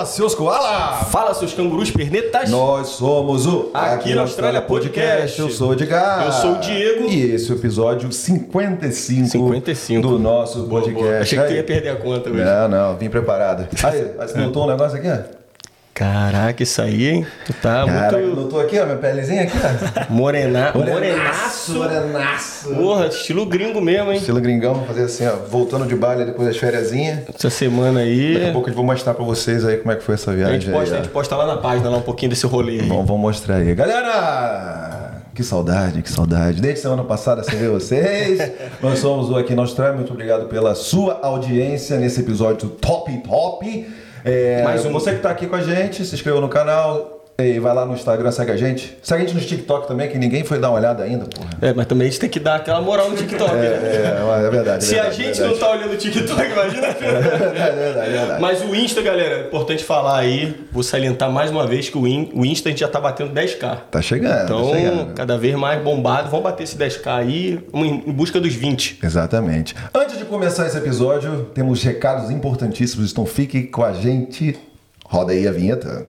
seus koalas! Fala, seus cangurus pernetas! Nós somos o Aqui na Austrália Podcast. Eu sou o Edgar. Eu sou o Diego. E esse é o episódio 55 do nosso podcast. Boa. Achei que tu ia perder a conta hoje. Não, vim preparado. Aí, você notou um negócio aqui, ó? Caraca, isso aí, hein? Tu tá muito... Notou aqui, ó, minha pelezinha aqui, ó? Morenaço. Porra, estilo gringo mesmo, hein? Estilo gringão, vamos fazer assim, ó, voltando de baile depois das fériasinhas. Essa semana aí... Daqui a pouco eu vou mostrar pra vocês aí como é que foi essa viagem. A gente posta lá na página, lá um pouquinho desse rolê aí. Bom, vamos mostrar aí. Galera, que saudade. Desde semana passada sem ver vocês. Nós somos o Aqui na Austrália. Muito obrigado pela sua audiência nesse episódio top. Mais um. Você que tá aqui com a gente, se inscreva no canal. E vai lá no Instagram, segue a gente. Segue a gente no TikTok também, que ninguém foi dar uma olhada ainda, porra. Mas também a gente tem que dar aquela moral no TikTok, né? É verdade. Se a gente não tá olhando o TikTok, imagina. É verdade. Mas o Insta, galera, é importante falar aí, vou salientar mais uma vez que o Insta a gente já tá batendo 10k. Tá chegando. Então, cada vez mais bombado, vamos bater esse 10k aí, em busca dos 20. Exatamente. Antes de começar esse episódio, temos recados importantíssimos, então fique com a gente. Roda aí a vinheta.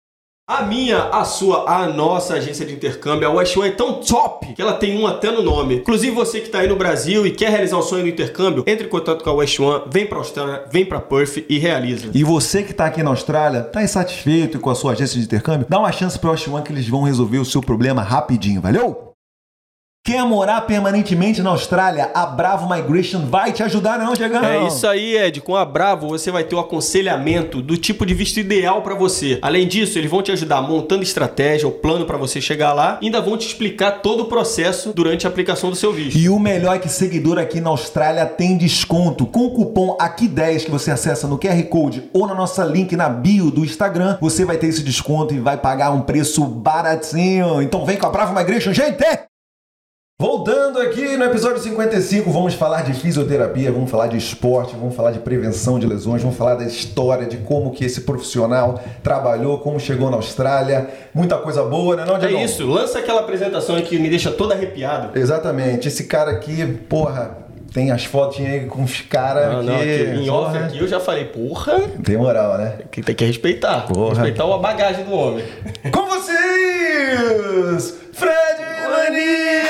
A nossa agência de intercâmbio, a West One, é tão top que ela tem um até no nome. Inclusive você que está aí no Brasil e quer realizar o sonho do intercâmbio, entre em contato com a West One, vem para a Austrália, vem para Perth e realiza. E você que está aqui na Austrália, está insatisfeito com a sua agência de intercâmbio? Dá uma chance para a West One que eles vão resolver o seu problema rapidinho, valeu? Quer morar permanentemente na Austrália? A Bravo Migration vai te ajudar, não, Diegão? É isso aí, Ed. Com a Bravo você vai ter o aconselhamento do tipo de visto ideal para você. Além disso, eles vão te ajudar montando estratégia, o plano para você chegar lá, e ainda vão te explicar todo o processo durante a aplicação do seu visto. E o melhor é que seguidor aqui na Austrália tem desconto. Com o cupom AQUI10 que você acessa no QR Code ou na nossa link na bio do Instagram, você vai ter esse desconto e vai pagar um preço baratinho. Então vem com a Bravo Migration, gente! Voltando aqui no episódio 55, vamos falar de fisioterapia, vamos falar de esporte, vamos falar de prevenção de lesões, vamos falar da história, de como que esse profissional trabalhou, como chegou na Austrália, muita coisa boa, né não, Diego? É isso, lança aquela apresentação aí que me deixa todo arrepiado. Exatamente, esse cara aqui, porra, tem as fotinhas aí com os caras que... Em off aqui eu já falei, porra... Tem moral, né? Tem que respeitar, respeitar a bagagem do homem. Com vocês, Fred Lani!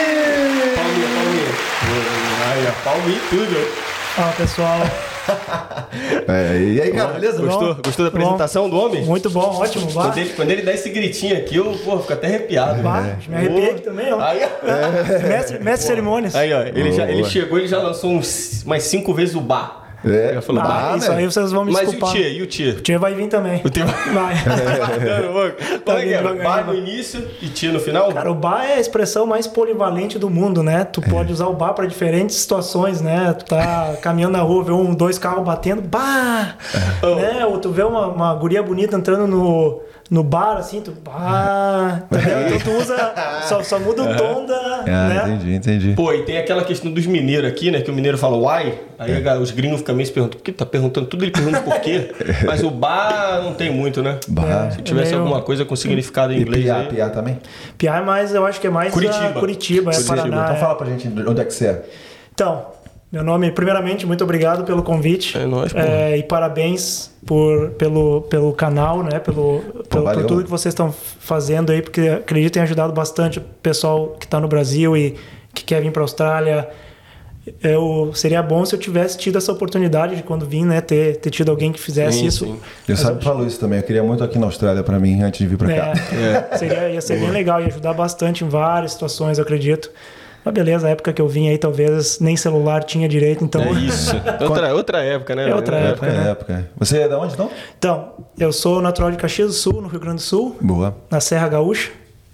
Palminha e tudo. Fala, pessoal. E aí, cara, beleza? Gostou da apresentação do homem? Muito bom, ótimo. Quando ele dá esse gritinho aqui, eu fico até arrepiado. Me arrepiei aqui também, ó. Aí, Mestre cerimônias. Aí, ó, ele chegou e já lançou mais 5 vezes o bar. Já falou, isso aí vocês vão me desculpar. Mas e o Tia? O Tia vai vir também. O Tia vai. Como é que é? Bar no início e Tia no final? Cara, o bar é a expressão mais polivalente do mundo, né? Tu pode usar o bar para diferentes situações, né? Tu tá caminhando na rua, vê 2 carros batendo, bar! Né? Ou tu vê uma guria bonita entrando no bar, assim, tu... Entendeu? Então tu usa... Só muda o tom da... né? Entendi. Pô, e tem aquela questão dos mineiros aqui, né? Que o mineiro fala why, aí os gringos ficam meio se perguntando, por que tá perguntando tudo? Ele pergunta por quê. Mas o bar não tem muito, né? Se tivesse alguma coisa com significado em inglês aí... Piá também? Piá é mais, eu acho que é mais... Curitiba, Paraná. Então fala pra gente onde é que você é. Então... Meu nome, primeiramente, muito obrigado pelo convite. É nóis, pô. E parabéns pelo canal, né? Por tudo que vocês estão fazendo aí, porque acredito que tem ajudado bastante o pessoal que está no Brasil e que quer vir para a Austrália. Seria bom se eu tivesse tido essa oportunidade de quando vim, né? Ter tido alguém que fizesse isso. Sim. Eu sempre falo isso também. Eu queria muito aqui na Austrália para mim, antes de vir para cá. Ia ser bem legal, ia ajudar bastante em várias situações, eu acredito. Mas beleza, a época que eu vim aí, talvez nem celular tinha direito, então... É isso. Outra época, né? Outra época. Você é de onde, então? Então, eu sou natural de Caxias do Sul, no Rio Grande do Sul. Boa. Na Serra Gaúcha.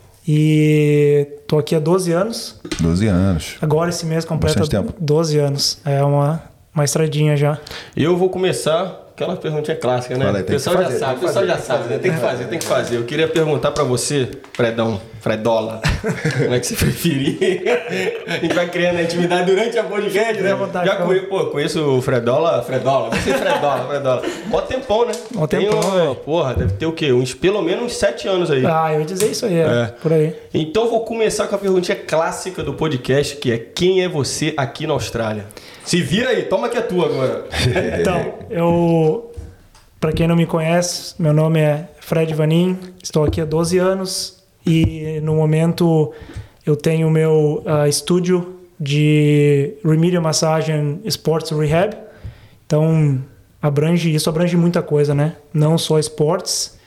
E tô aqui há 12 anos. 12 anos. Agora esse mês completa 12 anos. É uma estradinha já. Eu vou começar... Aquela perguntinha clássica, né? O pessoal já sabe, né? Tem que fazer. Eu queria perguntar pra você, Fredola, como é que você preferir? A gente vai criando a intimidade durante a podcast, né? Conheço o Fredola. Você Fredola. Mó tempão, né? Mó tempão, porra, deve ter o quê? Pelo menos uns 7 anos aí. Eu ia dizer isso aí, por aí. Então eu vou começar com a perguntinha clássica do podcast, que é: quem é você aqui na Austrália? Se vira aí, toma que é tua agora. Então, para quem não me conhece, meu nome é Fred Vanin, estou aqui há 12 anos e no momento eu tenho o meu estúdio de Remedial Massage Sports Rehab. Então, isso abrange muita coisa, né? Não só esportes,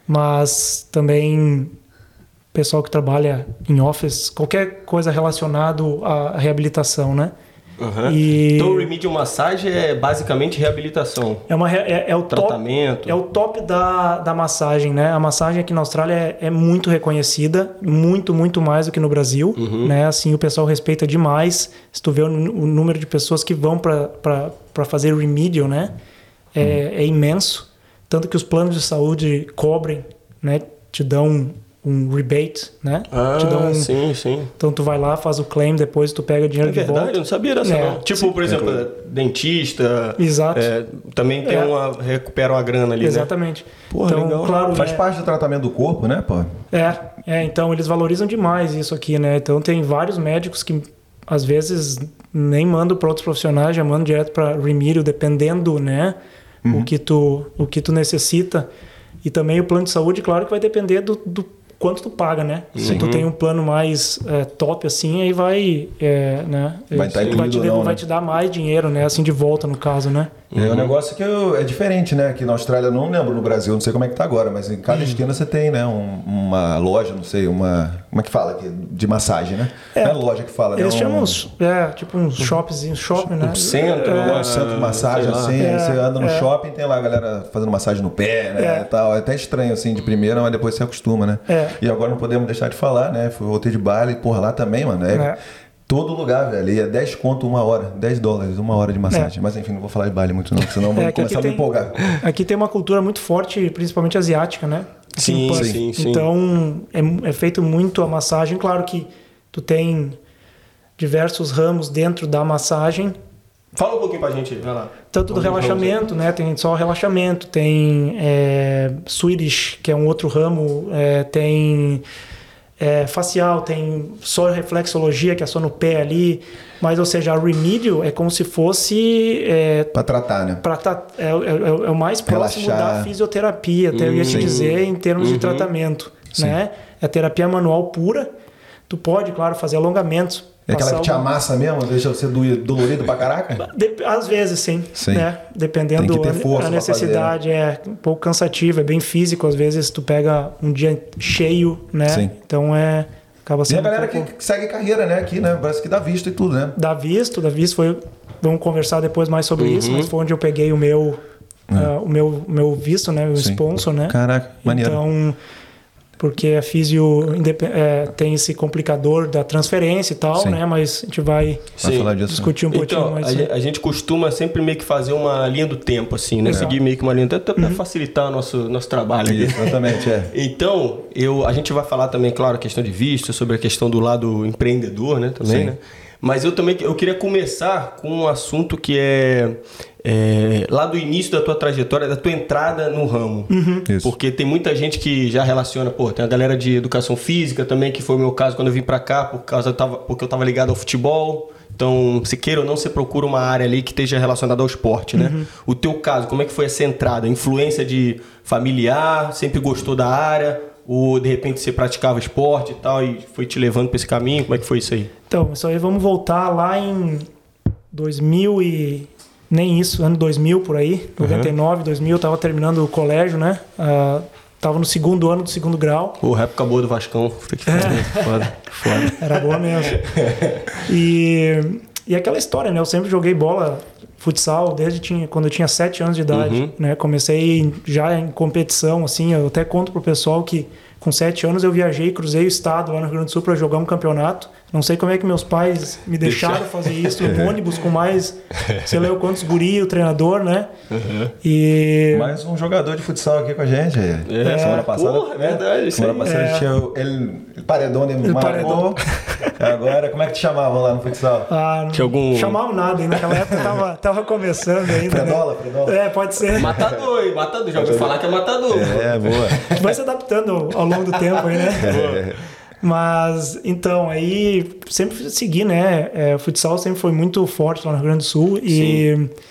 mas também pessoal que trabalha em office, qualquer coisa relacionada à reabilitação, né? Uhum. Então, o Remedial Massage é basicamente reabilitação. É o tratamento. É o top da massagem, né? A massagem aqui na Austrália é muito reconhecida, muito, muito mais do que no Brasil, né? Assim, o pessoal respeita demais. Se tu vê o número de pessoas que vão para fazer Remedial, né? É imenso. Tanto que os planos de saúde cobrem, né? Te dão um rebate, né? Sim. Então tu vai lá, faz o claim, depois tu pega dinheiro de volta. É verdade, eu não sabia dessa não. Tipo, por exemplo, dentista. Exato. Também tem recuperam a grana ali, exatamente. Né? Porra, então, legal. Claro, faz parte do tratamento do corpo, né, pô? Então eles valorizam demais isso aqui, né? Então tem vários médicos que às vezes nem mandam para outros profissionais, já mandam direto para Remedial, dependendo, né? O que tu necessita. E também o plano de saúde, claro que vai depender do quanto tu paga, né? Se tu tem um plano mais top assim, aí vai, né? Vai te dar mais dinheiro, né? Assim, de volta, no caso, né? É um negócio que é diferente, né? Aqui na Austrália, não lembro no Brasil, não sei como é que tá agora, mas em cada esquina você tem, né? Uma loja, não sei, como é que fala aqui? De massagem, né? Não é loja que fala, eles chamam tipo uns shopping, né? Centro, centro de massagem, assim. Você anda no shopping, tem lá a galera fazendo massagem no pé, né? E tal. É até estranho, assim, de primeira, mas depois você acostuma, né? E agora não podemos deixar de falar, né? Voltei de baile, porra, lá também, mano. Todo lugar, velho. E é 10 conto uma hora, $10, uma hora de massagem. Mas enfim, não vou falar de baile muito não, senão vou começar a me empolgar. Aqui tem uma cultura muito forte, principalmente asiática, né? Sim. Então, é feito muito a massagem. Claro que tu tem diversos ramos dentro da massagem. Fala um pouquinho pra gente, vai lá. Tanto do relaxamento, né? Tem só relaxamento, tem Swedish, que é um outro ramo, tem facial, tem só reflexologia, que é só no pé ali. Mas, ou seja, a Remedial é como se fosse... para tratar, né? É o mais próximo da fisioterapia, até eu ia te dizer, em termos de tratamento. Né? É a terapia manual pura. Tu pode, claro, fazer alongamentos. É aquela que te amassa mesmo, deixa você dolorido pra caraca? Às vezes, sim. Né? Dependendo da necessidade, é um pouco cansativo, é bem físico. Às vezes tu pega um dia cheio, né? Sim. Então acaba sendo. E a galera que segue carreira, né? Aqui, né? Parece que dá visto e tudo, né? Dá visto foi. Vamos conversar depois mais sobre isso, mas foi onde eu peguei o meu visto, né? O sponsor, né? Caraca, maneiro. Então. Porque a físio tem esse complicador da transferência e tal, né? Mas a gente vai falar disso, discutir um pouquinho mais. A gente costuma sempre meio que fazer uma linha do tempo, assim, né? Seguir meio que uma linha do tempo para facilitar o nosso trabalho. Exatamente, Então, a gente vai falar também, claro, a questão de visto, sobre a questão do lado empreendedor, né? Também, né? Mas eu queria começar com um assunto que lá do início da tua trajetória, da tua entrada no ramo. Porque tem muita gente que já relaciona, tem a galera de educação física também, que foi o meu caso quando eu vim pra cá, porque eu tava ligado ao futebol. Então, se queira ou não, você procura uma área ali que esteja relacionada ao esporte, né? O teu caso, como é que foi essa entrada? Influência de familiar, sempre gostou da área? Ou de repente você praticava esporte e tal e foi te levando para esse caminho? Como é que foi isso aí? Então, isso aí vamos voltar lá em 2000 e... Nem isso, ano 2000 por aí. 99, 2000, eu tava terminando o colégio, né? Tava no segundo ano do segundo grau. Época boa do Vascão. Foda. Era boa mesmo. E aquela história, né? Eu sempre joguei bola, futsal, desde quando eu tinha 7 anos de idade. Né? Comecei já em competição, assim. Eu até conto pro pessoal que com 7 anos eu viajei e cruzei o estado lá no Rio Grande do Sul para jogar um campeonato. Não sei como é que meus pais me deixaram fazer isso no ônibus com mais, sei lá quantos guri, o treinador, né? E... Mais um jogador de futsal aqui com a gente. Semana passada. Porra, é verdade. Semana passada tinha ele Paredão de Marcou. Agora, como é que te chamavam lá no futsal? Chamavam nada, ainda naquela época tava começando ainda. Fredola? Pode ser. Matador. Já ouviu falar que é matador. Boa. A gente vai se adaptando ao longo do tempo aí, né? Mas, então, aí sempre segui, né? O futsal sempre foi muito forte lá no Rio Grande do Sul.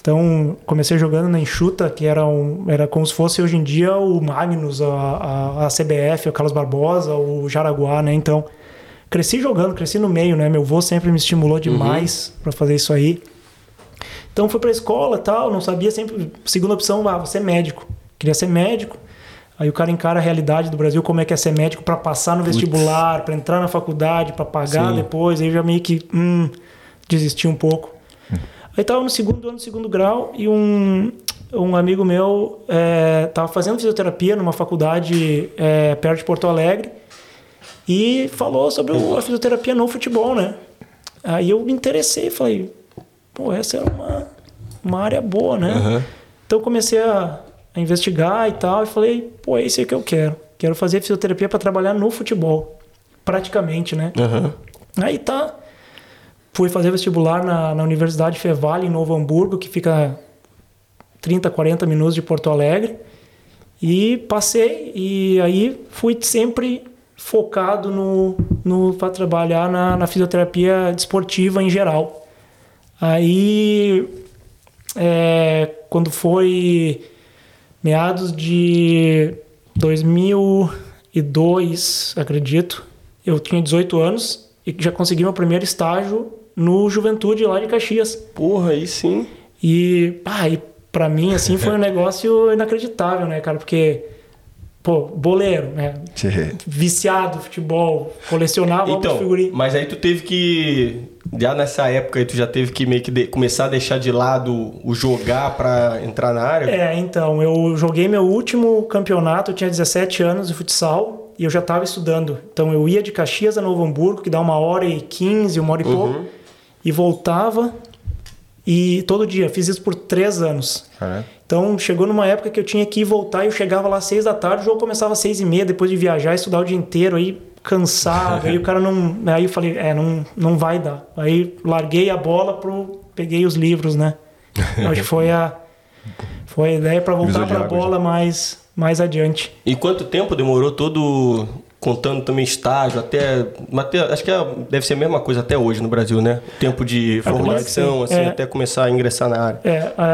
Então, comecei jogando na Enxuta, que era como se fosse hoje em dia o Magnus, a CBF, o Carlos Barbosa, o Jaraguá, né? Então, cresci jogando, cresci no meio, né? Meu avô sempre me estimulou demais para fazer isso aí. Então, fui pra escola e tal, não sabia sempre... Segunda opção, vou ser médico. Queria ser médico. Aí o cara encara a realidade do Brasil, como é que é ser médico para passar no vestibular, para entrar na faculdade, para pagar depois. Aí já meio que desisti um pouco. Aí tava no segundo ano do segundo grau e um amigo meu tava fazendo fisioterapia numa faculdade perto de Porto Alegre e falou sobre a fisioterapia no futebol, né? Aí eu me interessei e falei, pô, essa é uma área boa, né? Uhum. Então comecei a investigar e tal e falei, pô, é isso aí que eu quero. Quero fazer fisioterapia para trabalhar no futebol, praticamente, né? Uhum. Aí tá... Fui fazer vestibular na Universidade Fevale, em Novo Hamburgo, que fica 30, 40 minutos de Porto Alegre. E passei, e aí fui sempre focado para trabalhar na fisioterapia desportiva em geral. Aí, quando foi meados de 2002, acredito, eu tinha 18 anos e já consegui meu primeiro estágio no Juventude lá de Caxias. Porra, aí sim. E pra mim, assim, foi um negócio inacreditável, né, cara? Porque, pô, boleiro, né? Viciado no futebol, colecionava figurinhas. Mas aí tu teve que... Já nessa época aí tu já teve que meio que começar a deixar de lado o jogar pra entrar na área? Então, eu joguei meu último campeonato, eu tinha 17 anos de futsal e eu já tava estudando. Então eu ia de Caxias a Novo Hamburgo, que dá 1h15, 1h e pouco, e voltava e todo dia. Fiz isso por 3 anos. Então chegou numa época que eu tinha que ir voltar e eu chegava lá às 6 da tarde, o jogo começava às 6h30, depois de viajar, estudar o dia inteiro, aí cansado, aí o cara não... Aí eu falei, não vai dar. Aí larguei a bola, peguei os livros, né? Acho que foi a ideia para voltar para a bola mais adiante. E quanto tempo demorou todo... Contando também estágio, até acho que deve ser a mesma coisa até hoje no Brasil, né? Tempo de formação, assim, até começar a ingressar na área.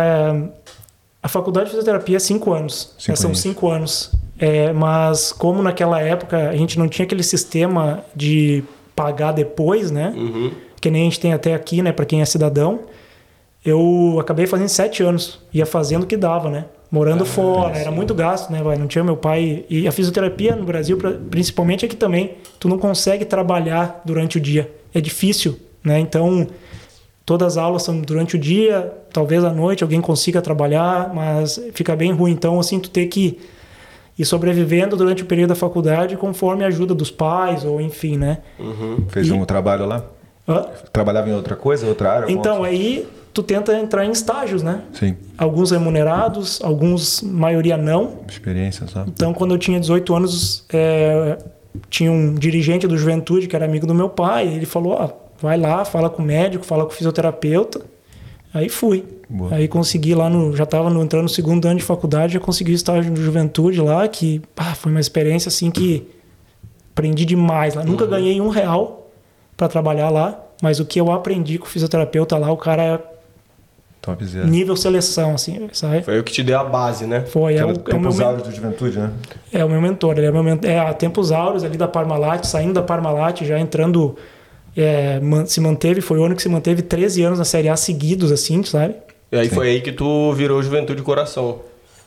A faculdade de fisioterapia é 5 anos. São 5 anos. Mas como naquela época a gente não tinha aquele sistema de pagar depois, né? Uhum. Que nem a gente tem até aqui, né? Para quem é cidadão. Eu acabei fazendo 7 anos. Ia fazendo o que dava, né? Morando fora, era muito gasto, né? Não tinha meu pai. E a fisioterapia no Brasil, principalmente aqui também, tu não consegue trabalhar durante o dia. É difícil, né? Então, todas as aulas são durante o dia, talvez à noite alguém consiga trabalhar, mas fica bem ruim. Então, assim, tu tem que ir sobrevivendo durante o período da faculdade conforme a ajuda dos pais, ou enfim, né? Uhum. Fez um trabalho lá? Trabalhava em outra coisa, outra área? Então, aí... tu tenta entrar em estágios, né? Sim. Alguns remunerados, alguns, maioria não. Experiência, sabe? Então, quando eu tinha 18 anos, tinha um dirigente do Juventude, que era amigo do meu pai, ele falou, vai lá, fala com o médico, fala com o fisioterapeuta. Aí fui. Boa. Aí consegui lá, já estava entrando no 2º ano de faculdade, já consegui o estágio do Juventude lá, que foi uma experiência assim que aprendi demais lá. Nunca ganhei R$1 para trabalhar lá, mas o que eu aprendi com o fisioterapeuta lá, o cara... nível seleção, assim, sabe? Foi o que te deu a base, né? Foi. Tempos Áureos do Juventude, né? É o meu mentor. Ele é o meu mentor. A Tempos Áureos ali da Parmalat, saindo da Parmalat, já entrando... se manteve, foi o ano que se manteve 13 anos na Série A seguidos, assim, sabe? E aí foi aí que tu virou Juventude Coração.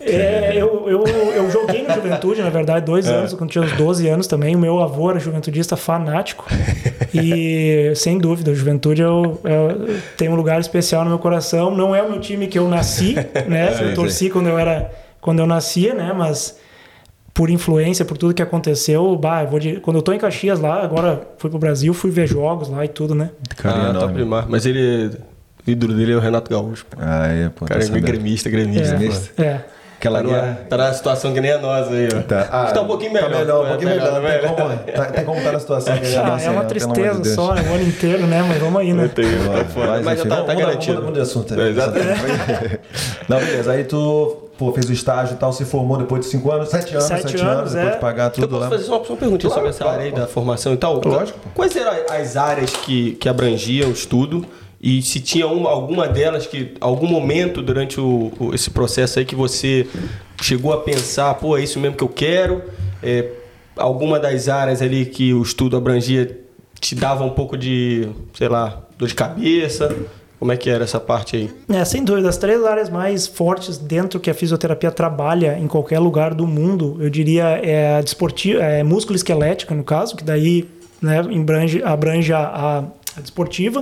Eu joguei no Juventude, na verdade, 2 anos, quando tinha uns 12 anos também. O meu avô era juventudista fanático. E, sem dúvida, o Juventude tem um lugar especial no meu coração. Não é o meu time que eu nasci, né? Eu torci quando eu nascia, né? Mas por influência, por tudo que aconteceu, quando eu tô em Caxias lá, agora fui pro Brasil, fui ver jogos lá e tudo, né? Top demais. Mas o ídolo dele é o Renato Gaúcho. Cara, é gremista. Aquela tá na situação que nem a nossa aí, ó. Tá um pouquinho melhor. Um pouquinho melhor. Tem como tá na situação que nem a nossa. É uma tristeza só, o ano inteiro, né? Mas vamos aí, né? Mas já tá garantido. Muda de assunto. Não, beleza. Aí tu fez o estágio e tal, se formou depois de 5 anos, 7 anos, depois de pagar tudo lá. Posso fazer só uma perguntinha sobre essa área aí da formação e tal? Lógico. Quais eram as áreas que abrangiam o estudo E se tinha alguma delas que, algum momento durante esse processo aí que você chegou a pensar, pô, é isso mesmo que eu quero? Alguma das áreas ali que o estudo abrangia te dava um pouco de, sei lá, dor de cabeça? Como é que era essa parte aí? Sem dúvida, as 3 áreas mais fortes dentro que a fisioterapia trabalha em qualquer lugar do mundo, eu diria a desportiva, músculo-esquelética, no caso, que daí, né, abrange a desportiva,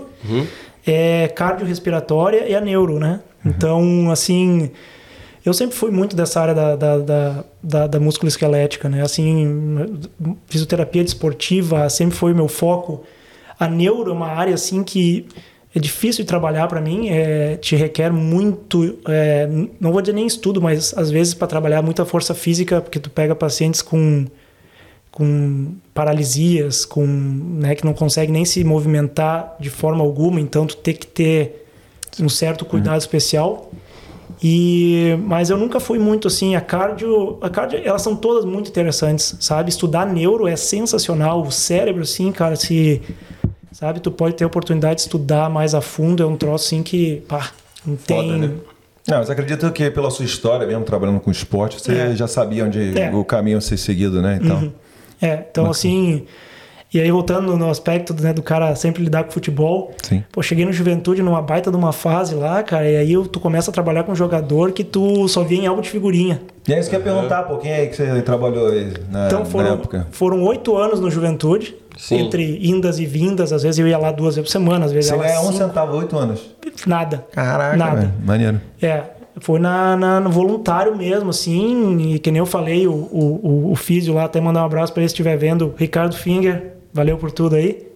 cardiorrespiratória e a neuro, né? Então, assim, eu sempre fui muito dessa área da músculo-esquelética, né? Assim, fisioterapia desportiva sempre foi o meu foco. A neuro é uma área, assim, que é difícil de trabalhar para mim, te requer muito, não vou dizer nem estudo, mas às vezes para trabalhar muita força física, porque tu pega pacientes com paralisias, né, que não conseguem nem se movimentar de forma alguma, então tu tem que ter um certo cuidado especial. Mas eu nunca fui muito assim, a cardio, elas são todas muito interessantes, sabe? Estudar neuro é sensacional, o cérebro, assim, cara, sabe, tu pode ter a oportunidade de estudar mais a fundo, é um troço assim que, não tem... Foda, né? Não, mas acredito que pela sua história mesmo, trabalhando com esporte, você já sabia onde o caminho a ser seguido, né? Então, então assim... E aí, voltando no aspecto, né, do cara sempre lidar com futebol, sim. Pô, cheguei no Juventude numa baita de uma fase lá, cara, e aí tu começa a trabalhar com um jogador que tu só via em álbum de figurinha. E aí, você quer perguntar, pô, quem é que você trabalhou aí na época? Foram 8 anos no Juventude, sim. Entre indas e vindas, às vezes eu ia lá 2 vezes por semana, às vezes você ganha 1 centavo 8 anos? Nada. Caraca, nada. Véio, maneiro. Foi no voluntário mesmo, assim, e que nem eu falei, o físio lá, até mandar um abraço pra ele se estiver vendo, Ricardo Finger, valeu por tudo aí.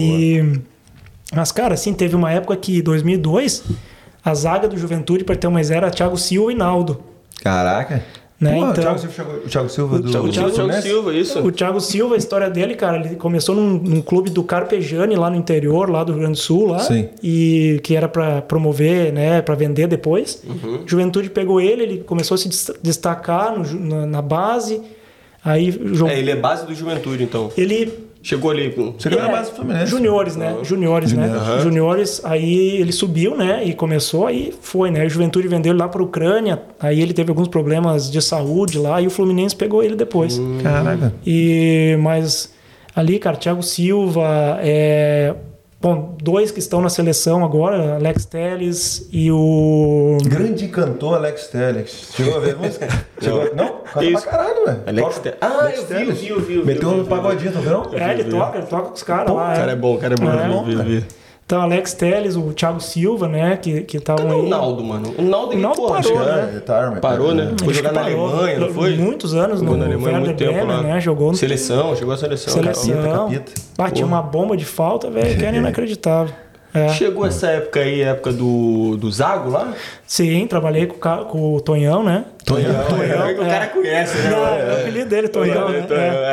Mas, cara, assim, teve uma época que, em 2002, a zaga do Juventude, para ter uma ideia, era Thiago Silva e Naldo. Caraca. Né? Pô, então, o Thiago Silva do... O Thiago Silva, isso. O Thiago Silva, a história dele, cara, ele começou num clube do Carpegiani, lá no interior, lá do Rio Grande do Sul, lá. Sim. E que era para promover, né, para vender depois. Juventude pegou ele começou a se destacar na base. Aí jogou... ele é base do Juventude, então. Ele... Chegou ali com... Chegou na base do Fluminense. Juniores, né? Juniores, né? Juniores, aí ele subiu, né? E começou, aí foi, né? A Juventude vendeu ele lá para a Ucrânia, aí ele teve alguns problemas de saúde lá, e o Fluminense pegou ele depois. Caraca. Mas ali, cara, Thiago Silva, bom, 2 que estão na seleção agora, Alex Telles e o... Grande cantor Alex Telles. Chegou a ver a música? Não? Canta pra caralho, velho. Alex Telles. Eu vi. Meteu um pagodinho, tá vendo? Ele toca com os caras lá. O cara é bom, Vi. Então, Alex Telles, o Thiago Silva, né, que estavam aí. O Naldo, mano. O Naldo parou, né? Parou, né? Foi jogar na Alemanha, não foi? Muitos anos no Werder Bremen, né? Jogou no... Chegou a seleção. Capita. Tinha uma bomba de falta, velho, que era inacreditável. Chegou essa época aí, época do Zago lá? Sim, trabalhei com o Tonhão, né? Tonhão. O cara conhece, né? É o apelido dele, Tonhão, né?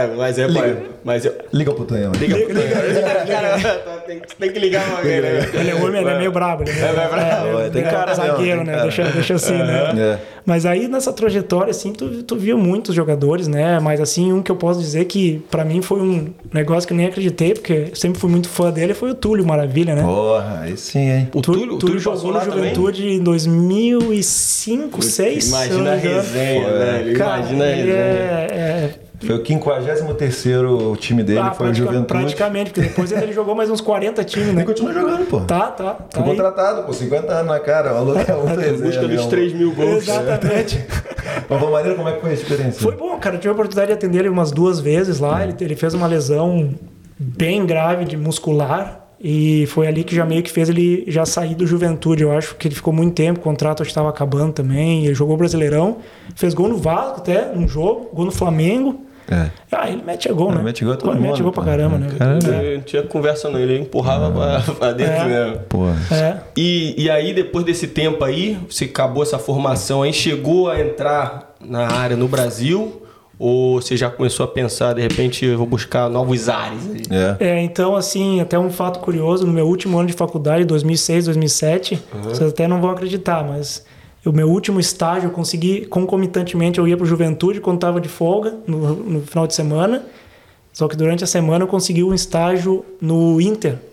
Liga pro Tonhão. Liga. Tem que ligar uma vez, né? Ele é meio brabo. Tem cara zagueiro, né? Deixa assim, né? Mas aí, nessa trajetória, assim, tu viu muitos jogadores, né? Mas, assim, um que eu posso dizer que, pra mim, foi um negócio que eu nem acreditei, porque sempre fui muito fã dele, foi o Túlio Maravilha, né? Porra, aí sim, hein? O Túlio jogou no Juventude em 2005, 2006. Imagina a resenha, velho. Imagina a resenha. Foi o 53º time dele, foi o Juventude. Praticamente, porque depois ele jogou mais uns 40 times, né? Ele continua jogando, pô. Tá. Foi contratado, pô, 50 anos na cara. Em busca dos 3 mil gols. Exatamente. Mas, maneiro, como é que foi a experiência? Foi bom, cara. Eu tive a oportunidade de atender ele umas 2 vezes lá. Ele fez uma lesão bem grave de muscular. E foi ali que já meio que fez ele já sair do Juventude. Eu acho que ele ficou muito tempo, o contrato estava acabando também. Ele jogou Brasileirão, fez gol no Vasco até, num jogo, gol no Flamengo. Ele mete gol, né? Mete gol pra caramba, né? Tinha conversa nele, ele empurrava pra dentro mesmo. E aí, depois desse tempo aí, você acabou essa formação aí, chegou a entrar na área no Brasil? Ou você já começou a pensar, de repente, eu vou buscar novos ares? Então, assim, até um fato curioso, no meu último ano de faculdade, 2006, 2007, vocês até não vão acreditar, mas o meu último estágio eu consegui, concomitantemente, eu ia para o Juventude quando estava de folga, no final de semana, só que durante a semana eu consegui um estágio no Inter,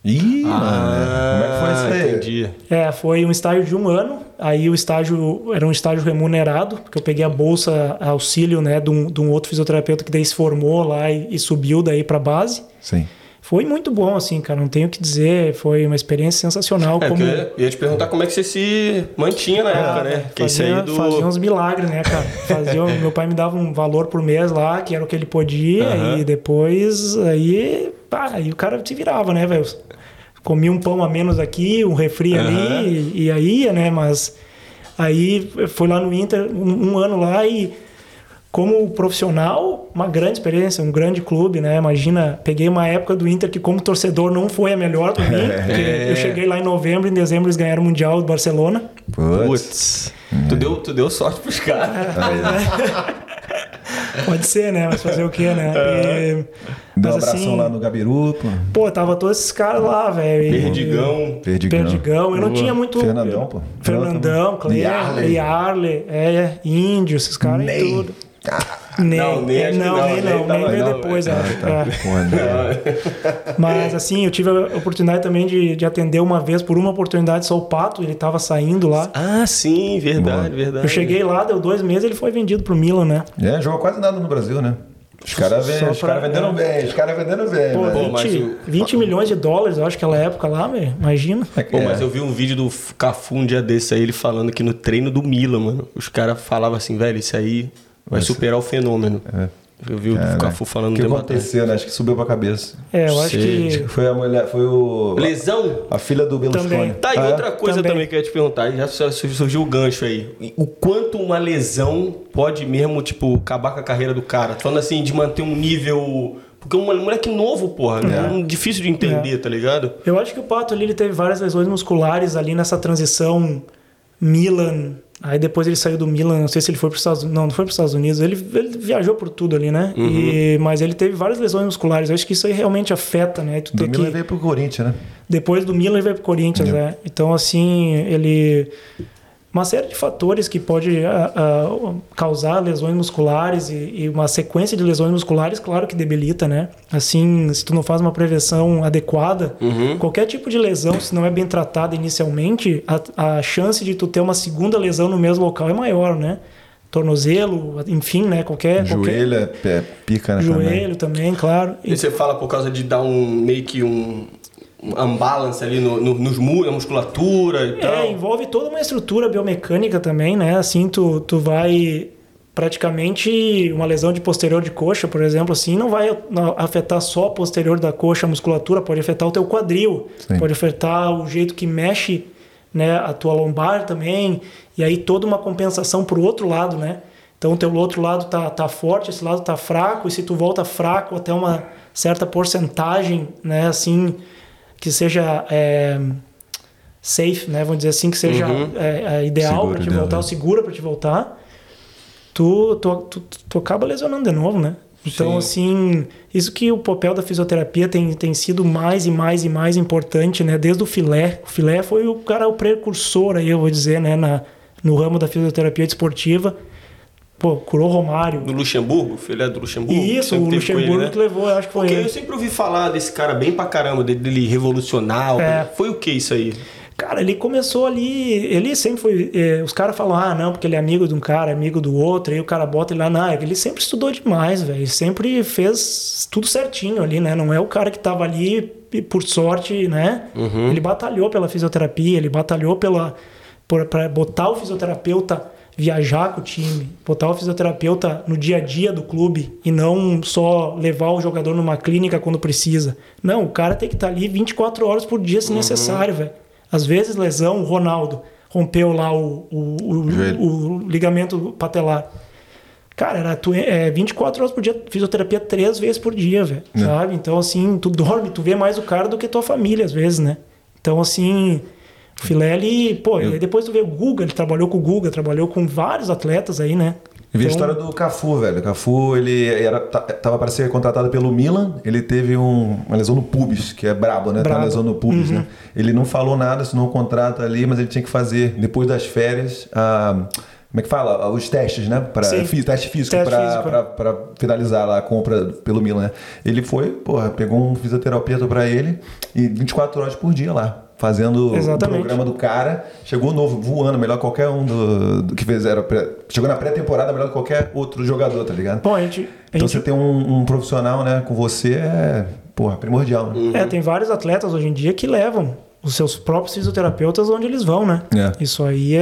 Ih, mano, como é que foi isso aí? Entendi. Foi um estágio de 1 ano. Aí o estágio era um estágio remunerado, porque eu peguei a bolsa auxílio, né, de um outro fisioterapeuta que daí se formou lá e subiu daí pra base. Sim. Foi muito bom, assim, cara, não tenho o que dizer, foi uma experiência sensacional. Eu ia te perguntar como é que você se mantinha na época, né? Fazia uns milagres, né, cara? Meu pai me dava um valor por mês lá, que era o que ele podia, e depois, aí o cara se virava, né, velho? Comia um pão a menos aqui, um refri ali, e aí ia, né, mas aí foi lá no Inter, um ano lá e... Como profissional, uma grande experiência, um grande clube, né? Imagina, peguei uma época do Inter que como torcedor não foi a melhor para mim. Eu cheguei lá em novembro, em dezembro eles ganharam o Mundial do Barcelona. Putz. Tu deu sorte pros caras. Pode ser, né? Mas fazer o quê, né? Deu um abração lá no Gabiru, pô. Pô, tava todos esses caras lá, velho. Perdigão. Eu não tinha muito... Fernandão, Claire, Yarley, Índio, esses caras e tudo. Nem veio depois, acho. Mas assim, eu tive a oportunidade também de atender uma vez, por uma oportunidade, só o Pato, ele tava saindo lá. Ah, sim, verdade. Eu cheguei lá, deu 2 meses, ele foi vendido pro Milan, né? Jogou quase nada no Brasil, né? Os caras vendendo bem, 20 milhões de dólares, eu acho, aquela época lá, velho. Imagina. Mas eu vi um vídeo do Cafu um dia desse aí, ele falando que no treino do Milan, mano, os caras falavam assim, velho, isso aí vai superar o fenômeno. Eu vi o Cafu falando... O que aconteceu, né? Acho que subiu pra cabeça. Eu acho que... Foi a mulher, foi o... Lesão? A filha do Berlusconi. Tá, e outra coisa também que eu ia te perguntar, já surgiu o gancho aí. O quanto uma lesão pode mesmo, tipo, acabar com a carreira do cara? Falando assim, de manter um nível... Porque um moleque novo, porra, difícil de entender, tá ligado? Eu acho que o Pato ali, ele teve várias lesões musculares ali nessa transição Milan... Aí depois ele saiu do Milan, não sei se ele foi para os Estados Unidos. Não foi para os Estados Unidos. Ele viajou por tudo ali, né? Mas ele teve várias lesões musculares. Eu acho que isso aí realmente afeta, né? Do Milan veio pro Corinthians, né? Depois do Milan ele veio pro Corinthians, né? Então, assim, ele... Uma série de fatores que pode causar lesões musculares e uma sequência de lesões musculares, claro que debilita, né? Assim, se tu não faz uma prevenção adequada, qualquer tipo de lesão, se não é bem tratada inicialmente, a chance de tu ter uma segunda lesão no mesmo local é maior, né? Tornozelo, enfim, né? Joelho, pica, né? Joelho também, claro. E você fala por causa de dar meio que um unbalance ali nos músculos, na musculatura e tal. Envolve toda uma estrutura biomecânica também, né? Assim, tu vai... Praticamente, uma lesão de posterior de coxa, por exemplo, assim, não vai afetar só a posterior da coxa, a musculatura, pode afetar o teu quadril, pode afetar o jeito que mexe, né, a tua lombar também, e aí toda uma compensação pro outro lado, né? Então, o teu outro lado tá forte, esse lado tá fraco, e se tu volta fraco até uma certa porcentagem, né, assim... que seja safe, né? Vamos dizer assim, que seja ideal para te voltar, segura para te voltar, tu acaba lesionando de novo, né? Então, assim, isso que o papel da fisioterapia tem sido mais e mais importante, né? Desde o Filé. O Filé foi o precursor, aí eu vou dizer, né? No ramo da fisioterapia desportiva. Pô, curou Romário. Do Luxemburgo? Filé do Luxemburgo? Isso, o Luxemburgo ele, né? Que levou, eu acho que foi ele. Eu sempre ouvi falar desse cara bem pra caramba, dele revolucionar. Foi o que isso aí? Cara, ele começou ali... Ele sempre foi... os caras falam, não, porque ele é amigo de um cara, amigo do outro, aí o cara bota ele lá. Não, ele sempre estudou demais, velho. Ele sempre fez tudo certinho ali, né? Não é o cara que tava ali por sorte, né? Ele batalhou pela fisioterapia, ele batalhou pra botar o fisioterapeuta... viajar com o time, botar o fisioterapeuta no dia a dia do clube e não só levar o jogador numa clínica quando precisa. Não, o cara tem que estar ali 24 horas por dia se necessário, velho. Às vezes, lesão, o Ronaldo rompeu lá o ligamento patelar. Cara, era 24 horas por dia, fisioterapia 3 vezes por dia, velho, sabe? Então, assim, tu dorme, tu vê mais o cara do que tua família, às vezes, né? Então, assim... O Filé, ele... Aí depois tu vê o Guga, ele trabalhou com o Guga, trabalhou com vários atletas aí, né? Eu vi a história do Cafu, velho. O Cafu, ele tava para ser contratado pelo Milan, ele teve uma lesão no pubis, que é brabo, né? Tá uma lesão no pubis, né? Ele não falou nada, assinou um contrato ali, mas ele tinha que fazer, depois das férias, Como é que fala? Os testes, né? Teste físico para finalizar lá a compra pelo Milan, né? Ele foi, pegou um fisioterapeuta para ele e 24 horas por dia lá. Fazendo o programa do cara, chegou novo, voando, melhor que qualquer um do que fizeram. Chegou na pré-temporada melhor que qualquer outro jogador, tá ligado? Bom, então você tem um profissional, né, com você é primordial. Né? Tem vários atletas hoje em dia que levam os seus próprios fisioterapeutas onde eles vão, né? Isso aí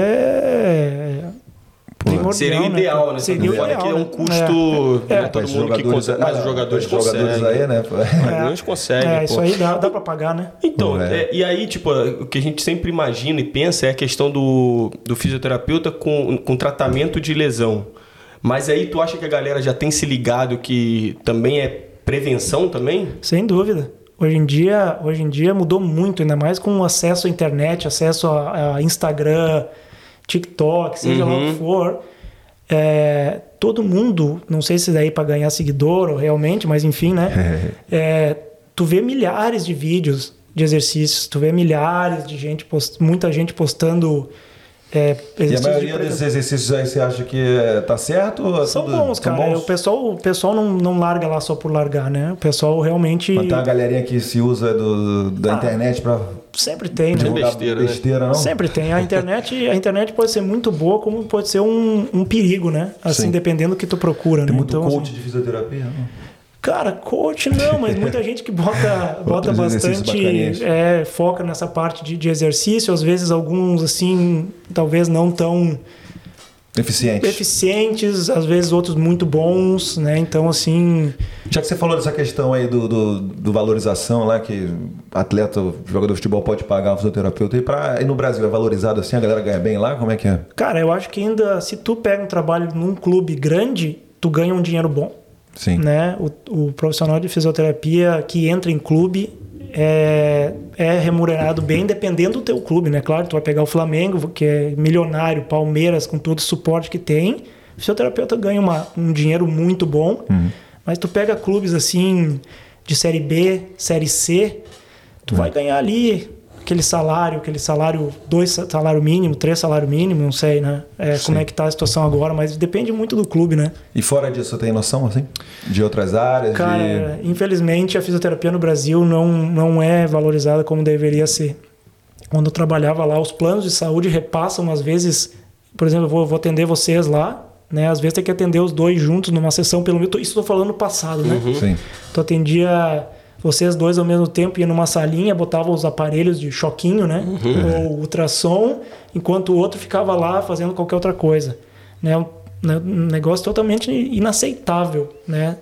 seria o ideal, né? Seria fora que é um custo. Todo mundo que consegue. Mas os jogadores conseguem. Aí, né? Alguns conseguem. Isso aí dá pra pagar, né? Então, e aí, tipo, o que a gente sempre imagina e pensa é a questão do fisioterapeuta com tratamento de lesão. Mas aí tu acha que a galera já tem se ligado que também é prevenção também? Sem dúvida. Hoje em dia mudou muito, ainda mais com o acesso à internet, acesso a Instagram, TikTok, seja lá o que for. Todo mundo, não sei se daí para ganhar seguidor ou realmente, mas enfim, né? Tu vê milhares de vídeos de exercícios, tu vê milhares de gente, muita gente postando e a maioria desses exercícios aí você acha que tá certo? São bons, cara. O pessoal não larga lá só por largar, né? O pessoal realmente... Mas tem uma galerinha que se usa da internet para... Sempre tem, né? Besteira, não? Sempre tem. A internet pode ser muito boa, como pode ser um perigo, né? Assim, dependendo do que tu procura. Tem né? muito coach de fisioterapia, não? Cara, coach não, mas muita gente que bota bastante, foca nessa parte de exercício, às vezes alguns assim, talvez não tão eficientes, às vezes outros muito bons, né? Então assim... Já que você falou dessa questão aí do valorização lá, que atleta, jogador de futebol pode pagar um fisioterapeuta, e no Brasil é valorizado assim, a galera ganha bem lá, como é que é? Cara, eu acho que ainda, se tu pega um trabalho num clube grande, tu ganha um dinheiro bom. Sim. Né? O profissional de fisioterapia que entra em clube é remunerado bem dependendo do teu clube, né? Claro, tu vai pegar o Flamengo, que é milionário, Palmeiras, com todo o suporte que tem, o fisioterapeuta ganha um dinheiro muito bom, mas tu pega clubes assim de Série B, Série C, tu vai ganhar ali aquele salário, 2 salário mínimo, 3 salário mínimo, não sei, né? Como é que tá a situação agora, mas depende muito do clube, né? E fora disso, você tem noção, assim? De outras áreas? Cara, infelizmente a fisioterapia no Brasil não é valorizada como deveria ser. Quando eu trabalhava lá, os planos de saúde repassam, às vezes, por exemplo, eu vou atender vocês lá, né? Às vezes tem que atender os dois juntos numa sessão, isso estou falando no passado, né? Sim. Tu atendia... Vocês dois ao mesmo tempo iam numa salinha, botavam os aparelhos de choquinho, né? Ou ultrassom, enquanto o outro ficava lá fazendo qualquer outra coisa. Né? Um negócio totalmente inaceitável, né?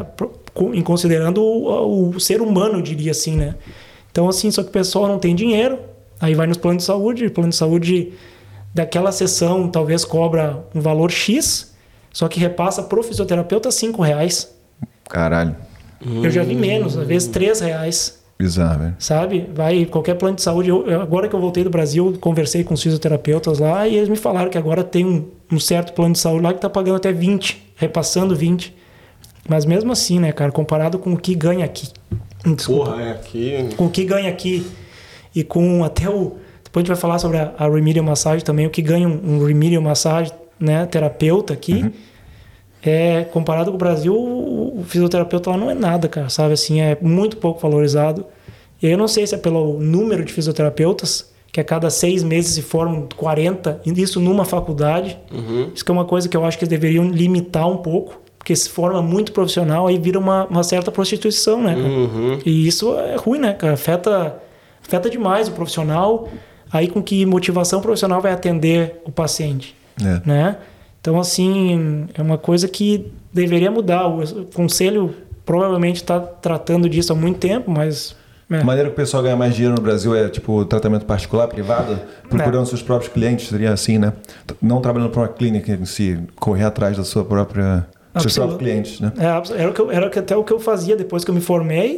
Em considerando o ser humano, eu diria assim, né? Então, assim, só que o pessoal não tem dinheiro, aí vai nos planos de saúde, o plano de saúde daquela sessão talvez cobra um valor X, só que repassa pro fisioterapeuta R$5. Caralho. Eu já vi menos, às vezes R$3. Bizarro, velho. Sabe? Vai qualquer plano de saúde. Agora que eu voltei do Brasil, conversei com os fisioterapeutas lá e eles me falaram que agora tem um certo plano de saúde lá que tá pagando até 20, repassando 20. Mas mesmo assim, né, cara, comparado com o que ganha aqui. Desculpa. Aqui... Com o que ganha aqui e com até o... Depois a gente vai falar sobre a Remedial Massage também, o que ganha um Remedial Massage, né, terapeuta aqui. Comparado com o Brasil, o fisioterapeuta lá não é nada, cara, sabe? Assim, é muito pouco valorizado. E eu não sei se é pelo número de fisioterapeutas, que a cada 6 meses se formam 40, isso numa faculdade. Isso que é uma coisa que eu acho que eles deveriam limitar um pouco, porque se forma muito profissional, aí vira uma certa prostituição, né, cara? E isso é ruim, né, cara? Afeta demais o profissional, aí com que motivação profissional vai atender o paciente, né? Então, assim, é uma coisa que deveria mudar. O conselho provavelmente está tratando disso há muito tempo, mas... A maneira que o pessoal ganha mais dinheiro no Brasil é, tipo, tratamento particular, privado, procurando seus próprios clientes, seria assim, né? Não trabalhando para uma clínica em si, correr atrás da sua própria... seus próprios clientes, né? Era até o que eu fazia depois que eu me formei.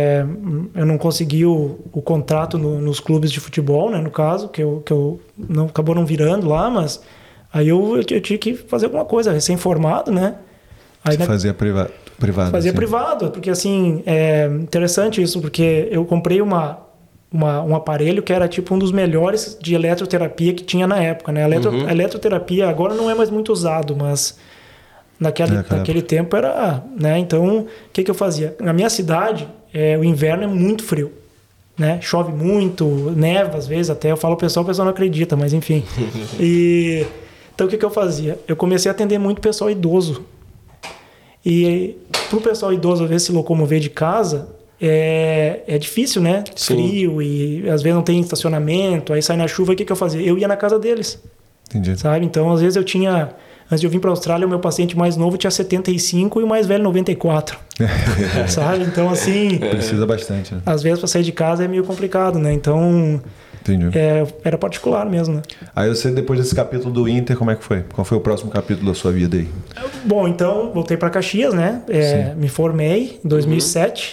Eu não consegui o contrato nos clubes de futebol, né, no caso, que eu acabou não virando lá, mas... Aí eu tinha que fazer alguma coisa, recém-formado, né? Aí, fazia privado. Fazia privado, porque assim, é interessante isso, porque eu comprei uma um aparelho que era tipo um dos melhores de eletroterapia que tinha na época, né? A eletroterapia agora não é mais muito usado, mas naquele tempo era, né? Então, o que eu fazia? Na minha cidade, o inverno é muito frio, né? Chove muito, neva às vezes até. Eu falo o pessoal não acredita, mas enfim. Então, o que eu fazia? Eu comecei a atender muito pessoal idoso. E pro pessoal idoso, às vezes, se locomover de casa... É difícil, né? Sim. Frio e às vezes não tem estacionamento, aí sai na chuva, o que eu fazia? Eu ia na casa deles. Entendi. Sabe? Então, às vezes eu tinha... Antes de eu vir para a Austrália, o meu paciente mais novo tinha 75 e o mais velho 94. Sabe? Então, assim... Precisa bastante, né? Às vezes, para sair de casa é meio complicado, né? Então... Entendi. Era particular mesmo, né? Aí você, depois desse capítulo do Inter, como é que foi? Qual foi o próximo capítulo da sua vida aí? Bom, então, voltei para Caxias, né? Me formei em 2007.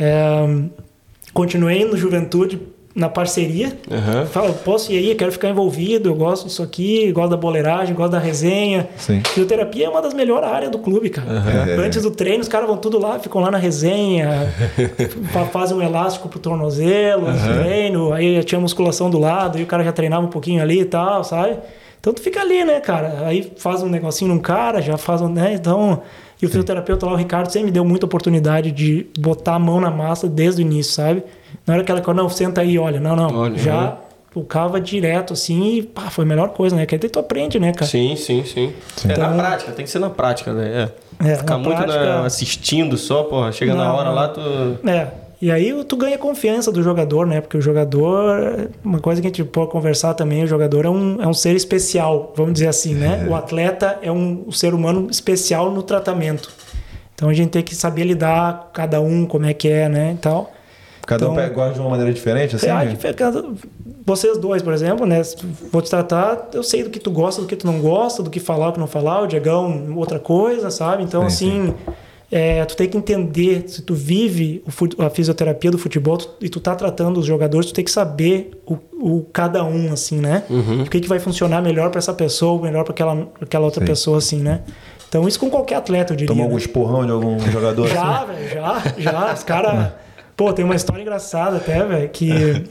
Continuei no Juventude na parceria. Falo, posso ir aí, quero ficar envolvido, eu gosto disso aqui, gosto da boleiragem, gosto da resenha. Sim. Fisioterapia é uma das melhores áreas do clube, cara. Antes do treino, os caras vão tudo lá, ficam lá na resenha, fazem um elástico pro tornozelo, treino, aí tinha musculação do lado, aí o cara já treinava um pouquinho ali e tal, sabe? Então tu fica ali, né, cara? Aí faz um negocinho num cara, já faz um, né? Então... E o fisioterapeuta lá, o Ricardo, sempre me deu muita oportunidade de botar a mão na massa desde o início, sabe? Não era aquela coisa, não, senta aí, olha. Não. Olha, já tocava direto, assim, e pá, foi a melhor coisa, né? Que aí tu aprende, né, cara? Sim. Então, na prática, tem que ser na prática, né? Ficar muito prática, assistindo só, porra, chega na hora lá, tu... E aí tu ganha confiança do jogador, né? Porque o jogador, uma coisa que a gente pode conversar também, o jogador é um ser especial, vamos dizer assim, né? O atleta é um ser humano especial no tratamento. Então a gente tem que saber lidar cada um, como é que é, né? Então, cada um gosta de uma maneira diferente, assim? Vocês dois, por exemplo, né? Vou te tratar, eu sei do que tu gosta, do que tu não gosta, do que falar, do que não falar, o Diegão, outra coisa, sabe? Então, sim. Tu tem que entender, se tu vive a fisioterapia do futebol e tu tá tratando os jogadores, tu tem que saber o cada um, assim, né? O que vai funcionar melhor para essa pessoa, melhor para aquela outra pessoa, assim, né? Então, isso com qualquer atleta, eu diria. Tomou algum esporrão de algum jogador? Já, velho, já. Os caras... Pô, tem uma história engraçada até, velho, que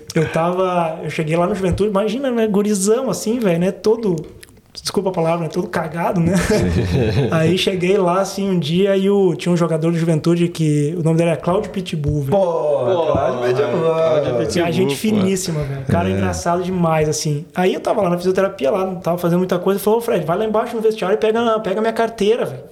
eu cheguei lá no Juventude, imagina, né? Gurizão, assim, velho, né? Todo... Desculpa a palavra, né? Todo cagado, né? Aí cheguei lá, assim, um dia e tinha um jogador de Juventude que o nome dele era Cláudio Pitbull, velho. Cláudio Pitbull. A gente finíssima, velho. Cara engraçado demais, assim. Aí eu tava lá na fisioterapia, lá, não tava fazendo muita coisa. Ele falou, Fred, vai lá embaixo no vestiário e pega minha carteira, velho.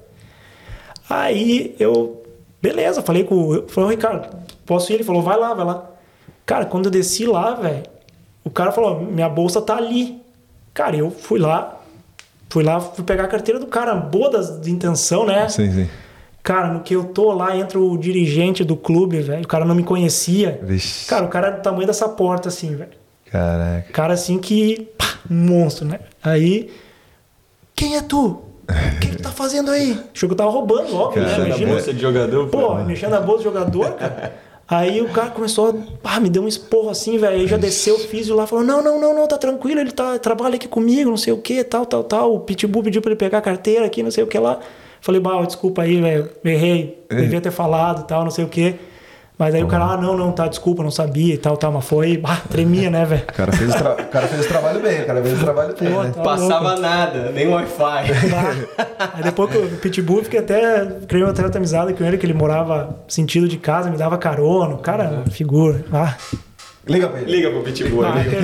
Aí beleza, falei Ricardo, posso ir? Ele falou, vai lá. Cara, quando eu desci lá, velho, o cara falou, minha bolsa tá ali. Cara, eu fui pegar a carteira do cara, boa de intenção, né? Sim. Cara, no que eu tô lá, entra o dirigente do clube, velho. O cara não me conhecia. Vixe. Cara, o cara é do tamanho dessa porta, assim, velho. Caraca. Cara, assim que... um monstro, né? Aí... Quem é tu? O que tu tá fazendo aí? Achou que eu tava roubando, óbvio, né? Mexendo na bolsa de jogador. Pô, mexendo na bolsa de jogador, cara. Aí o cara começou me deu um esporro assim, velho. Aí já desceu o físio lá, falou, não, tá tranquilo, ele trabalha aqui comigo, não sei o que, tal. O Pitbull pediu pra ele pegar a carteira aqui, não sei o que lá. Falei, desculpa aí, velho, errei, devia ter falado e tal, não sei o que. Mas aí o cara, não, tá, desculpa, não sabia e tal, mas foi, tremia, né, velho? O cara fez o trabalho bem, né? Passava louco. Nada, nem Wi-Fi. Aí depois que o Pitbull, criei uma certa amizade com ele, que ele morava sentido de casa, me dava carona, o cara, figura. Liga pra ele. Liga pro Pitbull.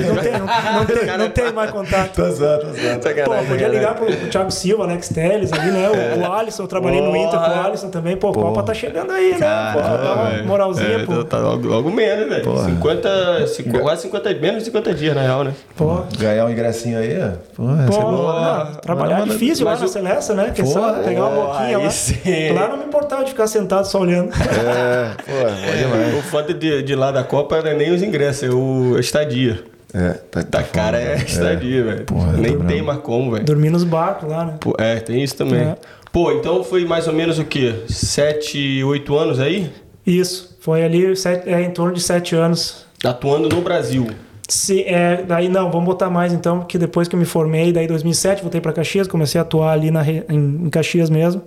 Não tem mais contato. Tá zoando. Podia ligar pro Thiago Silva, Alex Telles ali, né? O Alisson, eu trabalhei no Inter com o Alisson também. Pô, o Copa tá chegando aí, né? Dá uma moralzinha, pô. Tá logo menos, velho. Quase 50, menos de 50 dias, na real, né? Ganhar um ingressinho aí, trabalhar é difícil lá na Celeste, né? Que só pegar uma boquinha lá. Lá não me importava de ficar sentado só olhando. O foda de lá da Copa não é nem os ingressos, é a estadia. Tá cara é estadia, velho. Nem tem mais como, velho. Dormir nos barcos lá, né? Tem isso também. Pô, então foi mais ou menos o quê? 7, 8 anos aí? Isso, foi ali em torno de 7 anos. Atuando no Brasil. Daí não, vamos botar mais então, porque depois que eu me formei, daí em 2007 voltei pra Caxias, comecei a atuar ali em Caxias mesmo.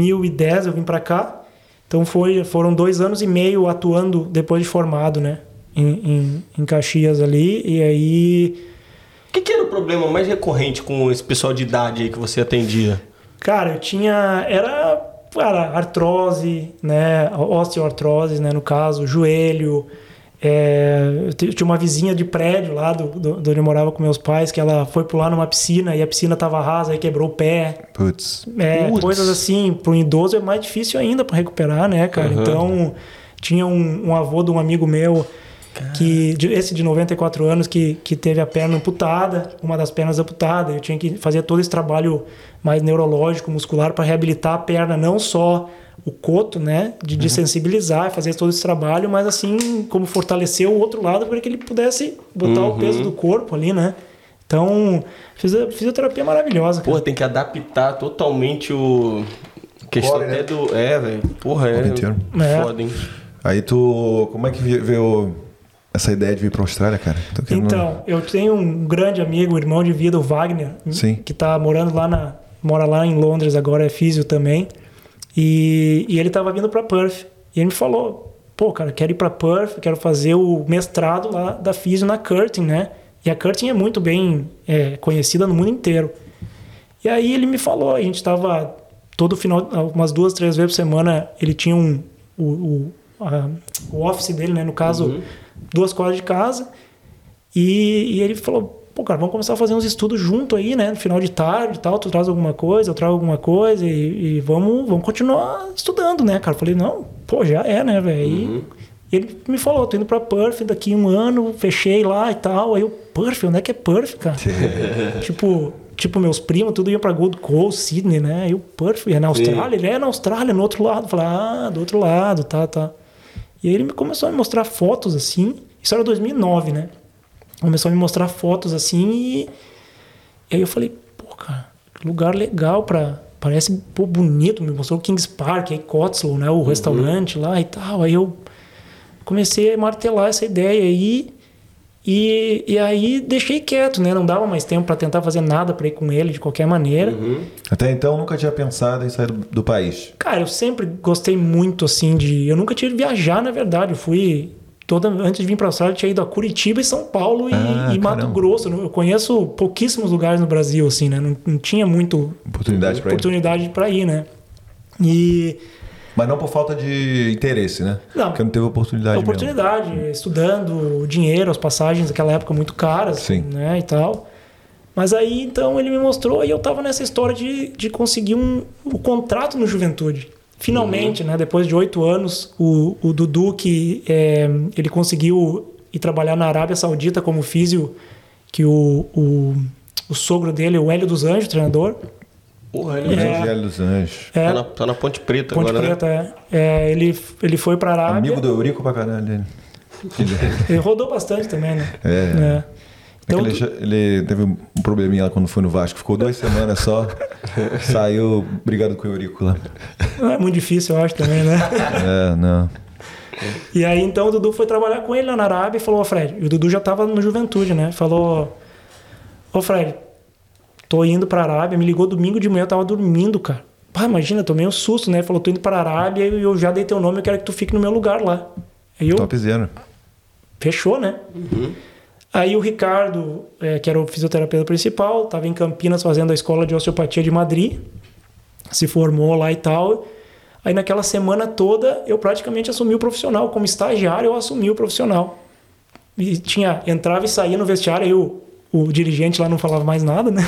2010 eu vim pra cá. Então foram 2 anos e meio atuando depois de formado, né? em Caxias ali, e aí... O que era o problema mais recorrente com esse pessoal de idade aí que você atendia? Cara, eu tinha... Era artrose, né? Osteoartrose, né? No caso, joelho. Eu tinha uma vizinha de prédio lá de onde eu morava com meus pais, que ela foi pular numa piscina e a piscina tava rasa, aí quebrou o pé. Putz. Coisas assim. Para um idoso é mais difícil ainda para recuperar, né, cara? Uhum. Então, tinha um avô de um amigo meu, esse de 94 anos, que teve a perna amputada, uma das pernas amputada. Eu tinha que fazer todo esse trabalho mais neurológico, muscular, para reabilitar a perna, não só o coto, né, de sensibilizar, fazer todo esse trabalho, mas assim, como fortalecer o outro lado para que ele pudesse botar o peso do corpo ali, né? Então, fisioterapia maravilhosa. Porra, tem que adaptar totalmente o... questão até do... velho. Porra, foda, hein? Aí tu... Como é que veio essa ideia de vir pra Austrália, cara? Então, eu tenho um grande amigo, irmão de vida, o Wagner, que tá morando lá mora lá em Londres agora, é físio também. E ele tava vindo pra Perth. E ele me falou, pô, cara, quero ir pra Perth, quero fazer o mestrado lá da físio na Curtin, né? E a Curtin é muito bem conhecida no mundo inteiro. E aí ele me falou, a gente tava todo final, umas 2-3 vezes por semana, ele tinha o office dele, né? No caso, 2 quadras de casa. E ele falou, pô, cara, vamos começar a fazer uns estudos junto aí, né? No final de tarde e tal, tu traz alguma coisa, eu trago alguma coisa e vamos continuar estudando, né, cara? Eu falei, não, pô, já né, velho? E ele me falou, tô indo pra Perth daqui 1 ano, fechei lá e tal. Aí eu, Perth? Onde é que é Perth, cara? Tipo, meus primos, tudo iam pra Gold Coast, Sydney, né? Aí eu, Perth, é na Austrália? Ele é na Austrália, no outro lado. Eu falei, do outro lado, tá. E aí ele começou a me mostrar fotos, assim. Isso era 2009, né? Começou a me mostrar fotos assim e aí eu falei, pô, cara, lugar legal parece bonito. Me mostrou o Kings Park, aí Cotswold, né, o restaurante lá e tal. Aí eu comecei a martelar essa ideia aí e aí deixei quieto, né? Não dava mais tempo para tentar fazer nada para ir com ele de qualquer maneira. Até então nunca tinha pensado em sair do país? Cara, eu sempre gostei muito assim eu nunca tinha ido viajar, na verdade. Eu fui... antes de vir para a Austrália, eu tinha ido a Curitiba e São Paulo e Mato Grosso. Eu conheço pouquíssimos lugares no Brasil, assim, né? Não tinha muito oportunidade para ir, né? Mas não por falta de interesse, né? Não. Porque não teve oportunidade mesmo. Estudando, dinheiro, as passagens naquela época muito caras, né? E tal. Mas aí, então, ele me mostrou e eu tava nessa história de conseguir o contrato no Juventude. Finalmente, né, depois de 8 anos, o Dudu, que ele conseguiu ir trabalhar na Arábia Saudita como físio, que o sogro dele, o Hélio dos Anjos, treinador. Porra, Hélio dos Anjos. Tá na Ponte Preta Ponte agora, Preta, né? Ele foi pra Arábia. Amigo do Eurico pra caralho dele. Ele rodou bastante também, né? Então, ele teve um probleminha lá quando foi no Vasco. Ficou 2 semanas só. Saiu brigado com o Eurico lá. Não é muito difícil, eu acho, também, né? Não. E aí, então, o Dudu foi trabalhar com ele lá na Arábia e falou, Fred... E o Dudu já tava no Juventude, né? Falou, Fred, tô indo pra Arábia. Me ligou domingo de manhã, eu tava dormindo, cara. Pá, imagina, tomei um susto, né? Falou, tô indo pra Arábia e eu já dei teu nome, eu quero que tu fique no meu lugar lá. Aí eu... Topzera. Fechou, né? Aí o Ricardo, que era o fisioterapeuta principal, estava em Campinas fazendo a escola de osteopatia de Madrid, se formou lá e tal. Aí naquela semana toda eu praticamente assumi o profissional. Como estagiário eu assumi o profissional. E entrava e saía no vestiário, aí o dirigente lá não falava mais nada, né?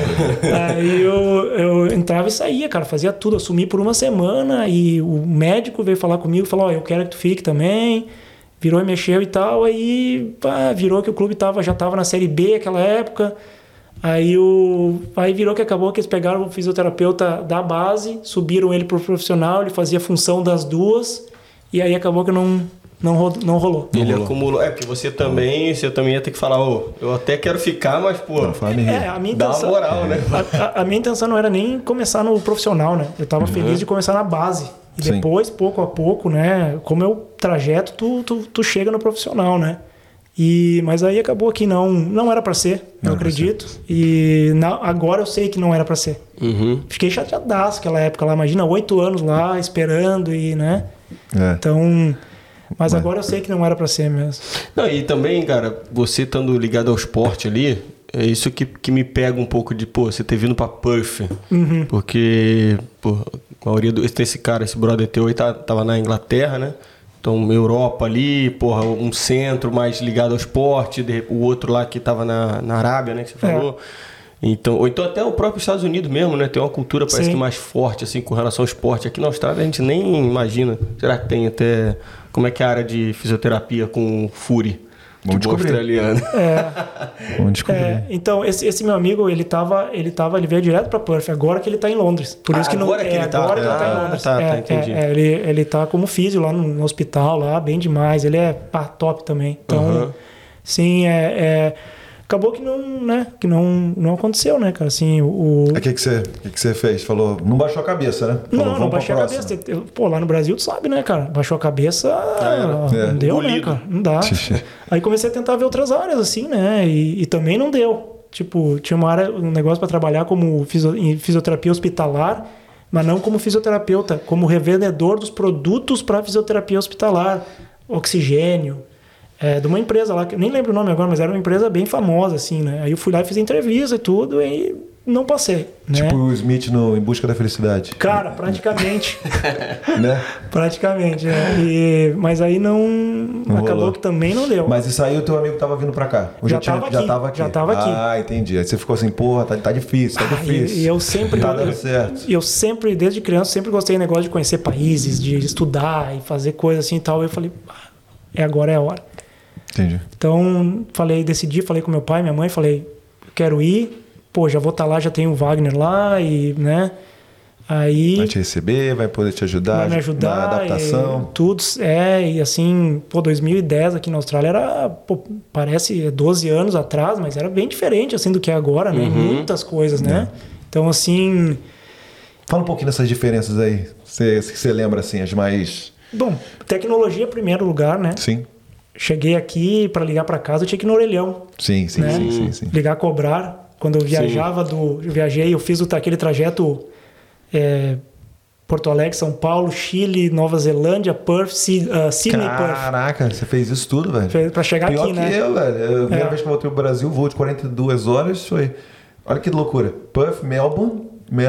Aí eu entrava e saía, cara, fazia tudo. Assumi por 1 semana e o médico veio falar comigo, falou, eu quero que tu fique também. Virou e mexeu e tal, aí virou que o clube já estava na Série B naquela época, aí virou que acabou que eles pegaram o fisioterapeuta da base, subiram ele pro profissional, ele fazia a função das duas, e aí acabou que não rolou. Ele acumulou, porque você também ia ter que falar, eu até quero ficar, mas pô, a minha dá intenção, uma moral, né? A minha intenção não era nem começar no profissional, né? Eu tava feliz de começar na base. E depois, pouco a pouco, né? Como é o trajeto, tu chega no profissional, né? Mas aí acabou que não era pra ser, eu acredito. E agora eu sei que não era pra ser. Fiquei chateadaço naquela época lá. Imagina, 8 anos lá, esperando e, né? Então... Mas agora eu sei que não era pra ser mesmo. Não, e também, cara, você estando ligado ao esporte ali, é isso que me pega um pouco de, você ter vindo pra Perth. Porque, a maioria esse cara, esse brother teu aí tava na Inglaterra, né? Então, Europa ali, um centro mais ligado ao esporte, o outro lá que tava na Arábia, né, que você falou. Então, ou então até o próprio Estados Unidos mesmo, né? Tem uma cultura, parece que mais forte, assim, com relação ao esporte. Aqui na Austrália a gente nem imagina. Será que tem até... Como é que é a área de fisioterapia com Fury? Futebol australiano. Vamos descobrir. Então, esse meu amigo, ele veio direto pra Perth, agora que ele tá em Londres. Por isso que não... Agora que ele tá em Londres. Entendi. Ele tá como físio lá no hospital, lá, bem demais. Ele é top também. Então, sim, acabou que não, né? Que não aconteceu, né, cara? Assim, o que você fez? Falou, não baixou a cabeça, né? Falou, não baixei a cabeça. Lá no Brasil, tu sabe, né, cara? Baixou a cabeça, não deu, né, cara? Não dá. Aí comecei a tentar ver outras áreas, assim, né? E também não deu. Tipo, tinha um negócio para trabalhar como em fisioterapia hospitalar, mas não como fisioterapeuta, como revendedor dos produtos para fisioterapia hospitalar. Oxigênio. De uma empresa lá, que eu nem lembro o nome agora, mas era uma empresa bem famosa, assim, né? Aí eu fui lá e fiz entrevista e tudo, e não passei, né? Tipo o Smith no Em Busca da Felicidade. Cara, praticamente. Né? Praticamente, mas aí não acabou rolou. Que também não deu. Mas isso aí o teu amigo tava vindo pra cá? Já tava aqui. Ah, entendi. Aí você ficou assim, tá difícil, tá difícil. E eu sempre... Tá dando certo. Eu sempre, desde criança, sempre gostei do negócio de conhecer países, de estudar e fazer coisas assim e tal. Eu falei, agora é a hora. Entendi. Então, decidi, falei com meu pai, minha mãe, falei, quero ir, já vou estar lá, já tem o Wagner lá, e, né, aí... Vai te receber, vai poder te ajudar, vai me ajudar na adaptação. Tudo, e assim, 2010 aqui na Austrália era, parece 12 anos atrás, mas era bem diferente, assim, do que é agora, né, muitas coisas, né, então, assim... Fala um pouquinho dessas diferenças aí, você lembra, assim, as mais... Bom, tecnologia em primeiro lugar, né? Sim. Cheguei aqui para ligar para casa, eu tinha que ir no orelhão. Sim. Ligar, cobrar. Quando eu viajava, eu fiz aquele trajeto Porto Alegre, São Paulo, Chile, Nova Zelândia, Perth, Sydney, Perth. Caraca, você fez isso tudo, velho? Para chegar Pior aqui, né? Eu, velho. A primeira vez que eu voltei pro Brasil, voo de 42 horas, foi... Olha que loucura. Perth, Melbourne,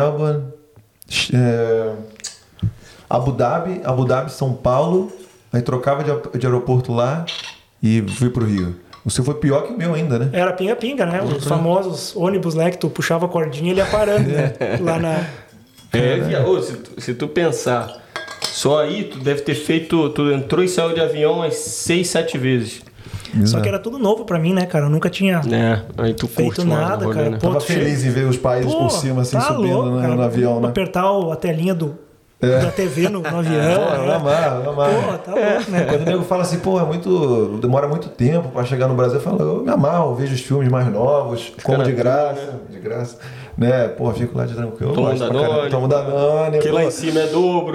Abu Dhabi, São Paulo... Aí trocava de aeroporto lá e fui pro Rio. O seu foi pior que o meu ainda, né? Era pinga-pinga, né? Os famosos ônibus, né? Que tu puxava a cordinha e ele ia parando, né? Lá na... Se tu pensar, só aí tu deve ter feito... Tu entrou e saiu de avião umas 6, 7 vezes. Só que era tudo novo pra mim, né, cara? Eu nunca tinha aí tu feito nada, cara. Né? Tava feliz em ver os países por cima, assim, subindo louco, no avião, né? Apertar a telinha da TV no avião. Eu amava. Tá louco, né? Quando o nego fala assim, demora muito tempo pra chegar no Brasil, eu falo, eu me amarro, eu vejo os filmes mais novos, como de graça, né? Fico lá de tranquilo. Tomo Danone. Que lá em cima é dobro.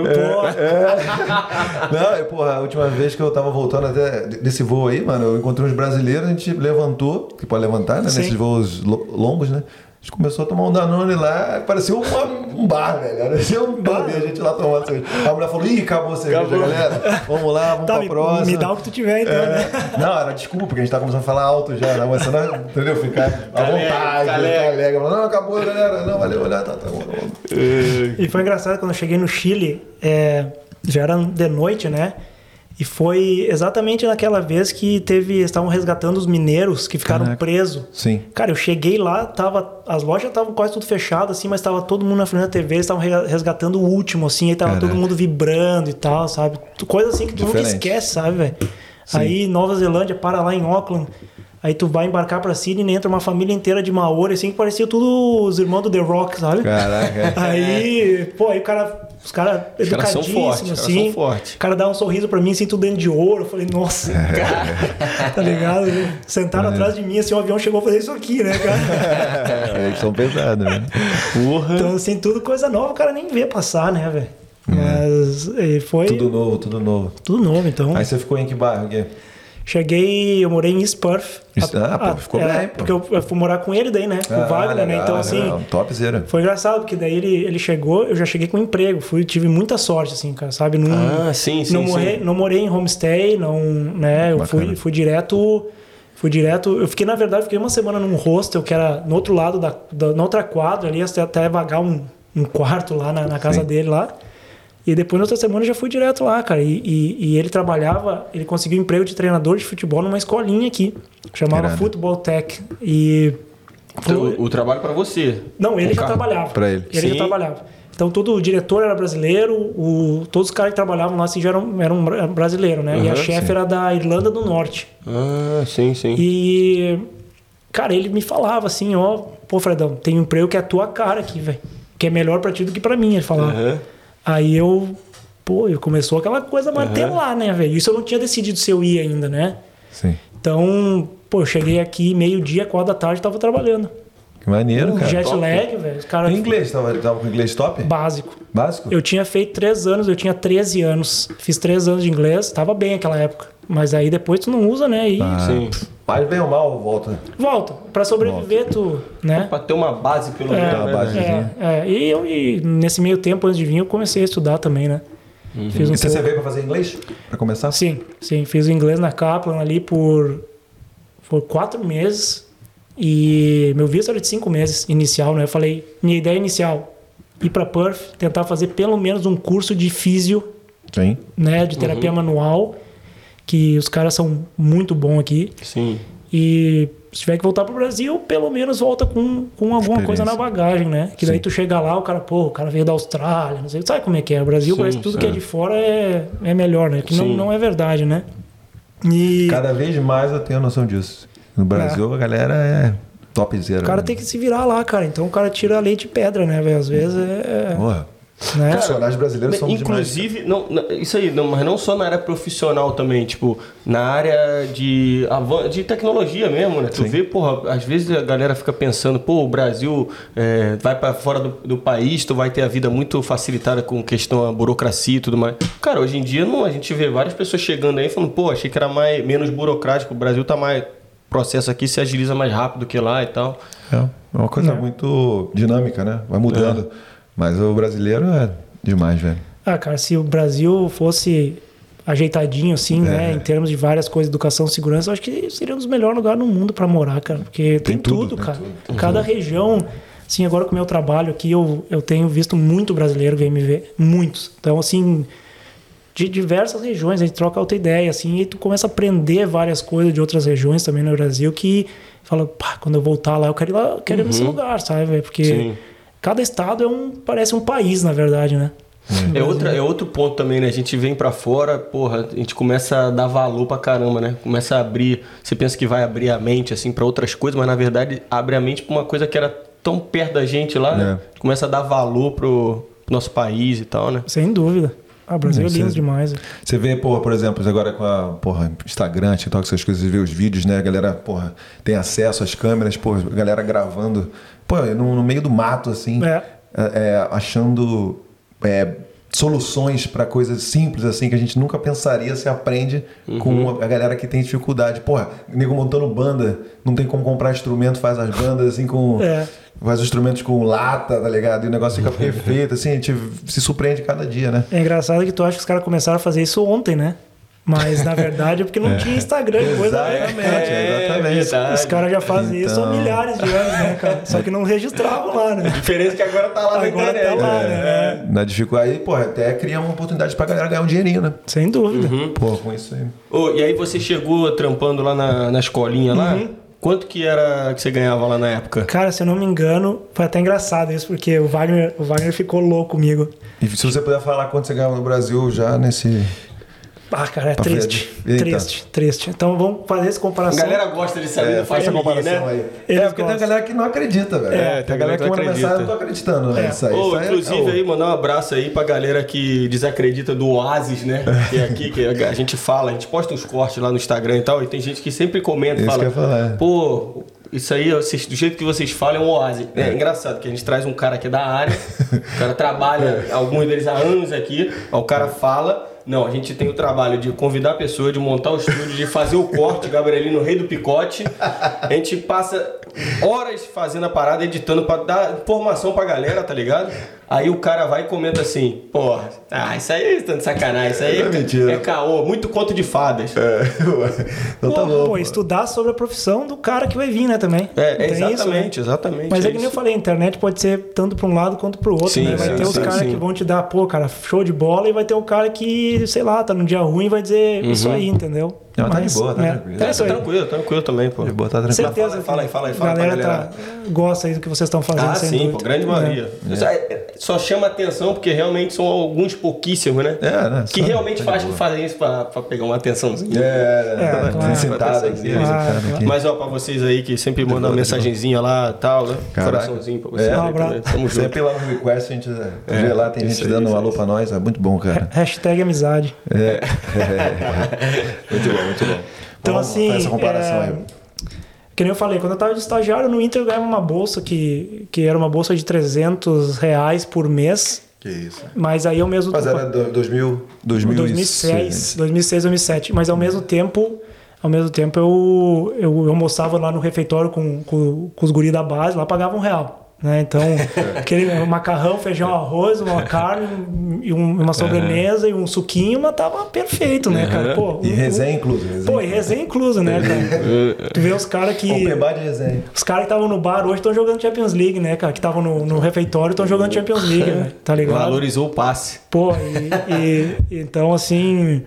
Não, a última vez que eu tava voltando até desse voo aí, mano, eu encontrei uns brasileiros, a gente levantou, que pode levantar, né? Sim. Nesses voos longos, né? A gente começou a tomar um Danone lá, parecia um bar, velho. Parecia um bar, a gente lá tomando cerveja. A mulher falou, acabou a cerveja, galera. Vamos lá, vamos pra próxima. Me dá o que tu tiver, então, né? Não, era desculpa, porque a gente tá começando a falar alto já, começando a, entendeu? Ficar à vontade, alegre. Não, acabou, galera. Não, valeu, tá bom. E foi engraçado, quando eu cheguei no Chile, já era de noite, né? E foi exatamente naquela vez que estavam resgatando os mineiros que ficaram presos. Sim. Cara, eu cheguei lá, as lojas estavam quase tudo fechadas, assim, mas estava todo mundo na frente da TV, eles estavam resgatando o último, assim, aí tava todo mundo vibrando e tal, sabe? Coisa assim que tu nunca esquece, sabe, velho? Aí Nova Zelândia, para lá em Auckland, aí tu vai embarcar pra Sydney e entra uma família inteira de Maori, assim, que parecia tudo os irmãos do The Rock, sabe? Caraca. Aí os caras educadíssimos, assim. O cara dá um sorriso pra mim, assim, tudo dentro de ouro. Eu falei, nossa, cara, tá ligado? Sentaram atrás de mim, assim, o avião chegou a fazer isso aqui, né, cara? Eles são pesados, né? Então, assim, tudo coisa nova, o cara nem vê passar, né, velho? Mas foi... Tudo novo. Tudo novo, então. Aí você ficou em que bairro, Gui? Eu morei em East Perth. Ficou bem, pô. Porque eu fui morar com ele daí, né? Com o Wagner, né? Então, assim... Topzera. Foi engraçado, porque daí ele chegou, eu já cheguei com emprego. Tive muita sorte, assim, cara, sabe? Não morei em homestay, não, né? Eu fui direto... Eu fiquei, na verdade, uma semana num hostel que era no outro lado, na outra quadra ali, até vagar um quarto lá na casa dele lá. E depois, na outra semana, eu já fui direto lá, cara. E ele conseguiu um emprego de treinador de futebol numa escolinha aqui, chamava Football Tech. E... O trabalho para você? Não, ele já trabalhava. Para ele. Ele já trabalhava. Então, o diretor era brasileiro, todos os caras que trabalhavam lá assim, já eram brasileiros, né? E a chefe era da Irlanda do Norte. Sim. E, cara, ele me falava assim, pô, Fredão, tem um emprego que é a tua cara aqui, velho. Que é melhor pra ti do que pra mim, ele falava. Aí começou aquela coisa martelar, né, velho? Isso eu não tinha decidido se eu ia ainda, né? Sim. Então, eu cheguei aqui meio-dia, 4 da tarde, tava trabalhando. Que maneiro, cara. Jet lag, velho. Cara, inglês, tava com inglês top? Básico. Básico? Eu tinha feito 3 anos, eu tinha 13 anos. Fiz 3 anos de inglês, tava bem naquela época. Mas aí depois tu não usa, né? Sim. Mas bem ou mal, volta. Volta. Pra sobreviver, tu, né? Pra ter uma base, pelo menos. Uma basezinha. E nesse meio tempo, antes de vir, eu comecei a estudar também, né? Fiz você veio pra fazer inglês? Pra começar? Sim. Fiz o inglês na Kaplan ali por 4 meses. E meu visto era de 5 meses inicial, né? Eu falei, minha ideia inicial, ir pra Perth, tentar fazer pelo menos um curso de físio, né? De terapia manual, que os caras são muito bons aqui. Sim. E se tiver que voltar pro Brasil, pelo menos volta com alguma coisa na bagagem, né? Que daí tu chega lá, o cara veio da Austrália, não sei, sabe como é que é? O Brasil parece que tudo que é de fora é melhor, né? Que não é verdade, né? E... Cada vez mais eu tenho a noção disso. No Brasil, a galera é topzera. O cara tem que se virar lá, cara. Então o cara tira leite de pedra, né, velho? Às vezes Porra. Né? Profissionais brasileiros são inclusive, isso aí, mas não só na área profissional também, tipo, na área de tecnologia mesmo, né? Tu vê, porra, às vezes a galera fica pensando, pô, o Brasil vai pra fora do país, tu vai ter a vida muito facilitada com questão da burocracia e tudo mais. Cara, hoje em dia a gente vê várias pessoas chegando aí falando, pô, achei que era menos burocrático, o Brasil tá mais... O processo aqui se agiliza mais rápido que lá e tal. É uma coisa muito dinâmica, né? Vai mudando. Mas o brasileiro é demais, velho. Cara, se o Brasil fosse ajeitadinho, assim, né? Em termos de várias coisas, educação, segurança, eu acho que seria um dos melhores lugares no mundo para morar, cara. Porque tem tudo, cara. Tudo. Cada região... Assim, agora com o meu trabalho aqui, eu tenho visto muito brasileiro vir me ver. Muitos. Então, assim... de diversas regiões, a gente troca outra ideia, assim, e tu começa a aprender várias coisas de outras regiões também no Brasil, que fala, pá, quando eu voltar lá, eu quero ir lá, quero ir nesse lugar, sabe, velho? Porque cada estado parece um país, na verdade, né? É outro ponto também, né? A gente vem pra fora, porra, a gente começa a dar valor pra caramba, né? Começa a abrir, você pensa que vai abrir a mente, assim, pra outras coisas, mas na verdade abre a mente pra uma coisa que era tão perto da gente lá, né? Começa a dar valor pro nosso país e tal, né? Sem dúvida. O Brasil é lindo demais. Você vê, por exemplo, agora com a Instagram, TikTok, essas coisas, você vê os vídeos, né? A galera, tem acesso às câmeras, a galera gravando, no meio do mato, assim, achando soluções para coisas simples, assim, que a gente nunca pensaria, se aprende com a galera que tem dificuldade. Nego montando banda, não tem como comprar instrumento, faz as bandas, assim, com... Faz os instrumentos com lata, tá ligado? E o negócio fica perfeito, assim, a gente se surpreende cada dia, né? É engraçado que tu acha que os caras começaram a fazer isso ontem, né? Mas, na verdade, é porque não tinha Instagram. Exatamente. Os caras já fazem isso há milhares de anos, né, cara? Só que não registravam lá, né? A diferença é que agora tá lá na internet. Agora tá lá, né? Na dificuldade, até cria uma oportunidade pra galera ganhar um dinheirinho, né? Sem dúvida. Com isso aí. E aí você chegou trampando lá na escolinha lá? Quanto que era que você ganhava lá na época? Cara, se eu não me engano, foi até engraçado isso, porque o Wagner ficou louco comigo. E se você puder falar quanto você ganhava no Brasil já nesse... cara, é triste. Então vamos fazer essa comparação. A galera gosta de saber, faz essa comparação, né? Aí. Porque tem a galera que não acredita, velho. Tem a galera que manda mensagem, eu tô acreditando, né? Isso aí. Inclusive aí, mandar um abraço aí pra galera que desacredita do Oasis, né? Que é aqui, que a gente fala, a gente posta uns cortes lá no Instagram e tal, e tem gente que sempre comenta e fala, isso aí, do jeito que vocês falam, é um oásis. É engraçado que a gente traz um cara que é da área, o cara trabalha, alguns deles há anos aqui, o cara fala, Não, a gente tem o trabalho de convidar a pessoa, de montar o estúdio, de fazer o corte, Gabrielino, o rei do picote. A gente passa horas fazendo a parada, editando pra dar informação pra galera, tá ligado? Aí o cara vai e comenta assim, porra, isso aí tá de sacanagem, isso aí é caô, muito conto de fadas. Então tá bom. Pô, estudar sobre a profissão do cara que vai vir, né, também. Exatamente, isso, né? Exatamente. Mas é que nem eu falei, a internet pode ser tanto pra um lado quanto pro outro, né? Vai ter os caras que vão te dar, pô, cara, show de bola, e vai ter um cara que, sei lá, tá num dia ruim e vai dizer isso aí, entendeu? Não, tá de boa, tá tranquilo. Tranquilo também, pô. De boa, tá tranquilo. Certeza. Fala aí, a galera gosta aí do que vocês estão fazendo. Sim, pô, grande maioria. Só chama atenção porque realmente são alguns pouquíssimos, né? Né? Que realmente fazem isso pra pegar uma atençãozinha. Claro. Sentado aqui. Mas, ó, pra vocês aí que sempre mandam uma mensagenzinha lá e tal, né? Coraçãozinho pra vocês. Um abraço. Tamo junto. Sempre lá no request, a gente vê lá, tem gente dando um alô pra nós, é muito bom, cara. Hashtag amizade. Muito bom, muito bom. Então, vamos assim, essa comparação aí. Que nem eu falei, quando eu tava de estagiário no Inter, eu ganhava uma bolsa que era uma bolsa de R$300 por mês. Que isso. Mas aí ao mesmo tempo... Mas era 2006, 2007. Mas ao mesmo tempo eu almoçava lá no refeitório com os guris da base, lá pagava R$1. Né? Então, aquele macarrão, feijão, arroz, uma carne e uma sobremesa e um suquinho, mas tava perfeito, né, cara? Pô, e resenha incluso. E resenha incluso, né, cara? Tu vê os caras que... Open bar de resenha. Os caras que estavam no bar hoje estão jogando Champions League, né, cara? Que estavam no refeitório estão jogando Champions League, né? Tá ligado? Valorizou o passe. Pô, então, assim...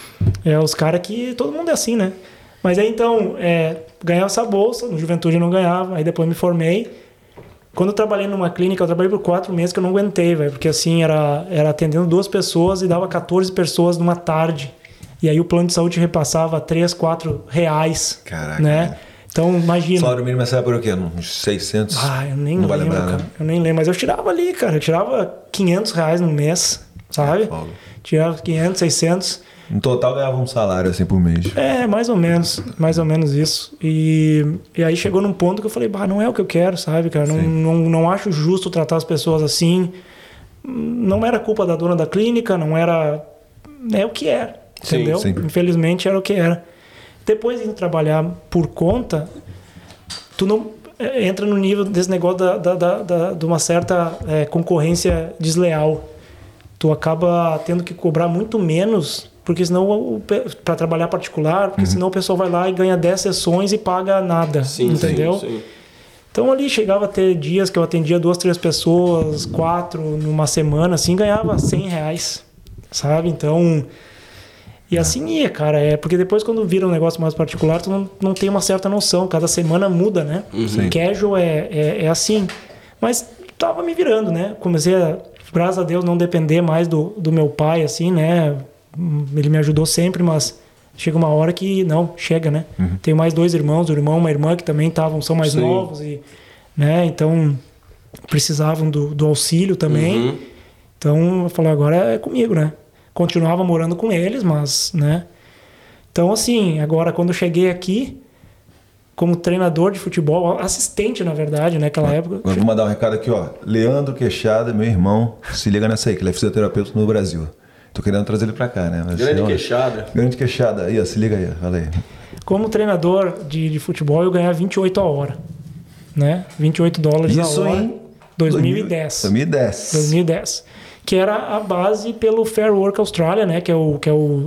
os caras que... Todo mundo é assim, né? Mas aí, então, ganhava essa bolsa, no Juventude eu não ganhava, aí depois me formei. Quando eu trabalhei numa clínica, eu trabalhei por 4 meses que eu não aguentei, velho. Porque assim, era atendendo 2 pessoas e dava 14 pessoas numa tarde. E aí o plano de saúde repassava R$3-4. Caraca. Né? Então, imagina. Salário mínimo nessa época era o quê? Uns 600? Eu nem lembro, lembrar, cara. Né? Eu nem lembro. Mas eu tirava ali, cara. Eu tirava R$500 no mês, sabe? Tirava 500, 600. No total ganhava um salário assim por mês. Mais ou menos isso. E aí chegou num ponto que eu falei, não é o que eu quero, sabe, cara? Não acho justo tratar as pessoas assim. Não era culpa da dona da clínica, não era... É o que era, entendeu? Sim. Infelizmente era o que era. Depois de trabalhar por conta, tu não entra no nível desse negócio de uma certa concorrência desleal. Tu acaba tendo que cobrar muito menos... Porque senão, para trabalhar particular, porque senão o pessoal vai lá e ganha 10 sessões e paga nada, entendeu? Sim. Então ali chegava a ter dias que eu atendia 2, 3 pessoas, 4 numa semana, assim, ganhava R$100, sabe? Então, e assim ia, cara, porque depois quando vira um negócio mais particular, tu não tem uma certa noção, cada semana muda, né? Casual é assim, mas tava me virando, né? Comecei a, graças a Deus, não depender mais do meu pai, assim, né? Ele me ajudou sempre, mas chega uma hora que não, chega, né? Tenho mais 2 irmãos, um irmão e uma irmã que também são mais novos e, né? Então precisavam do auxílio também. Então eu falei, agora é comigo, né? Continuava morando com eles, mas, né? Então assim, agora quando eu cheguei aqui como treinador de futebol, assistente na verdade, naquela época. Vou mandar um recado aqui, ó. Leandro Queixada, meu irmão, se liga nessa aí, que ele é fisioterapeuta no Brasil. Tô querendo trazer ele pra cá, né? Mas, Queixada. Grande Queixada. Aí, ó, se liga aí, fala aí. Como treinador de futebol, eu ganhava 28 a hora, né? $28 a hora. Isso em 2010. 2010. Que era a base pelo Fair Work Australia, né? Que é o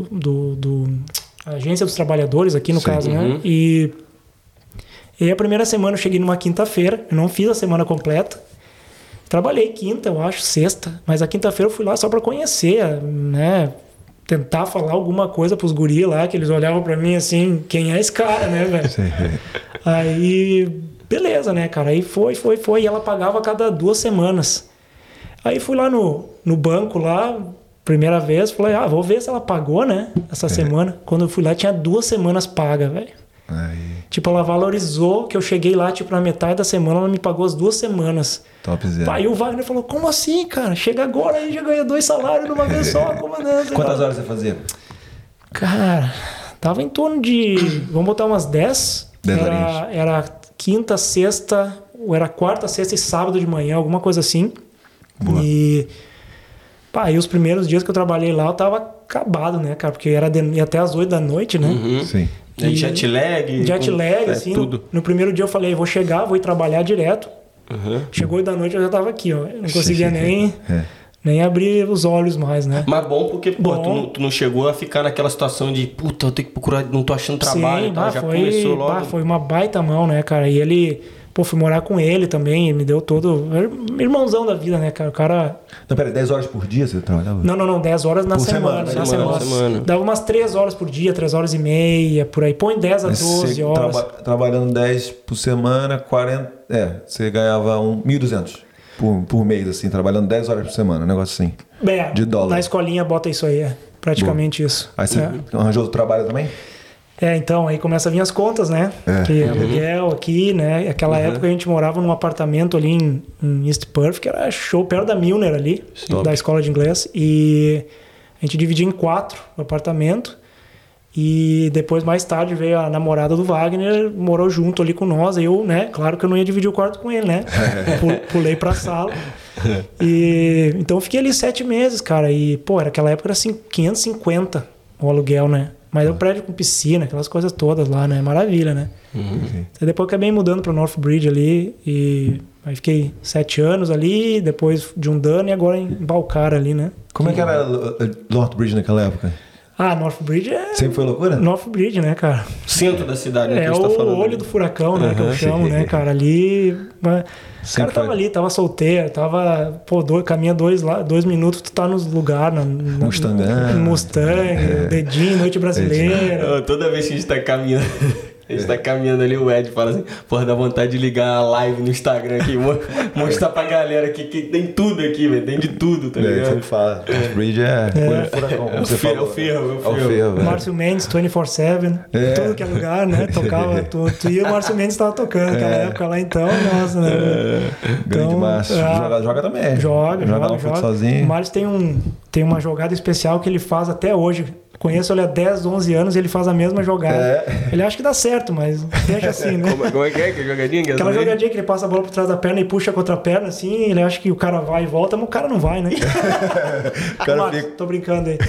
a Agência dos Trabalhadores aqui, no caso, né? E a primeira semana eu cheguei numa quinta-feira, eu não fiz a semana completa. Trabalhei quinta, eu acho, sexta, mas a quinta-feira eu fui lá só para conhecer, né? Tentar falar alguma coisa pros guris lá, que eles olhavam para mim assim, quem é esse cara, né, velho? Aí, beleza, né, cara? Aí foi, e ela pagava a cada 2 semanas. Aí fui lá no banco lá, primeira vez, falei, vou ver se ela pagou, né, essa semana. Quando eu fui lá, tinha 2 semanas pagas, velho. Tipo, ela valorizou que eu cheguei lá, tipo, na metade da semana, ela me pagou as 2 semanas. Topzera. Aí o Wagner falou, como assim, cara? Chega agora aí, já ganha 2 salários numa vez só, comandante. Quantas horas você fazia? Cara, tava em torno de, vamos botar umas 10. Era quinta, sexta, ou era quarta, sexta e sábado de manhã, alguma coisa assim. Boa. E Pá, e os primeiros dias que eu trabalhei lá, eu tava acabado, né, cara? Porque ia até às 8 da noite, né? Sim. E jet lag, assim. Tudo. No primeiro dia eu falei, vou chegar, vou ir trabalhar direto. Chegou 8 da noite, eu já tava aqui, ó. Eu não conseguia nem abrir os olhos mais, né? Mas bom porque, pô, tu não chegou a ficar naquela situação de, puta, eu tenho que procurar, não tô achando trabalho. Sim, tá? Já começou logo. Foi uma baita mão, né, cara? E ele... Pô, fui morar com ele também, me deu todo... Irmãozão da vida, né, cara? O cara... Não, peraí, 10 horas por dia você trabalhava? Não, 10 horas na semana. Dava umas 3 horas por dia, 3 horas e meia, por aí. Põe 10 a 12 horas. Trabalhando 10 por semana, 40... você ganhava 1.200 por mês, assim, trabalhando 10 horas por semana, um negócio assim. De dólar. Na escolinha bota isso aí, praticamente isso. Aí você arranjou outro trabalho também? Então, aí começa a vir as contas, né? Que aluguel aqui, né? Aquela época a gente morava num apartamento ali em East Perth, que era show, perto da Milner ali, da escola de inglês. E a gente dividia em 4 o apartamento. E depois, mais tarde, veio a namorada do Wagner, morou junto ali com nós. Aí eu, né? Claro que eu não ia dividir o quarto com ele, né? Pulei pra sala. E então eu fiquei ali 7 meses, cara. E, pô, naquela época era assim, 550 o aluguel, né? Mas é um prédio com piscina, aquelas coisas todas lá, né? Maravilha, né? Aí depois acabei mudando para Northbridge ali. E aí fiquei 7 anos ali, depois de um dano e agora em Balcara ali, né? Como é que era Northbridge naquela época? Northbridge sempre foi loucura? Northbridge, né, cara? Centro da cidade, né? É o olho do furacão, né? Que eu chamo, né, cara? Ali... O cara tava ali, tava solteiro, tava... Pô, caminha 2 minutos, tu tá nos lugares... Mustang, dedinho, noite brasileira. Toda vez que a gente tá caminhando... A gente tá caminhando ali, o Ed fala assim, porra, dá vontade de ligar a live no Instagram aqui, mostrar pra galera aqui que tem tudo aqui, velho, tem de tudo, tá ligado? Sempre fala, Northbridge é furacão, como você falou. É o ferro. Márcio Mendes, 24/7, tudo que é lugar, né, tocava, tu ia o Márcio Mendes tava tocando naquela época lá, então, nossa, né. Grande Márcio, joga também. Joga sozinho. O Márcio tem uma jogada especial que ele faz até hoje. Conheço ele há 10, 11 anos e ele faz a mesma jogada. Ele acha que dá certo, mas deixa assim, né? Como é que é? Que jogadinha? Aquela jogadinha que ele passa a bola por trás da perna e puxa com a outra perna, assim, ele acha que o cara vai e volta, mas o cara não vai, né? Márcio, tô brincando aí.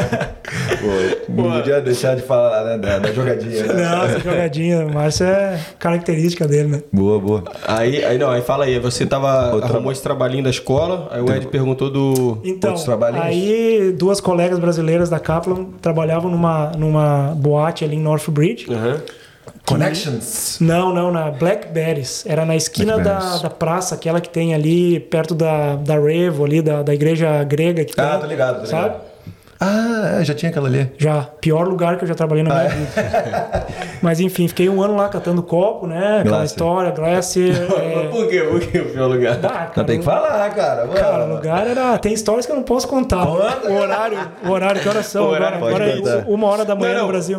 Não podia deixar de falar, né, da jogadinha. Né? Não, essa jogadinha, o Márcio é característica dele, né? Boa. Aí fala aí, você arrumou esse trabalhinho da escola, aí o Ed perguntou outros trabalhinhos. Aí 2 colegas brasileiras da Kaplan trabalhavam numa boate ali em Northbridge. Connections? Não, na Blackberries. Era na esquina da praça, aquela que tem ali perto da Revo, ali da igreja grega que tem. Tô ligado. Sabe? Já tinha aquela ali. Já. Pior lugar que eu já trabalhei na minha vida. Mas enfim, fiquei 1 ano lá catando copo, né? Aquela história, Glacier. Por que o pior lugar? Não tem que falar, cara. Cara, o lugar era... Tem histórias que eu não posso contar. O horário, que horas são? Agora é 1h da manhã no Brasil.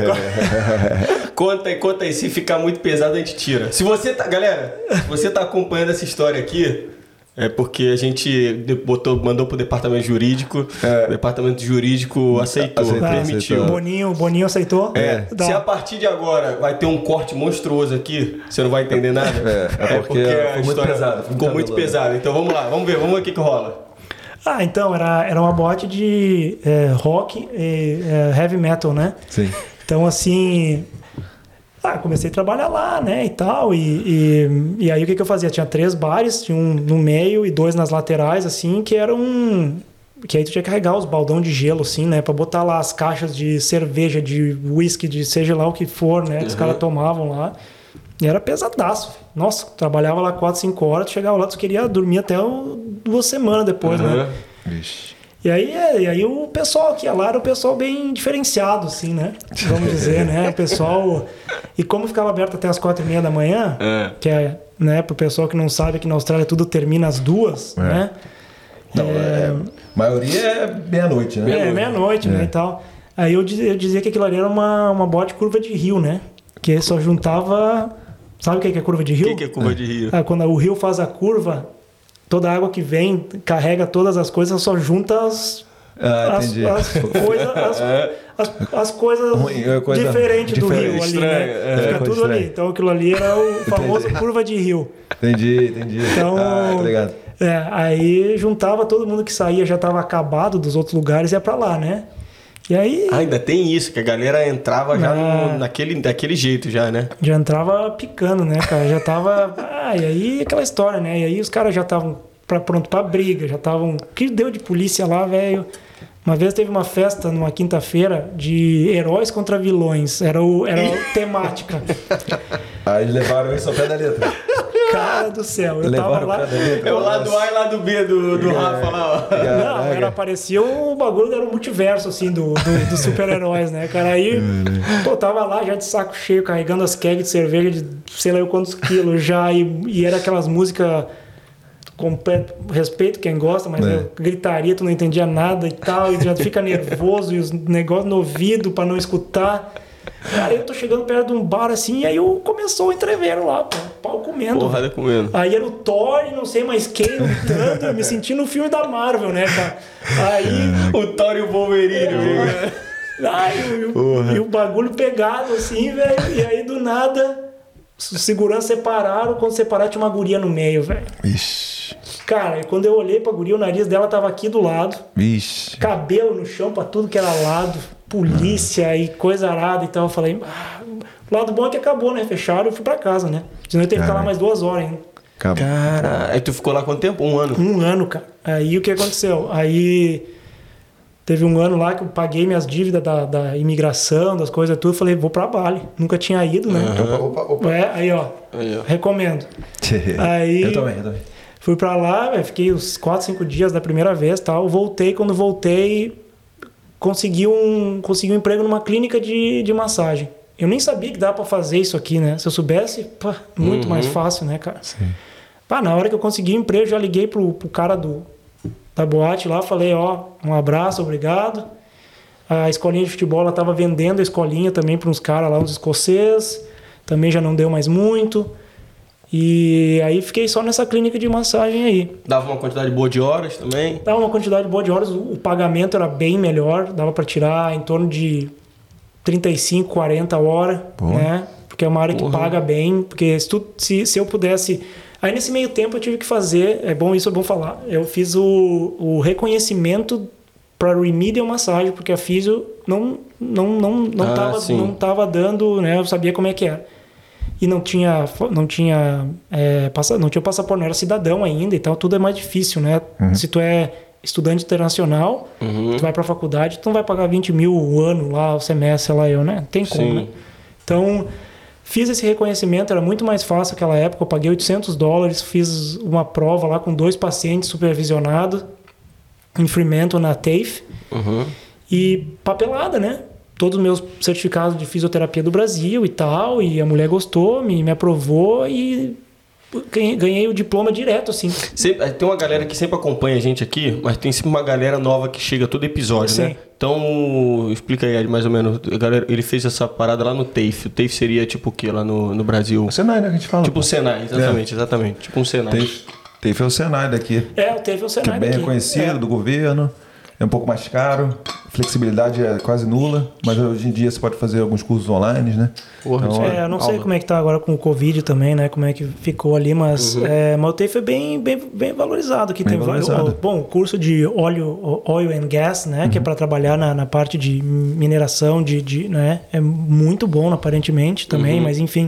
Conta aí. Se ficar muito pesado, a gente tira. Se você tá... Galera, se você tá acompanhando essa história aqui... É porque a gente mandou pro departamento jurídico, o departamento jurídico aceitou, permitiu. O Boninho aceitou? Se a partir de agora vai ter um corte monstruoso aqui, você não vai entender nada. Porque a história ficou muito pesado. Então vamos lá, vamos ver o que rola. Então, era uma boate de rock e heavy metal, né? Sim. Então, assim... comecei a trabalhar lá, né, e tal, e aí o que eu fazia? Tinha 3 bares, tinha um no meio e 2 nas laterais, assim, que eram... Que aí tu tinha que carregar os baldão de gelo, assim, né, pra botar lá as caixas de cerveja, de whisky, de seja lá o que for, né, que os caras tomavam lá. E era pesadaço. Nossa, trabalhava lá 4, 5 horas, chegava lá, tu queria dormir até 2 semanas depois, né. Vixe. E aí o pessoal que ia lá era o pessoal bem diferenciado, assim, né? Vamos dizer, né? O pessoal... E como ficava aberto até as 4h30 da manhã, que é, né, pro pessoal que não sabe que na Austrália tudo termina às 2, né? Não, maioria é meia-noite, né? Meia-noite, né, e tal. Aí eu dizia que aquilo ali era uma bote curva de rio, né? Que só juntava... Sabe o que é curva de rio? O que é curva de rio? Quando o rio faz a curva... Toda a água que vem, carrega todas as coisas, só junta as coisas diferentes do rio ali, né? Fica tudo estranho. Ali. Então aquilo ali era o famoso curva de rio. Entendi. Então, tá ligado. Aí juntava todo mundo que saía, já tava acabado dos outros lugares e ia pra lá, né? E aí... ainda tem isso, que a galera entrava já daquele jeito já, né? Já entrava picando, né, cara? Já tava... e aí aquela história, né? E aí os caras já estavam pronto pra briga, já estavam... O que deu de polícia lá, velho? Uma vez teve uma festa numa quinta-feira de heróis contra vilões. Era a temática. Aí eles levaram isso ao pé da letra. Cara do céu, eu tava lá. É o lado A e lado B do Rafa lá, ó. Não, parecia um bagulho, era um multiverso, assim, dos super-heróis, né, cara? Aí, tava lá já de saco cheio, carregando as kegs de cerveja de sei lá quantos quilos já, e era aquelas músicas. Respeito quem gosta, mas gritaria, tu não entendia nada e tal, e já fica nervoso e os negócios no ouvido pra não escutar. Cara, eu tô chegando perto de um bar assim, e aí começou o entreveiro lá, pau comendo. Porrada comendo. Aí era o Thor e não sei mais quem lutando, eu me senti no filme da Marvel, né, cara? Aí o Thor e o Wolverine, e o bagulho pegado assim, velho, e aí do nada os seguranças separaram, quando separaram tinha uma guria no meio, velho. Ixi. Cara, e quando eu olhei pra guria, o nariz dela tava aqui do lado. Ixi. Cabelo no chão pra tudo que era lado. Polícia e coisa arada. Então eu falei... o lado bom é que acabou, né? Fecharam e eu fui pra casa, né? Senão eu teria que ficar lá mais 2 horas ainda. Cara, aí tu ficou lá quanto tempo? 1 ano? 1 ano, cara. Aí o que aconteceu? Aí... Teve 1 ano lá que eu paguei minhas dívidas da imigração, das coisas tudo. Falei, vou pra Bali. Nunca tinha ido, né? Opa. Aí, ó. Recomendo. Aí, eu também. Fui pra lá, fiquei uns 4, 5 dias da primeira vez e tal. Voltei, quando voltei, consegui um emprego numa clínica de massagem. Eu nem sabia que dava pra fazer isso aqui, né? Se eu soubesse, muito mais fácil, né, cara? Sim. Na hora que eu consegui o emprego, já liguei pro cara da boate lá, falei, um abraço, obrigado. A escolinha de futebol, ela tava vendendo a escolinha também para uns caras lá, uns escoceses. Também já não deu mais muito. E aí fiquei só nessa clínica de massagem aí. Dava uma quantidade boa de horas também? Dava uma quantidade boa de horas, o pagamento era bem melhor, dava para tirar em torno de 35, 40 horas, né? Porque é uma área que paga bem, porque se eu pudesse... Aí nesse meio tempo eu tive que fazer, isso é bom falar, eu fiz o reconhecimento para Remedial Massagem, porque a físio não tava dando, né? Eu sabia como é que era. E não tinha o passaporte, não era cidadão ainda e tal, tudo é mais difícil, né? Se tu é estudante internacional, tu vai pra faculdade, tu não vai pagar 20 mil o ano lá, o semestre, lá né? Não tem como, né? Então, fiz esse reconhecimento, era muito mais fácil naquela época, eu paguei $800, fiz uma prova lá com 2 pacientes supervisionados, em Fremantle, na TAFE, e papelada, né? Todos os meus certificados de fisioterapia do Brasil e tal, e a mulher gostou, me aprovou e ganhei o diploma direto, assim. Tem uma galera que sempre acompanha a gente aqui, mas tem sempre uma galera nova que chega todo episódio, né? Então, explica aí, mais ou menos. Galera, ele fez essa parada lá no TAFE. O TAFE seria tipo o quê lá no Brasil? O Senai, né, que a gente fala. Tipo o Senai, exatamente. Tipo um Senai. TAFE é o Senai daqui. O TAFE é o Senai daqui. Que é bem reconhecido do governo. É um pouco mais caro, flexibilidade é quase nula, mas hoje em dia você pode fazer alguns cursos online, né? Então, eu não sei como é que tá agora com o Covid também, né? Como é que ficou ali, mas o TAFE é bem valorizado aqui. Tem valorizado. O curso de oil and gas, né? Que é para trabalhar na parte de mineração, né? É muito bom aparentemente também, mas enfim.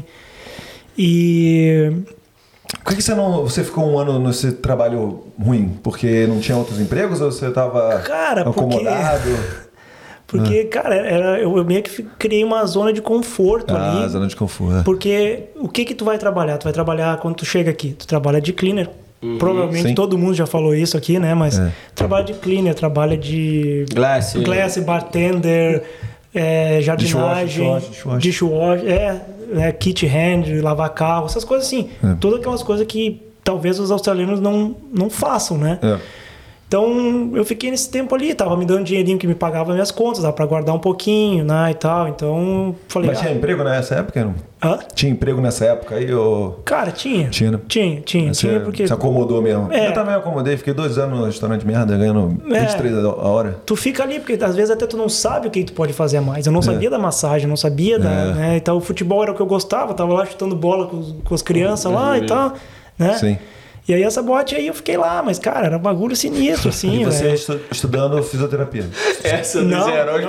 E... Por que você ficou 1 ano nesse trabalho ruim? Porque não tinha outros empregos ou você estava acomodado? Porque, cara, eu meio que criei uma zona de conforto ali. Zona de conforto. Porque o que tu vai trabalhar? Tu vai trabalhar quando tu chega aqui. Tu trabalha de cleaner. Provavelmente todo mundo já falou isso aqui, né? Mas trabalha de cleaner, trabalha de... Glass, bartender... jardinagem, dishwasher, kit hand, lavar carro, essas coisas assim. Todas aquelas coisas que talvez os australianos não façam, né? Então, eu fiquei nesse tempo ali, tava me dando dinheirinho que me pagava minhas contas, dava pra guardar um pouquinho, né, e tal. Então, falei... Mas tinha emprego nessa época, não? Tinha emprego nessa época aí? Ou... Cara, tinha. Tinha Porque... Se acomodou mesmo. Eu também acomodei, fiquei 2 anos no restaurante merda, ganhando 23 a hora. Tu fica ali, porque às vezes até tu não sabe o que tu pode fazer a mais. Eu não sabia da massagem, não sabia né? Então, o futebol era o que eu gostava, tava lá chutando bola com as crianças lá e tal, né? Sim. E aí essa boate aí eu fiquei lá, mas cara, era um bagulho sinistro, assim. E você estudando fisioterapia? Essa Não,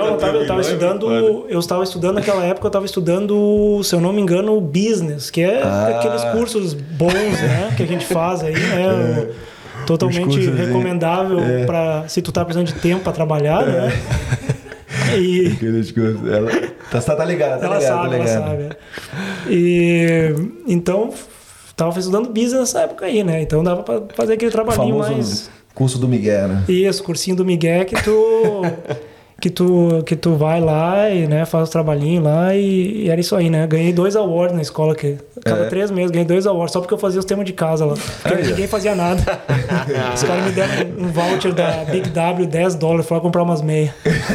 eu estava estudando naquela época, eu estava estudando, se eu não me engano, business, que é aqueles cursos bons, né, que a gente faz aí, né? Totalmente recomendável para se tu tá precisando de tempo para trabalhar, né? E aqueles cursos. Ela tá ligada, ela sabe. E então tava estudando business nessa época aí, né? Então dava para fazer aquele trabalhinho mais curso do Miguel, né? Isso, cursinho do Miguel que tu vai lá e, né, faz o trabalhinho lá e era isso aí, né? Ganhei 2 awards na escola, que cada 3 meses ganhei 2 awards, só porque eu fazia os temas de casa lá. Porque ninguém fazia nada. Os caras me deram um voucher da Big W, $10, fui lá comprar umas meias.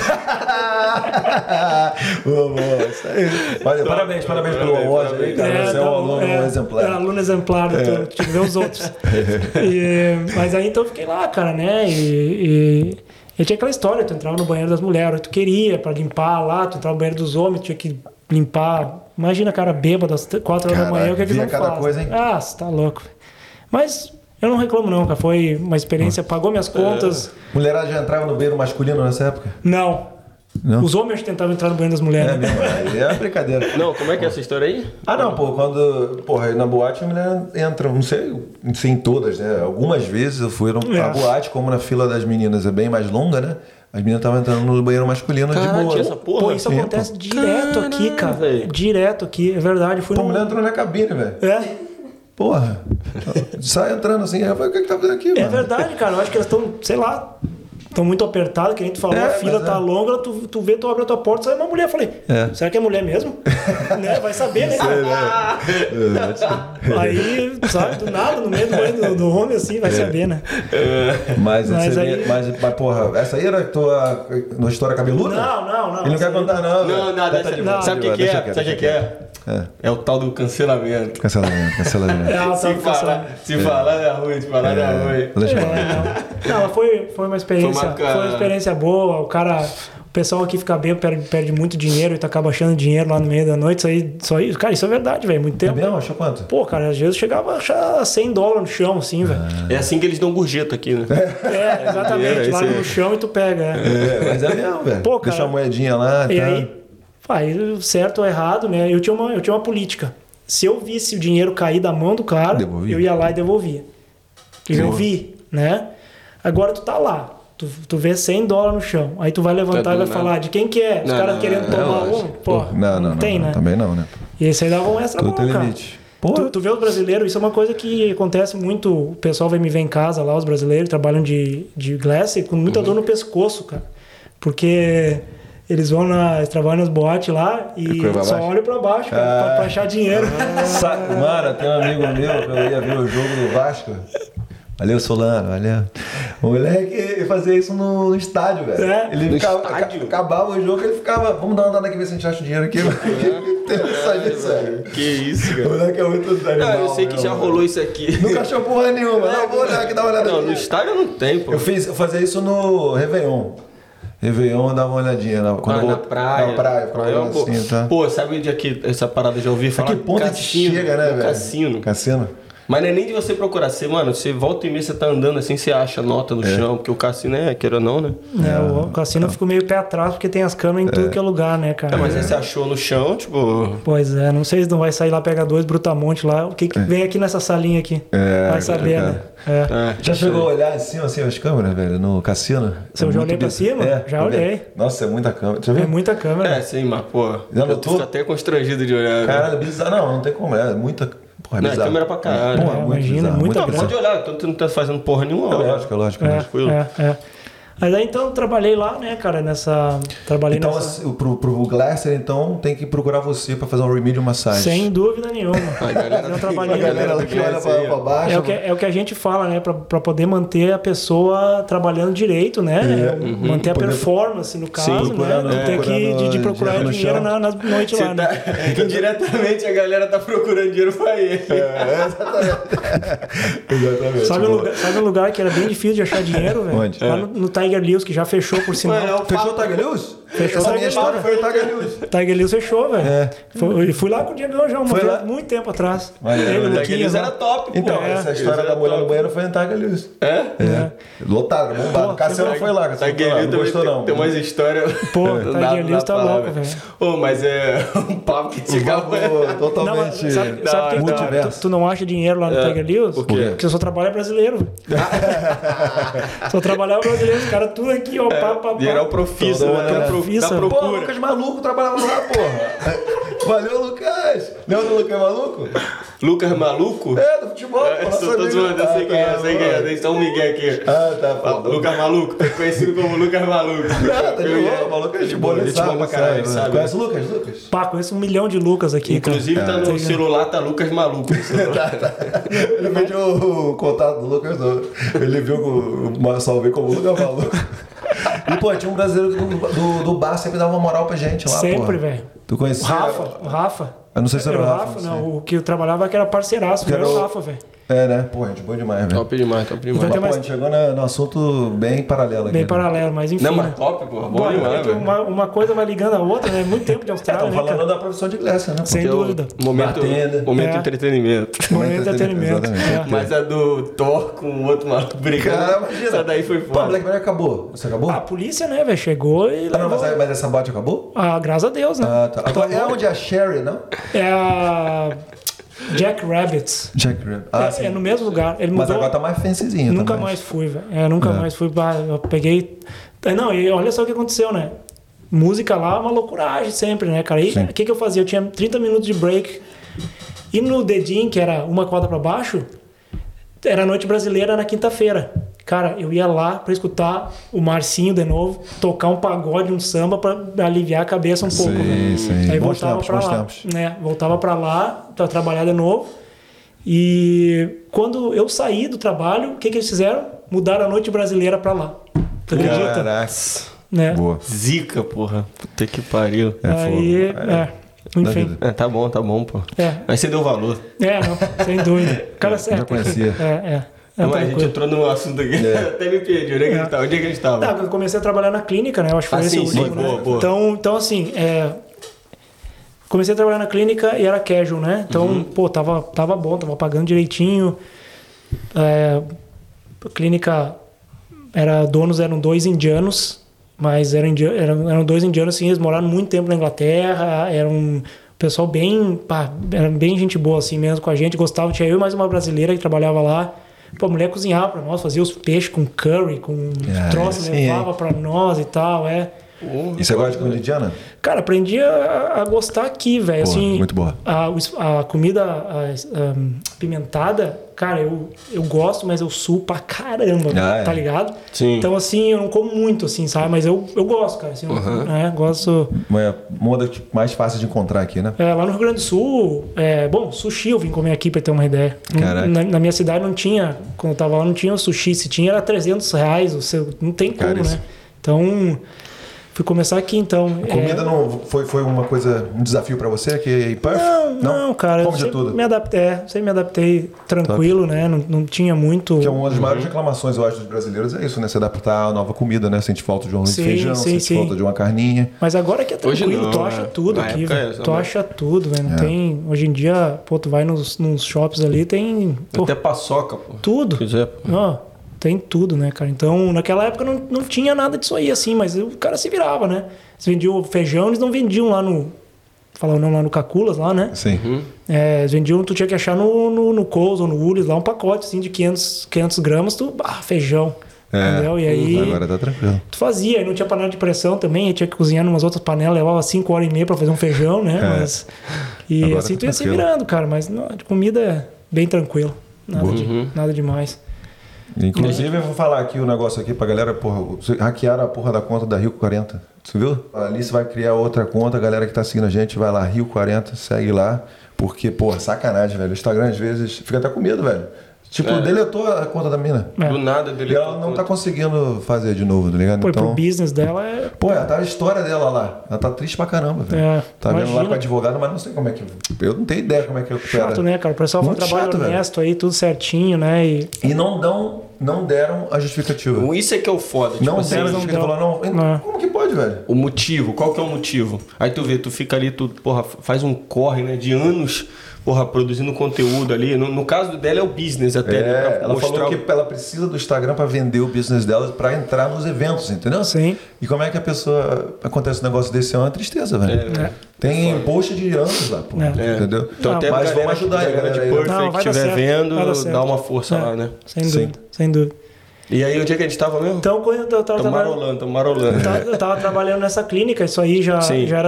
Isso aí. Parabéns pelo award aí, cara. Você é um aluno exemplar. Era aluno exemplar, tinha que ver os outros. Mas aí então eu fiquei lá, cara, né? E tinha aquela história, tu entrava no banheiro das mulheres, tu queria pra limpar lá, tu entrava no banheiro dos homens, tinha que limpar. Imagina, cara, bêbado às 4 horas da manhã, o que eles não fazem? Coisa, hein? Você tá louco. Mas eu não reclamo não, cara, foi uma experiência, pagou minhas contas. Mulherada já entrava no banheiro masculino nessa época? Não. Os homens tentavam entrar no banheiro das mulheres. É brincadeira. Não, como é que é essa história aí? Quando na boate a mulher entra, não sei em todas, né? Algumas vezes eu fui na boate, como na fila das meninas é bem mais longa, né? As meninas estavam entrando no banheiro masculino de boa. Essa porra? Isso acontece direto aqui, cara. Véio. Direto aqui, é verdade. A mulher entrou na cabine, velho. Porra. Sai entrando assim, eu falei, o que tá fazendo aqui, mano? É verdade, cara. Eu acho que elas estão, sei lá, estão muito apertadas, que a gente falou, a fila tá longa, tu vê, tu abre a tua porta, sai uma mulher. Eu falei, será que é mulher mesmo? Né? Vai saber, né? Aí, sabe, do nada, no meio do banho do homem, assim, vai saber, né? Mas porra, essa aí era a tua história cabeluda? Não. Ele não quer contar, não. Não. Sabe o que é? Sabe o que é? É o tal do cancelamento. Cancelamento. Se falar é ruim, se falar é ruim. Não, foi uma experiência boa. O pessoal aqui fica bem, perde muito dinheiro e tu acaba achando dinheiro lá no meio da noite. Cara, isso é verdade, velho. Muito tempo. É mesmo? Achou quanto? Pô, cara, às vezes chegava a achar $100 no chão, assim, velho. É assim que eles dão gorjeta aqui, né? Exatamente. Larga no chão e tu pega. Mas é mesmo, velho. Pô, cara, deixa a moedinha lá. E aí, certo ou errado, né? Eu tinha uma política. Se eu visse o dinheiro cair da mão do cara, eu ia lá e devolvia. Eu vi, né? Agora tu tá lá. Tu vê $100 no chão. Aí tu vai levantar e vai falar de quem que é? Os caras querendo tomar um? Pô, não tem, né? Também não, né? E esse aí dava um extra bom, cara. Tu vê os brasileiros, isso é uma coisa que acontece muito. O pessoal vem me ver em casa lá, os brasileiros trabalham de glass com muita dor no pescoço, cara. Porque eles trabalham nas boates lá e só olham pra baixo, cara, pra achar dinheiro. Mano, tem um amigo meu que eu ia ver o jogo do Vasco. Valeu, Solano, valeu. O moleque fazia isso no estádio, velho. Ele acabava o jogo, ele ficava, vamos dar uma andada aqui, ver se a gente acha o dinheiro aqui. Sério. Que isso, cara. O moleque é muito animal. Eu sei que já rolou isso aqui. Nunca achou porra nenhuma. Não, vou olhar aqui, dá uma olhada. Não, no estádio não tem, pô. Eu fazia isso no Réveillon. Réveillon, eu dava uma olhadinha. Na praia. Na praia, assim, tá? Pô, sabe onde aqui essa parada já ouvi falar? A que ponto cassino, chega, né, velho? Cassino. Mas não é nem de você procurar. Você volta e meia, você tá andando assim, você acha nota no chão, porque o cassino queira ou não, né? O cassino eu fico meio pé atrás, porque tem as câmeras em tudo que é lugar, né, cara? Mas aí você achou no chão, tipo... Pois é, não sei se não vai sair lá pegar 2 brutamontes lá. O que vem aqui nessa salinha aqui? Vai saber, né? Já chegou a olhar em cima, assim, as câmeras, velho, no cassino? Eu já olhei pra cima? Já olhei. Nossa, é muita câmera. Deixa eu ver. É muita câmera. Sim, mas, pô, eu tô até constrangido de olhar. Caralho, bizarro. Não tem como, é muita... Porra, não, é câmera pra caralho. Imagina, muita grande. Pode olhar, tu não tá fazendo porra nenhuma. É lógico. Mas aí então eu trabalhei lá, né, cara, Então, pro Glasser, então, tem que procurar você pra fazer um remedial massage. Sem dúvida nenhuma. A galera que olha pra baixo. É o que a gente fala, né, pra poder manter a pessoa trabalhando direito, né? Manter a performance, no caso, né? Ter que procurar dinheiro nas noites lá, né? Indiretamente a galera tá procurando dinheiro pra ele. Exatamente. Sabe um lugar que era bem difícil de achar dinheiro, velho? Onde? Lá no Tiger Lewis, que já fechou por sinal. Fechou o Tiger Lewis? Fechou. Essa minha história foi o Tiger Lewis. Tiger Lewis fechou, velho. E fui lá com o Diegão já muito tempo atrás. O Tiger Lewis era top, pô. Então, essa história da mulher no banheiro foi no Tiger Lewis. Lotado, bombado. Cassiano foi lá, Tiger não gostou não. Tem umas histórias... Pô, o Tiger Lewis tá louco, velho. Pô, mas é um papo que chegava... Totalmente sabe multiverso. Tu não acha dinheiro lá no Tiger Lewis? Por quê? Porque só trabalha brasileiro. Só trabalhava brasileiro. Os caras tudo aqui, ó. E era o profissa, né? Da procura. Pô, o Lucas Maluco trabalhava lá, porra. Valeu, Lucas. Lembra do Lucas Maluco? Lucas Maluco? Do futebol. Tô zoando, eu sei quem é. Deixa só um Miguel aqui. Tá. Lucas Maluco, conhecido como Lucas Maluco. Tá de boa, o maluco é de boa, ele sabe pra caralho, sabe? Conhece o Lucas? Pá, conheço 1 milhão de Lucas aqui. Inclusive tá no celular, tá Lucas Maluco. Ele pediu o contato do Lucas, ele viu o salvei como Lucas Maluco. E, pô, tinha um brasileiro do bar, sempre dava uma moral pra gente lá, sempre, velho. Tu conhecia? O Rafa. Eu não sei se era o Rafa. Não, o que eu trabalhava que era parceiraço, não era o Rafa, velho. Né? Pô, gente boa demais, velho. Top demais. Mas, pô, a gente chegou no assunto bem paralelo aqui. Bem paralelo, mas enfim. Não, mas top, pô. Bom demais, velho. Uma coisa vai ligando a outra, né? Muito tempo de Austrália, né? Falando da profissão de Glécia, né? Sem dúvida. Momento entretenimento. Momento entretenimento. Mas a do Thor com o outro maluco brigando. Essa daí foi foda. Pô, Black Mirror acabou. Você acabou? A polícia, né, velho? Chegou e... não, mas essa bote acabou? Graças a Deus, né? Tá. Agora, é onde é a Sherry, não? É a... Jack Rabbits. Sim. É no mesmo lugar. Ele mas mudou... agora tá mais fancyzinho. Nunca mais fui, velho. Nunca mais fui. Eu peguei... Não, e olha só o que aconteceu, né? Música lá é uma loucuragem sempre, né, cara? E o que eu fazia? Eu tinha 30 minutos de break. E no dedinho, que era uma corda pra baixo, era noite brasileira na quinta-feira. Cara, eu ia lá pra escutar o Marcinho de novo, tocar um pagode, um samba pra aliviar a cabeça um pouco. Sim. Aí voltava pra lá. Né? Voltava pra lá pra trabalhar de novo. E quando eu saí do trabalho, o que eles fizeram? Mudaram a noite brasileira pra lá. Tu acredita? Caraca. Né? Boa. Zica, porra. Puta que pariu. Aí, enfim. Tá bom, pô. Mas você deu valor. Não, sem dúvida. Cara, já conhecia. Mas a gente entrou num assunto aqui, até me perdi. Onde é que a gente tava? Eu comecei a trabalhar na clínica, né? Eu acho que foi esse o último, né? Boa. Então assim, comecei a trabalhar na clínica e era casual, né? Então, pô, tava bom, tava pagando direitinho. A clínica, donos eram 2 indianos, mas eram 2 indianos, assim, eles moraram muito tempo na Inglaterra, eram um pessoal era bem gente boa, assim, mesmo com a gente, gostavam. Tinha eu e mais uma brasileira que trabalhava lá. Pô, a mulher cozinhava pra nós, fazia os peixes com curry, com troços, levava pra nós e tal, E você gosta de comida indiana? Cara, aprendi a gostar aqui, velho. Assim, muito boa. A comida pimentada, cara, eu gosto, mas eu suo pra caramba, tá ligado? Sim. Então, assim, eu não como muito, assim, sabe? Mas eu gosto, cara. Assim, gosto... Uma das mais fáceis de encontrar aqui, né? Lá no Rio Grande do Sul, sushi eu vim comer aqui pra ter uma ideia. Na minha cidade não tinha, quando eu tava lá, não tinha o sushi. Se tinha, era R$300. Não tem como, né? Então... Fui começar aqui, então. A comida não foi uma coisa, um desafio pra você aqui em Perth? Não, cara. Como de tudo? Sempre me adaptei tranquilo, né? Não tinha muito... Porque uma das maiores reclamações, eu acho, dos brasileiros é isso, né? Se adaptar à nova comida, né? Sente falta de um arroz de feijão, sente falta de uma carninha. Mas agora que é tranquilo, hoje não, tu acha tudo aqui, velho. Tu acha tudo, velho. Não tem... Hoje em dia, pô, tu vai nos shops ali, tem... Pô, até paçoca, pô. Tudo. Se quiser, pô. Tem tudo, né, cara? Então, naquela época não tinha nada disso aí, assim, mas o cara se virava, né? Eles vendiam feijão, eles não vendiam lá no... Falaram não, lá no Caculas, lá, né? Sim. Eles vendiam, tu tinha que achar no Coles ou no Woolies, lá um pacote, assim, de 500 gramas, feijão. Entendeu? E aí... Agora tá tranquilo. Tu fazia, aí não tinha panela de pressão também, aí tinha que cozinhar em umas outras panelas, levava 5 horas e meia pra fazer um feijão, né? Mas... E agora assim tu ia se virando, cara, mas de comida é bem tranquilo. Nada demais. Inclusive, eu vou falar aqui o negócio aqui pra galera, porra, hackearam a porra da conta da Rio 40. Você viu? A Alice vai criar outra conta, a galera que tá seguindo a gente vai lá, Rio 40, segue lá. Porque, porra, sacanagem, velho. O Instagram às vezes fica até com medo, velho. Tipo, deletou a conta da mina. Do nada deletou. E ela não tá conseguindo fazer de novo, tá ligado? Pô, então, pro business dela é... Pô, tá a história dela lá. Ela tá triste pra caramba, velho. Tá vendo lá com o advogado, mas não sei como é que... Eu não tenho ideia como é que recupera. Chato, né, cara? O pessoal faz um trabalho honesto aí, tudo certinho, né? E não deram a justificativa. Isso é que é o foda. Não deram a justificativa. Falaram, como que pode verdade, velho. O motivo, qual que é o motivo? Aí tu vê, tu fica ali, tu, porra, faz um corre, né, de anos, porra, produzindo conteúdo ali. No caso dela é o business até, né? Pra ela falou que ela precisa do Instagram para vender o business dela, para entrar nos eventos, entendeu? Sim. E como é que a pessoa... Acontece um negócio desse, é uma tristeza, velho. Tem post de anos lá, pô. Entendeu? Então, mas vamos ajudar a galera de Perfect que estiver vendo, dá uma força lá, né? Sem dúvida, sem dúvida. E aí, onde é que a gente tava mesmo? Então, quando eu tava marolando. Eu tava trabalhando nessa clínica, isso aí já era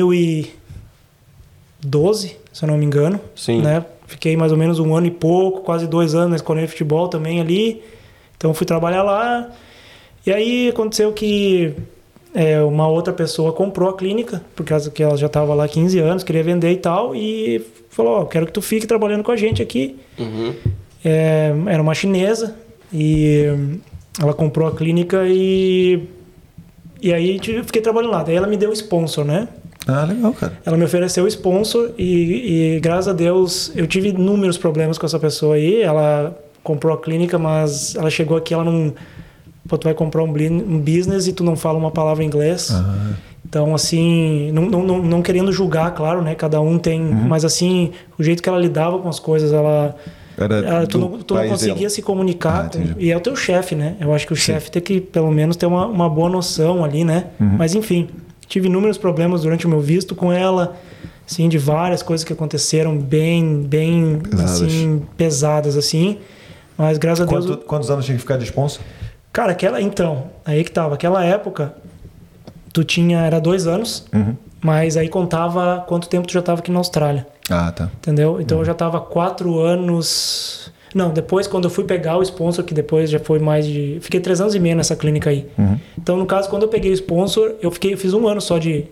2012, se eu não me engano. Sim. Né? Fiquei mais ou menos 1 ano e pouco, quase 2 anos na escola de futebol também ali. Então, fui trabalhar lá. E aí, aconteceu que uma outra pessoa comprou a clínica, por causa que ela já estava lá há 15 anos, queria vender e tal, e falou, quero que tu fique trabalhando com a gente aqui. Era uma chinesa, e ela comprou a clínica e aí eu fiquei trabalhando lá. Daí ela me deu o sponsor, né? Ah, legal, cara. Ela me ofereceu o sponsor e graças a Deus eu tive inúmeros problemas com essa pessoa aí. Ela comprou a clínica, mas ela chegou aqui, ela não... Pô, tu vai comprar um business e tu não fala uma palavra em inglês. Então, assim, não querendo julgar, claro, né? Cada um tem... Mas, assim, o jeito que ela lidava com as coisas, tu não conseguia se comunicar. E é o teu chefe, né? Eu acho que o chefe tem que, pelo menos, ter uma boa noção ali, né? Mas, enfim, tive inúmeros problemas durante o meu visto com ela, assim, de várias coisas que aconteceram bem pesadas. Assim, pesadas, assim. Mas, graças a Deus... Quantos anos tinha que ficar de sponsor? Cara, aí que tava. Aquela época, era 2 anos, mas aí contava quanto tempo tu já tava aqui na Austrália. Ah, tá. Entendeu? Então eu já tava 4 anos... Não, depois quando eu fui pegar o sponsor, que depois já foi mais de... Fiquei 3 anos e meio nessa clínica aí. Então, no caso, quando eu peguei o sponsor, eu fiz 1 ano só de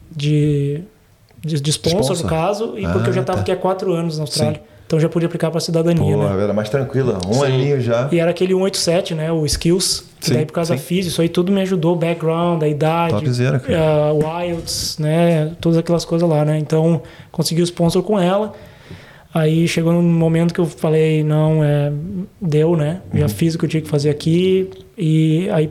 sponsor, no caso, e porque eu já tava aqui há 4 anos na Austrália. Sim. Então já podia aplicar para cidadania. Pô, né? Era mais tranquila, aninho já. E era aquele 187, né? O Skills. Sim, daí por causa da física, isso aí tudo me ajudou, o background, a idade, Wilds, né? Todas aquelas coisas lá, né? Então consegui o sponsor com ela. Aí chegou num momento que eu falei, não, deu, né? Já fiz o que eu tinha que fazer aqui. E aí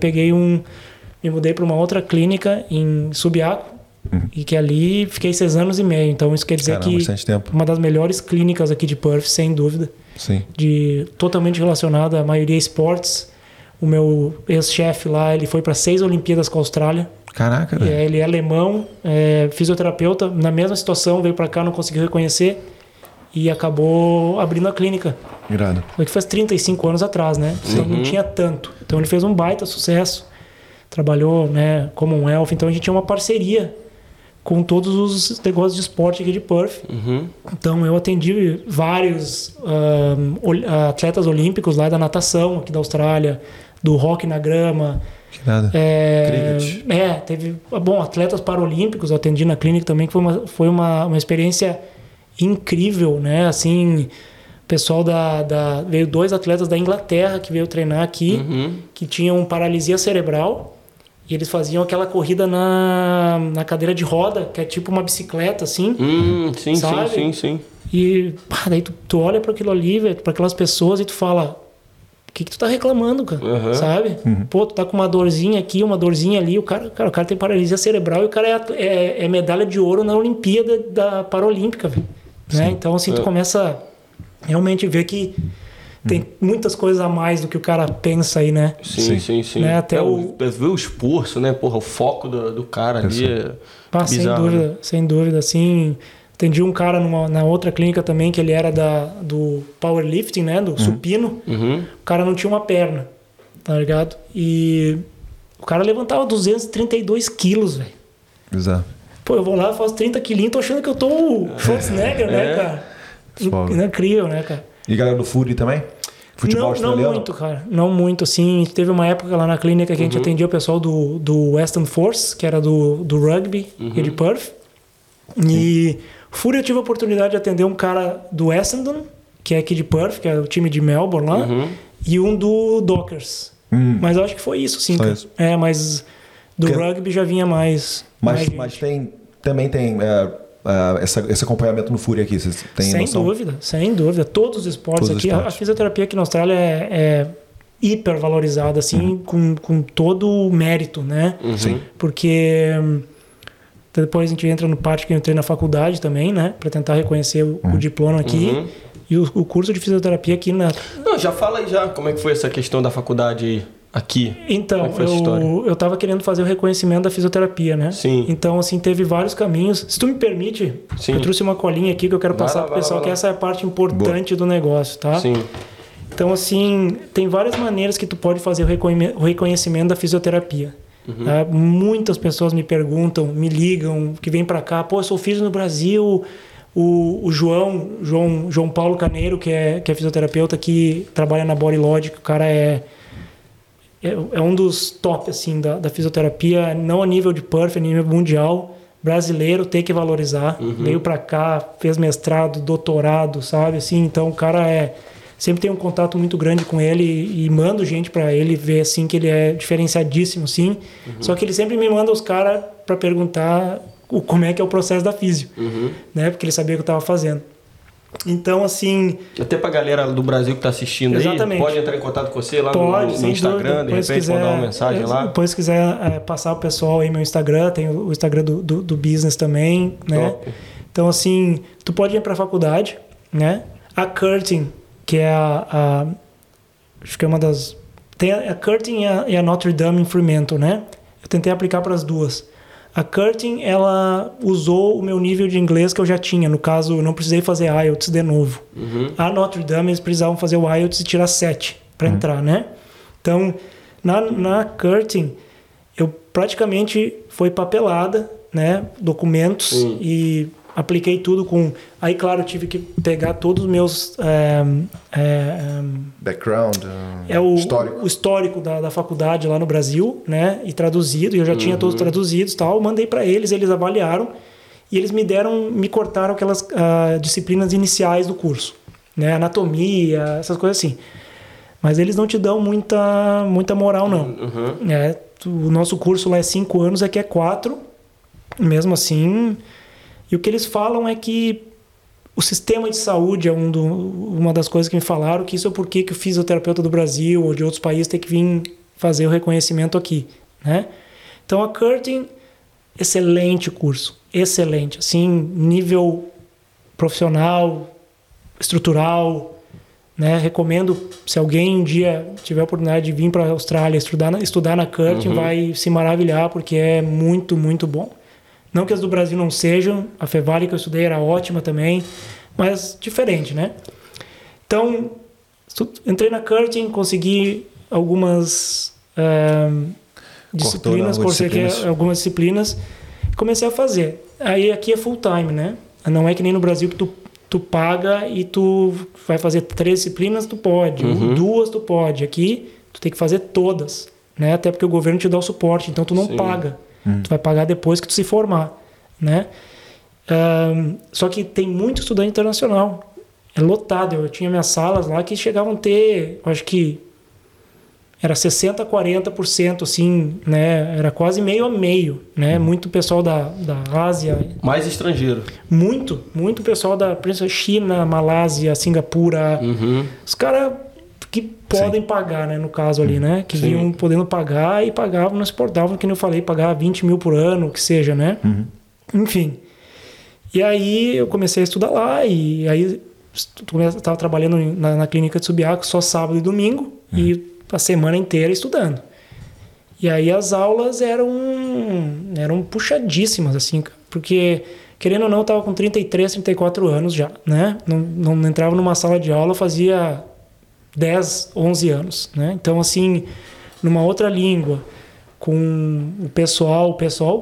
me mudei para uma outra clínica em Subiaco. E que ali fiquei 6 anos e meio. Então isso quer dizer que uma das melhores clínicas aqui de Perth, sem dúvida. Sim. Totalmente relacionada à maioria esportes. O meu ex-chefe lá, ele foi para 6 Olimpíadas com a Austrália. Caraca, velho. Ele é alemão, fisioterapeuta. Na mesma situação, veio para cá, não conseguiu reconhecer. E acabou abrindo a clínica. Irado. Foi que faz 35 anos atrás, né? Então não tinha tanto. Então ele fez um baita sucesso. Trabalhou, né, Commonwealth. Então a gente tinha uma parceria com todos os negócios de esporte aqui de Perth. Então eu atendi vários atletas olímpicos lá da natação aqui da Austrália, do hóquei na grama. Que nada. Cricket. Teve atletas paralímpicos eu atendi na clínica também, que foi uma experiência incrível, né? Assim, pessoal veio 2 atletas da Inglaterra que veio treinar aqui, que tinham paralisia cerebral. E eles faziam aquela corrida na cadeira de roda, que é tipo uma bicicleta, assim. Sim. E daí tu olha para aquilo ali, velho, para aquelas pessoas e tu fala, o que tu tá reclamando, cara? Sabe? Pô, tu tá com uma dorzinha aqui, uma dorzinha ali, o cara tem paralisia cerebral e o cara é medalha de ouro na Olimpíada da Paralímpica, velho. Né? Então, assim, tu começa a realmente ver que tem muitas coisas a mais do que o cara pensa aí, né? Sim. Né? Até ver o esforço, né? Porra, o foco do cara ali é bizarro, sem dúvida. Assim, atendi um cara na outra clínica também, que ele era do powerlifting, né? Do supino. O cara não tinha uma perna, tá ligado? E o cara levantava 232 quilos, velho. Exato. Pô, eu vou lá, faço 30 quilinhos, tô achando que eu tô o Schwarzenegger, né, cara? Incrível, né, cara? E galera do Fury também? Futebol australiano? Não muito, cara. Não muito, assim. Teve uma época lá na clínica que a gente atendia o pessoal do Western Force, que era do rugby e de Perth. E Fury eu tive a oportunidade de atender um cara do Essendon, que é aqui de Perth, que é o time de Melbourne lá, e um do Dockers. Mas eu acho que foi isso, sim, cara. Isso. Mas do rugby já vinha mais. Mas também tem esse acompanhamento no Fury aqui, vocês têm noção? Sem dúvida. Todos os esportes aqui. A fisioterapia aqui na Austrália hipervalorizada, assim, com todo o mérito, né? Sim. Porque depois a gente entra no parte que eu entrei na faculdade também, né? Para tentar reconhecer o diploma aqui. E o curso de fisioterapia aqui na... Não, já fala aí já como é que foi essa questão da faculdade aqui. Então, eu tava querendo fazer o reconhecimento da fisioterapia, né? Sim. Então, assim, teve vários caminhos. Se tu me permite, Sim. eu trouxe uma colinha aqui que eu quero passar pro pessoal, que essa é a parte importante do negócio, tá? Sim. Então, assim, tem várias maneiras que tu pode fazer o reconhecimento da fisioterapia. Tá? Muitas pessoas me perguntam, me ligam, que vêm para cá, pô, eu sou fisio no Brasil. O João Paulo Caneiro, que é fisioterapeuta, que trabalha na Body Logic, o cara é um dos top, assim, da fisioterapia, não a nível de Perth, a nível mundial. Brasileiro, tem que valorizar. Veio para cá, fez mestrado, doutorado, sabe? Assim, então o cara sempre tem um contato muito grande com ele e mando gente para ele ver, assim, que ele é diferenciadíssimo, sim. Só que ele sempre me manda os caras para perguntar como é que é o processo da físio, né? Porque ele sabia o que eu estava fazendo. Então, assim... Até pra galera do Brasil que tá assistindo aí, pode entrar em contato com você lá no Instagram, de repente mandar uma mensagem lá. Depois, se quiser passar o pessoal aí meu Instagram, tem o Instagram do business também, né? Top. Então, assim, tu pode ir pra faculdade, né? A Curtin, que é acho que é uma das... Tem a Curtin e a Notre Dame em Fremantle, né? Eu tentei aplicar para as duas. A Curtin, ela usou o meu nível de inglês que eu já tinha. No caso, eu não precisei fazer IELTS de novo. A Notre Dame, eles precisavam fazer o IELTS e tirar 7 para entrar, né? Então, na Curtin, eu praticamente foi papelada, né? Documentos e apliquei tudo com... Aí, claro, eu tive que pegar todos os meus... background, o histórico da faculdade lá no Brasil, né? E traduzido, e eu já tinha todos traduzidos e tal. Mandei para eles avaliaram e eles me cortaram aquelas disciplinas iniciais do curso, né? Anatomia, essas coisas assim. Mas eles não te dão muita moral, não. O nosso curso lá é 5 anos, aqui é 4. Mesmo assim... E o que eles falam é que o sistema de saúde é uma das coisas que me falaram, que isso é porque que o fisioterapeuta do Brasil ou de outros países tem que vir fazer o reconhecimento aqui, né? Então, a Curtin, excelente curso, excelente, assim, nível profissional, estrutural, né? Recomendo, se alguém um dia tiver a oportunidade de vir para a Austrália estudar na Curtin, vai se maravilhar, porque é muito, muito bom. Não que as do Brasil não sejam, a Fevale que eu estudei era ótima também, mas diferente, né? Então, entrei na Curtin, consegui algumas disciplinas, algumas disciplinas, comecei a fazer. Aí aqui é full time, né? Não é que nem no Brasil que tu paga e tu vai fazer 3 disciplinas, tu pode, 2 tu pode. Aqui, tu tem que fazer todas, né? Até porque o governo te dá o suporte, então tu não paga. Tu vai pagar depois que tu se formar, né? Só que tem muito estudante internacional. É lotado. Eu tinha minhas salas lá que chegavam a ter, acho que era 60% a 40%, assim, né? Era quase meio a meio, né? Muito pessoal da Ásia. Mais estrangeiro. Muito pessoal da China, Malásia, Singapura. Os caras que podem pagar, né, no caso ali, né? Que vinham podendo pagar e pagavam, não se importavam, que nem eu falei, pagar 20 mil por ano, o que seja, né? Enfim. E aí eu comecei a estudar lá e aí estava trabalhando na clínica de Subiaco só sábado e domingo e a semana inteira estudando. E aí as aulas eram puxadíssimas, assim, porque, querendo ou não, eu estava com 33, 34 anos já, né? Não entrava numa sala de aula, fazia 10, 11 anos, né? Então, assim, numa outra língua, com o pessoal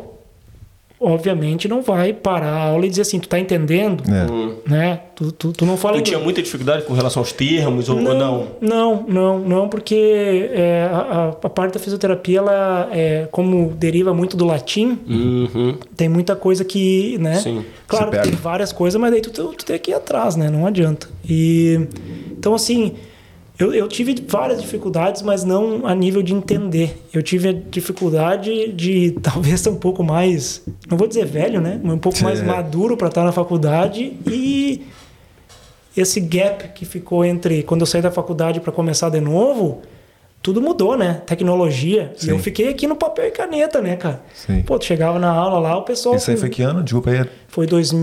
obviamente não vai parar a aula e dizer assim, tu tá entendendo? Né? Tu não fala... Tu tinha muita dificuldade com relação aos termos ou não? Não, porque a parte da fisioterapia, ela como deriva muito do latim, tem muita coisa que, né? Sim. Claro que tem várias coisas, mas daí tu tem que ir atrás, né? Não adianta. Então, assim... Eu tive várias dificuldades, mas não a nível de entender. Eu tive a dificuldade de talvez ser um pouco mais, não vou dizer velho, né? Mas um pouco mais maduro para estar na faculdade. E esse gap que ficou entre quando eu saí da faculdade para começar de novo, tudo mudou, né? Tecnologia. Sim. E eu fiquei aqui no papel e caneta, né, cara? Sim. Pô, tu chegava na aula lá, o pessoal... Isso aí foi que ano? Desculpa aí. Foi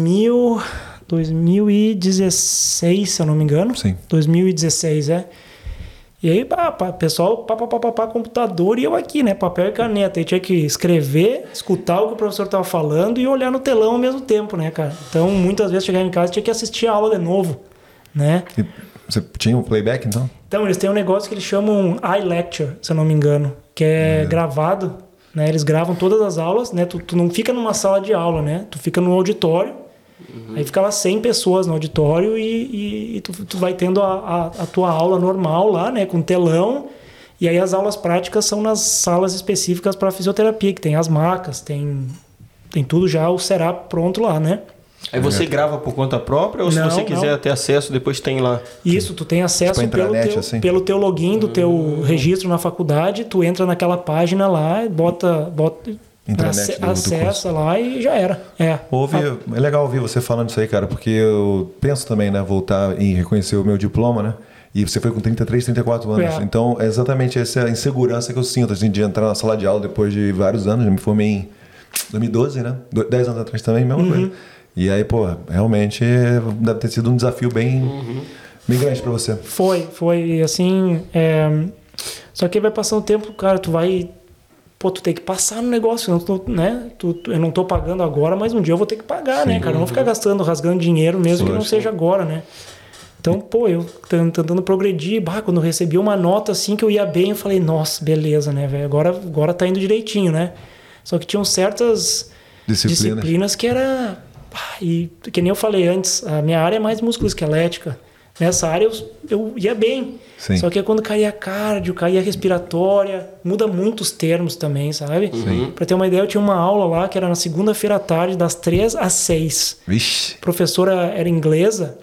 2016, se eu não me engano. Sim. 2016, E aí, pessoal, computador e eu aqui, né? Papel e caneta. Aí tinha que escrever, escutar o que o professor estava falando e olhar no telão ao mesmo tempo, né, cara? Então, muitas vezes chegava em casa e tinha que assistir a aula de novo, né? E você tinha um playback, então? Então, eles têm um negócio que eles chamam iLecture, se eu não me engano, que é gravado, né? Eles gravam todas as aulas, né? Tu não fica numa sala de aula, né? Tu fica no auditório. Aí fica lá 100 pessoas no auditório e tu vai tendo a tua aula normal lá, né? Com telão. E aí as aulas práticas são nas salas específicas para fisioterapia, que tem as macas, tem tudo já, o setup pronto lá, né? Aí você grava por conta própria ou se você quiser ter acesso, depois tem lá? Isso, tu tem acesso assim? pelo teu login do teu registro na faculdade, tu entra naquela página lá, bota acessa lá e já era. É legal ouvir você falando isso aí, cara, porque eu penso também, né, voltar e reconhecer o meu diploma, né? E você foi com 33, 34 anos. Então, é exatamente essa insegurança que eu sinto, assim, de entrar na sala de aula depois de vários anos. Eu me formei em 2012, né? 10 anos atrás também, mesma coisa. E aí, pô, realmente deve ter sido um desafio bem grande pra você. Foi assim... Só que vai passando o tempo, cara, tu vai... Pô, tu tem que passar no negócio, né? Eu não tô pagando agora, mas um dia eu vou ter que pagar, né, cara? Eu não vou ficar rasgando dinheiro mesmo que não seja agora, né? Então, pô, eu tentando progredir, quando eu recebi uma nota assim que eu ia bem, eu falei, nossa, beleza, né, velho? Agora tá indo direitinho, né? Só que tinham certas disciplinas que era... E que nem eu falei antes, a minha área é mais musculoesquelética. Nessa área eu ia bem. Sim. Só que quando caía cardio, caía respiratória, muda muitos termos também, sabe? Pra ter uma ideia, eu tinha uma aula lá que era na segunda-feira à tarde, das 3 às 6. Vixe. A professora era inglesa,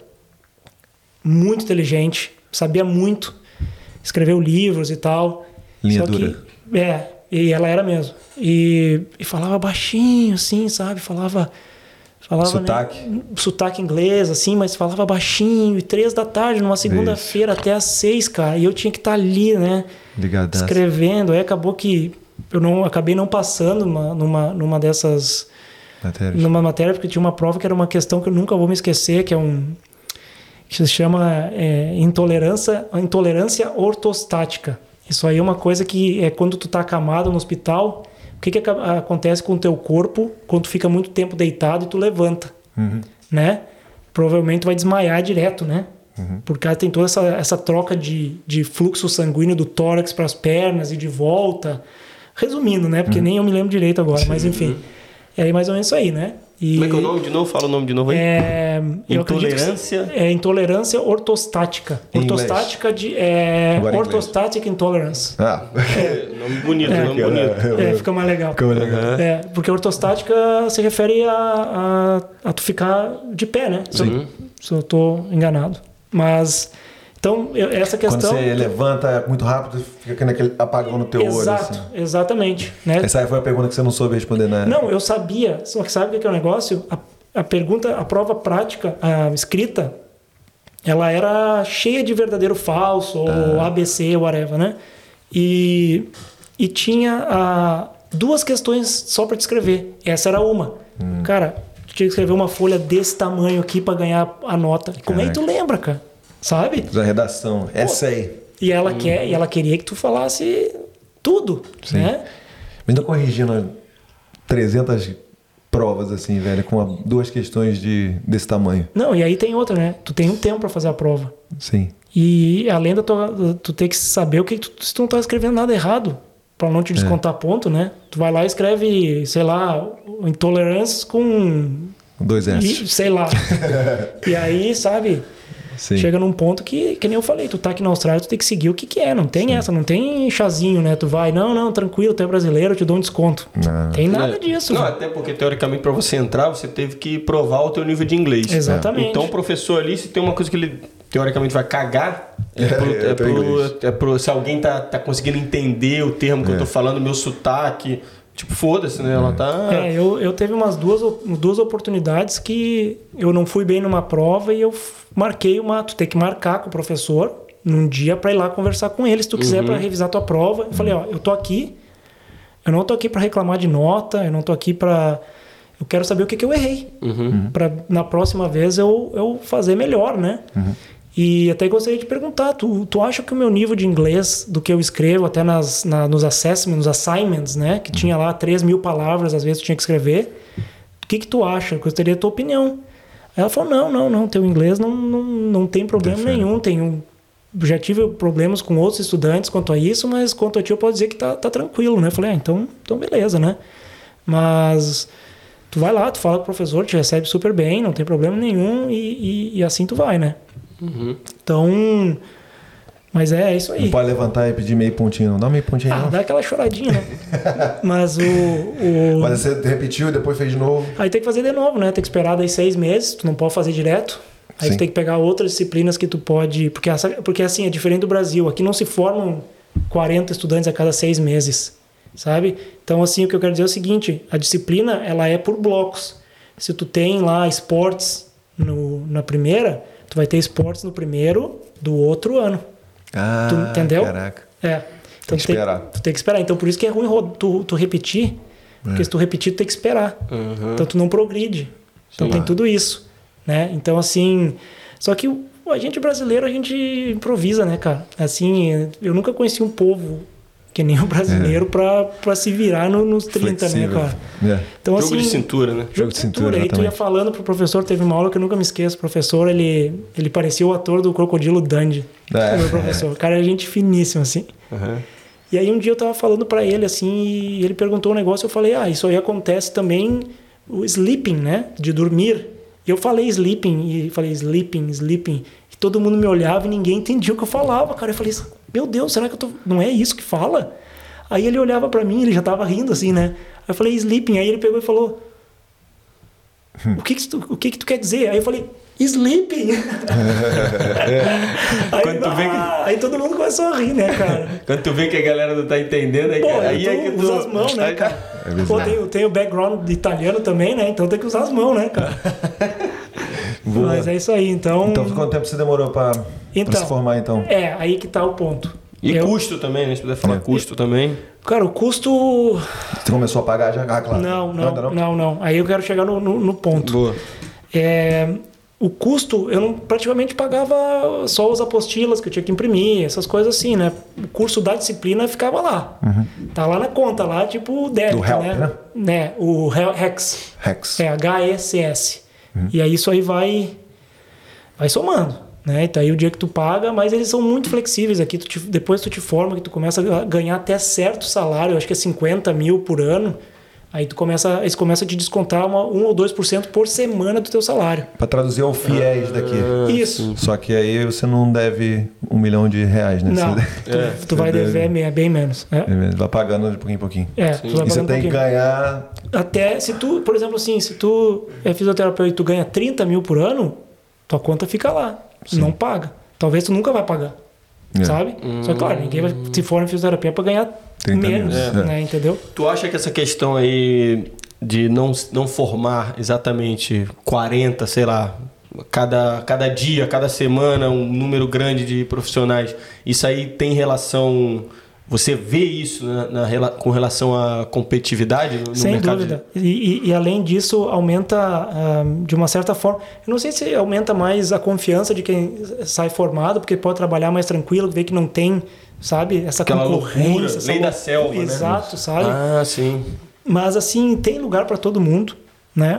muito inteligente, sabia muito, escreveu livros e tal. Linha dura. E ela era mesmo. E falava baixinho, assim, sabe? Falava sotaque. Né, sotaque inglês, assim, mas falava baixinho. E 3 da tarde, numa segunda-feira, até às 6, cara. E eu tinha que estar ali, né? Ligadaço. Escrevendo. Aí acabou que eu acabei não passando numa dessas... matérias. Numa matéria, porque tinha uma prova que era uma questão que eu nunca vou me esquecer, que que se chama intolerância ortostática. Isso aí é uma coisa que é quando tu tá acamado no hospital... O que acontece com o teu corpo quando tu fica muito tempo deitado e tu levanta, né? Provavelmente tu vai desmaiar direto, né? Porque tem toda essa troca de fluxo sanguíneo do tórax para as pernas e de volta. Resumindo, né? Porque nem eu me lembro direito agora, mas enfim. É mais ou menos isso aí, né? Como é que é o nome de novo? Fala o nome de novo aí. Intolerância? Intolerância ortostática. Ortostática orthostatic intolerance. Nome bonito, fica mais legal. Porque ortostática se refere a tu ficar de pé, né? Se eu tô enganado. Mas... Então, essa questão... Quando você levanta muito rápido, fica naquele apagão no teu olho. Assim. Exatamente. Né? Essa aí foi a pergunta que você não soube responder, né? Não, eu sabia. Só que sabe o que é o negócio? A pergunta, a prova prática, a escrita, ela era cheia de verdadeiro falso, ou ABC, whatever, né? E tinha 2 questões só para te escrever. Essa era uma. Cara, tu tinha que escrever uma folha desse tamanho aqui para ganhar a nota. Como é que tu lembra, cara? Sabe? Da redação. Essa aí. E ela queria que tu falasse tudo, né? Mas ainda corrigindo 300 provas assim, velho, com 2 questões desse tamanho. Não, e aí tem outra, né? Tu tem um tempo para fazer a prova. Sim. E além tu ter que saber se tu não tá escrevendo nada errado, para não te descontar ponto, né? Tu vai lá e escreve, sei lá, intolerância com 2 S. Sei lá. E aí, sabe... Sim. Chega num ponto que nem eu falei, tu tá aqui na Austrália, tu tem que seguir o que é, não tem essa, não tem chazinho, né? Tu vai, não, tranquilo, tu é brasileiro, eu te dou um desconto. Não tem nada disso. Não, até porque teoricamente para você entrar, você teve que provar o teu nível de inglês. Exatamente. Então o professor ali, se tem uma coisa que ele teoricamente vai cagar, se alguém tá conseguindo entender o termo que eu tô falando, meu sotaque... Tipo, foda-se, né? Ela tá... Eu teve umas duas oportunidades que eu não fui bem numa prova e eu marquei tu tem que marcar com o professor num dia para ir lá conversar com ele, se tu quiser, para revisar tua prova. Eu falei, ó, eu tô aqui, eu não tô aqui para reclamar de nota, eu não tô aqui para... Eu quero saber o que eu errei, para na próxima vez eu fazer melhor, né? E até gostaria de perguntar, tu acha que o meu nível de inglês, do que eu escrevo, até nos assessments, nos assignments, né? Que tinha lá 3.000 palavras, às vezes tu tinha que escrever. O que tu acha? Eu gostaria da tua opinião. Aí ela falou, não, teu inglês não tem problema nenhum. Já tive problemas com outros estudantes quanto a isso, mas quanto a ti eu posso dizer que tá tranquilo, né? Eu falei, então beleza, né? Mas tu vai lá, tu fala com o professor, te recebe super bem, não tem problema nenhum e assim tu vai, né? Então, mas é isso aí. Não pode levantar e pedir meio pontinho, não dá meio pontinho não. Dá aquela choradinha, né? Mas Mas você repetiu e depois fez de novo? Aí tem que fazer de novo, né? Tem que esperar daí 6 meses, tu não pode fazer direto. Aí tu tem que pegar outras disciplinas que tu pode... Porque assim, é diferente do Brasil. Aqui não se formam 40 estudantes a cada 6 meses, sabe? Então assim, o que eu quero dizer é o seguinte, a disciplina, ela é por blocos. Se tu tem lá esportes na primeira... Tu vai ter esportes no primeiro do outro ano. Tu entendeu? Caraca. Então tem que esperar. Tu tem que esperar. Então por isso que é ruim tu repetir. Porque se tu repetir, tu tem que esperar. Então tu não progride. Então tem tudo isso. Né? Então assim... Só que a gente brasileiro, a gente improvisa, né, cara? Assim, eu nunca conheci um povo que nem o brasileiro pra se virar nos 30, flexível, né, cara? Então, jogo de cintura, né? Jogo de cintura. Aí tu ia falando pro professor, teve uma aula que eu nunca me esqueço. O professor, ele parecia o ator do Crocodilo Dundee. O meu professor. O cara é gente finíssima, assim. E aí um dia eu tava falando pra ele, assim, e ele perguntou um negócio, eu falei, isso aí acontece também o sleeping, né? De dormir. E eu falei sleeping, e falei sleeping. E todo mundo me olhava e ninguém entendia o que eu falava, cara. Eu falei, meu Deus, será que não é isso que fala? Aí ele olhava pra mim, ele já tava rindo assim, né? Aí eu falei, sleeping. Aí ele pegou e falou, o que tu quer dizer? Aí eu falei, sleeping. Aí todo mundo começou a rir, né, cara? Quando tu vê que a galera não tá entendendo, aí é que tu usa as mãos, né, cara? Tem o background de italiano também, né? Então tem que usar as mãos, né, cara? Mas é isso aí, então... Então quanto tempo você demorou pra se formar, então? Aí que tá o ponto. E custo também, né? Se puder falar custo também. Cara, o custo... Você começou a pagar já? Claro. Não. Aí eu quero chegar no ponto. Boa. O custo, eu não praticamente pagava só as apostilas que eu tinha que imprimir, essas coisas assim, né? O curso da disciplina ficava lá. Tá lá na conta, lá tipo o débito, do help, né? O HECS. HECS. E aí isso aí vai somando, né? Então aí o dia que tu paga, mas eles são muito flexíveis aqui. Depois tu te forma, que tu começa a ganhar até certo salário, eu acho que é 50 mil por ano. Aí eles começam a te descontar 1 ou 2% por semana do teu salário. Para traduzir ao fiéis daqui. Isso. Só que aí você não deve R$1 milhão, né? Não, tu vai dever bem menos. Vai pagando de pouquinho em pouquinho. E você tem que ganhar... Até se tu, por exemplo assim, se tu é fisioterapeuta e tu ganha 30 mil por ano, tua conta fica lá. Não paga. Talvez tu nunca vai pagar. Sabe? Só que claro, ninguém vai se for em fisioterapia para ganhar menos, né? Entendeu? Tu acha que essa questão aí de não formar exatamente 40, sei lá, cada dia, cada semana, um número grande de profissionais, isso aí tem relação... Você vê isso com relação à competitividade no Sem mercado? Sem dúvida. E além disso, aumenta de uma certa forma... Eu não sei se aumenta mais a confiança de quem sai formado, porque pode trabalhar mais tranquilo, ver que não tem, sabe, essa aquela concorrência. Loucura, lei da selva, exato, né? Sabe? Sim. Mas assim, tem lugar para todo mundo, né?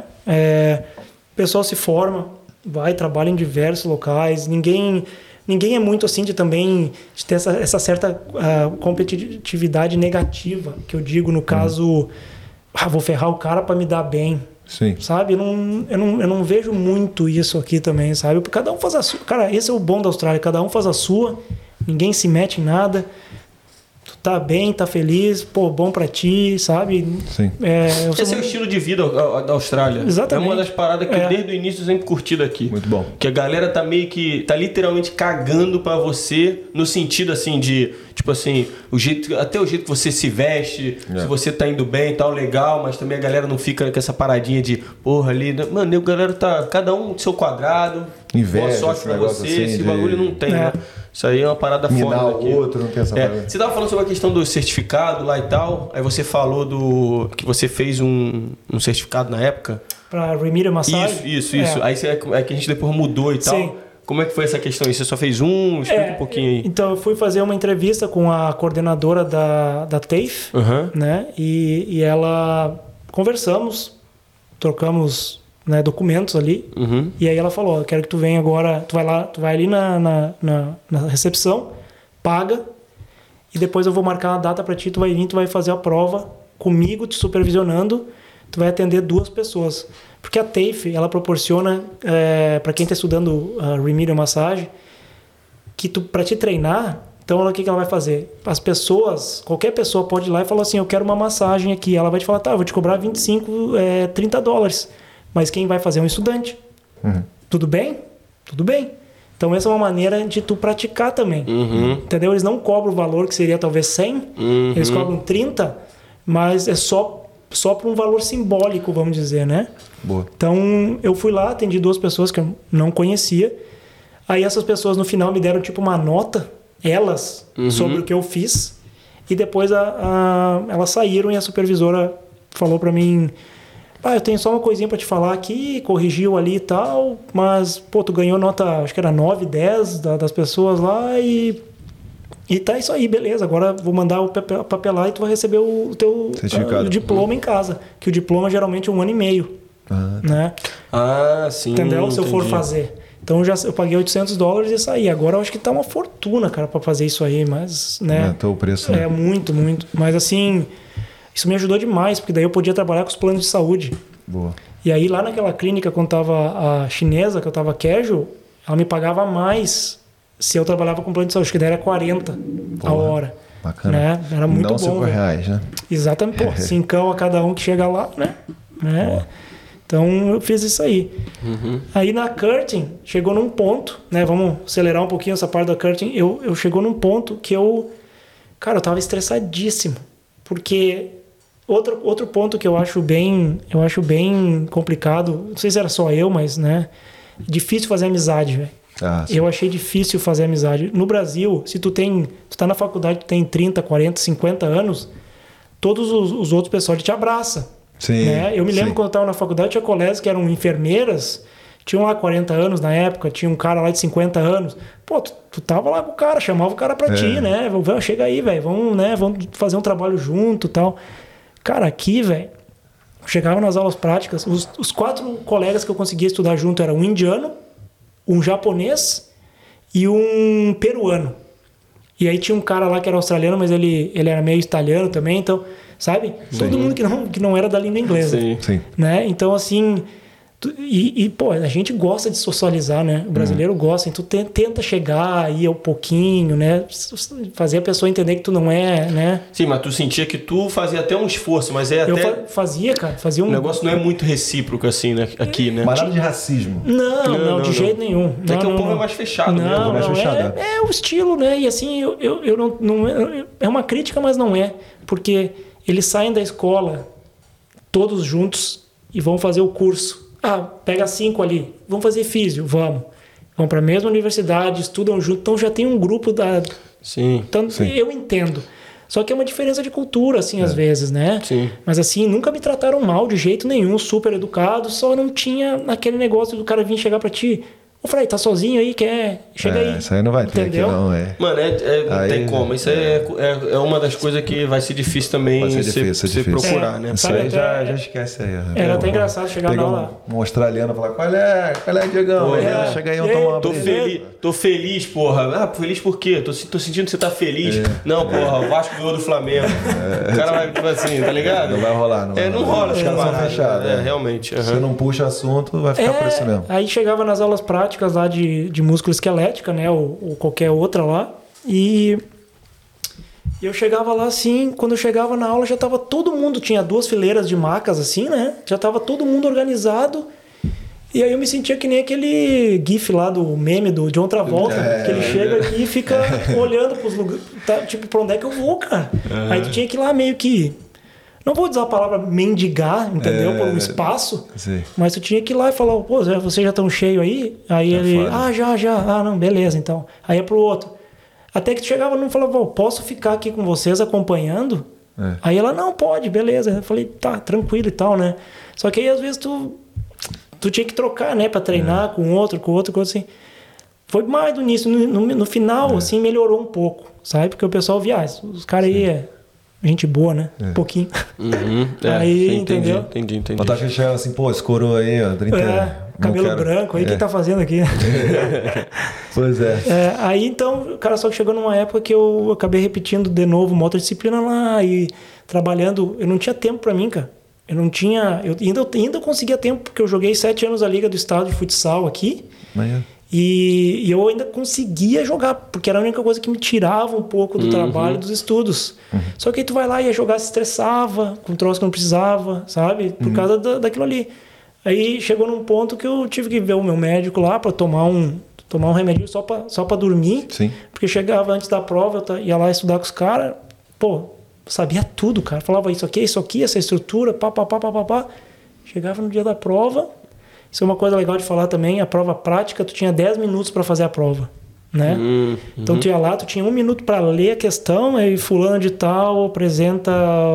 O pessoal se forma, trabalha em diversos locais, Ninguém é muito assim de ter essa certa competitividade negativa, que eu digo no caso, vou ferrar o cara para me dar bem. Sim. Sabe? Eu não vejo muito isso aqui também, sabe? Porque cada um faz a sua. Cara, esse é o bom da Austrália, cada um faz a sua, ninguém se mete em nada. Tu tá bem, tá feliz, bom pra ti, sabe? Sim. Esse é o estilo de vida da Austrália. Exatamente. É uma das paradas que desde o início eu sempre curti daqui. Muito bom. Que a galera tá meio que... Tá literalmente cagando pra você no sentido assim de... Tipo assim, até o jeito que você se veste, se você tá indo bem e tal, legal, mas também a galera não fica com essa paradinha de... Porra, ali... Mano, a galera tá... Cada um do seu quadrado. Inveja, boa sorte pra você. Assim, esse bagulho não tem, né? Isso aí é uma parada minar foda. o outro, não tem essa parada. Você tava falando sobre a questão do certificado lá e tal, aí você falou que você fez um certificado na época. Pra Remedial Massage? Isso. Aí que a gente depois mudou e tal. Sim. Como é que foi essa questão aí? Você só fez explica um pouquinho aí. Então, eu fui fazer uma entrevista com a coordenadora da TAFE, né? E ela... Conversamos, trocamos, né, documentos ali. E aí ela falou, eu quero que tu venha agora... Tu vai ali na recepção, paga, e depois eu vou marcar uma data pra ti, tu vai vir, tu vai fazer a prova comigo, te supervisionando, tu vai atender 2 pessoas. Porque a TAFE, ela proporciona, para quem está estudando Remedial Massage, que para te treinar, então o que ela vai fazer? As pessoas, qualquer pessoa pode ir lá e falar assim, eu quero uma massagem aqui. Ela vai te falar, tá, eu vou te cobrar 25, $30. Mas quem vai fazer é um estudante. Tudo bem? Tudo bem. Então essa é uma maneira de tu praticar também. Entendeu? Eles não cobram o valor que seria talvez 100, eles cobram 30, mas é só por um valor simbólico, vamos dizer, né? Boa. Então, eu fui lá, atendi 2 pessoas que eu não conhecia. Aí essas pessoas, no final, me deram tipo uma nota, elas, sobre o que eu fiz. E depois elas saíram e a supervisora falou pra mim, eu tenho só uma coisinha pra te falar aqui, corrigiu ali e tal, mas, pô, tu ganhou nota, acho que era 9, 10 das pessoas lá e tá isso aí, beleza. Agora vou mandar o papelar e tu vai receber o teu diploma em casa. Que o diploma geralmente é 1 ano e meio. Né? Sim. Entendeu? Se eu for fazer. Então eu paguei $800 e saí. Agora eu acho que tá uma fortuna, cara, pra fazer isso aí. Mas, né? Aumentou o preço. Né? Muito, muito. Mas assim, isso me ajudou demais, porque daí eu podia trabalhar com os planos de saúde. Boa. E aí lá naquela clínica, quando tava a chinesa, que eu tava casual, ela me pagava mais se eu trabalhava com plano de saúde, que daí era 40 a hora. Bacana. Né? Era muito não bom. Não R$5, né? Exatamente. Pô, 5 a cada um que chega lá, né? Então eu fiz isso aí. Aí na Curtin, chegou num ponto, né? Vamos acelerar um pouquinho essa parte da Curtin. Eu chegou num ponto que eu tava estressadíssimo. Porque outro ponto que eu acho bem complicado, não sei se era só eu, mas, né? Difícil fazer amizade, velho. Eu achei difícil fazer amizade. No Brasil, se tu tá na faculdade, tu tem 30, 40, 50 anos, todos os outros pessoal te abraçam. Sim, né? Eu me lembro quando eu estava na faculdade, tinha colegas que eram enfermeiras, tinham lá 40 anos na época, tinha um cara lá de 50 anos. Pô, tu tava lá com o cara, chamava o cara pra ti, né? Chega aí, velho, vamos fazer um trabalho junto e tal. Cara, aqui, velho, chegava nas aulas práticas, os 4 colegas que eu conseguia estudar junto eram um indiano, um japonês e um peruano. E aí tinha um cara lá que era australiano, mas ele era meio italiano também, então, sabe? Todo mundo que não era da língua inglesa. Sim. Né? Então, assim... pô, a gente gosta de socializar, né? O brasileiro gosta, então tenta chegar aí ao pouquinho, né? Fazer a pessoa entender que tu não é, né? Sim, mas tu sentia que tu fazia até um esforço, mas eu fazia, cara. Fazia um... O negócio não é muito recíproco assim, né? Aqui, né? Mas nada de racismo. Não, de jeito nenhum. É que o povo é mais fechado mesmo. É o estilo, né? E assim, eu não é uma crítica, mas não é. Porque eles saem da escola todos juntos e vão fazer o curso. Pega 5 ali, vamos fazer físio, vamos para a mesma universidade, estudam junto, então já tem um grupo da... Sim. Então, eu entendo. Só que é uma diferença de cultura, assim, às vezes, né? Sim. Mas assim, nunca me trataram mal de jeito nenhum, super educado, só não tinha aquele negócio do cara vir chegar para ti... Ô, Frei, tá sozinho aí, quer... Chega aí. Isso aí não vai ter entendeu? Aqui, não. Mano, não tem como. Isso é uma das coisas que vai ser difícil também você procurar, né? Isso aí já esquece aí. Era até engraçado chegar na aula. Um australiano e falar, qual é, Diegão? Chega aí, vamos tomar uma Tô feliz, porra. Feliz por quê? Tô sentindo que você tá feliz. Não, porra, o Vasco ganhou do Flamengo. O cara vai, tipo assim, tá ligado? Não vai rolar, não. Não rola, os caras são fechados. Realmente. Se não puxa assunto, vai ficar por isso mesmo. Aí chegava nas aulas práticas lá de músculo esquelética, né, ou qualquer outra lá, e eu chegava lá assim, quando eu chegava na aula já tava todo mundo, tinha 2 fileiras de macas assim, né, já tava todo mundo organizado, e aí eu me sentia que nem aquele gif lá do meme do John Travolta, que ele chega aqui e fica olhando pros lugares, tipo, pra onde é que eu vou, cara? Aí tu tinha que ir lá meio que... Não vou usar a palavra mendigar, entendeu? Por um espaço. Sim. Mas tu tinha que ir lá e falar, pô, vocês já estão cheios aí? Aí ele, já. Não, beleza, então. Aí é pro outro. Até que tu chegava e falava, posso ficar aqui com vocês acompanhando? Aí ela, não, pode, beleza. Eu falei, tá, tranquilo e tal, né? Só que aí às vezes tu tinha que trocar, né? Pra treinar com outro, assim. Foi mais do início. No final, assim, melhorou um pouco, sabe? Porque o pessoal via, os caras aí gente boa, né? Um pouquinho. Aí, entendeu? Entendi. Eu tava achando assim, pô, esse coroa aí, ó, 30 cabelo branco, aí o que tá fazendo aqui? Pois é. Aí então, cara, só que chegou numa época que eu acabei repetindo de novo uma outra disciplina lá e trabalhando. Eu não tinha tempo pra mim, cara. Eu não tinha. Eu ainda conseguia tempo, porque eu joguei 7 anos a Liga do Estado de Futsal aqui. E eu ainda conseguia jogar, porque era a única coisa que me tirava um pouco do trabalho, dos estudos. Só que aí tu vai lá e ia jogar, se estressava, com troço que não precisava, sabe? Por causa daquilo ali. Aí chegou num ponto que eu tive que ver o meu médico lá para tomar um remédio só pra dormir. Sim. Porque chegava antes da prova, eu ia lá estudar com os caras, sabia tudo, cara. Falava isso aqui, essa estrutura, pá. Chegava no dia da prova. Isso é uma coisa legal de falar também, a prova prática, tu tinha 10 minutos para fazer a prova, né? Então tu ia lá, tu tinha 1 minuto para ler a questão, aí fulano de tal apresenta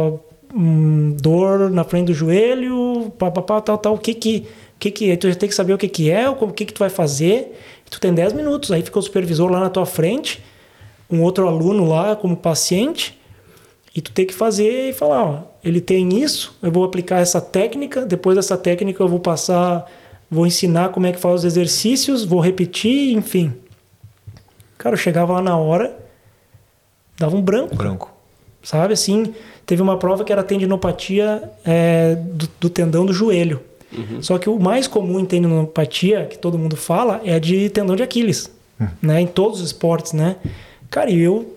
dor na frente do joelho, tal, o que é? Tu já tem que saber o que é, o que tu vai fazer, tu tem 10 minutos, aí fica o supervisor lá na tua frente, um outro aluno lá como paciente, e tu tem que fazer e falar, ele tem isso, eu vou aplicar essa técnica, depois dessa técnica eu vou ensinar como é que faz os exercícios, vou repetir, enfim. Cara, eu chegava lá na hora, dava um branco. Sabe, assim, teve uma prova que era tendinopatia do tendão do joelho. Só que o mais comum em tendinopatia, que todo mundo fala, é de tendão de Aquiles, né? Em todos os esportes, né? Cara, e eu...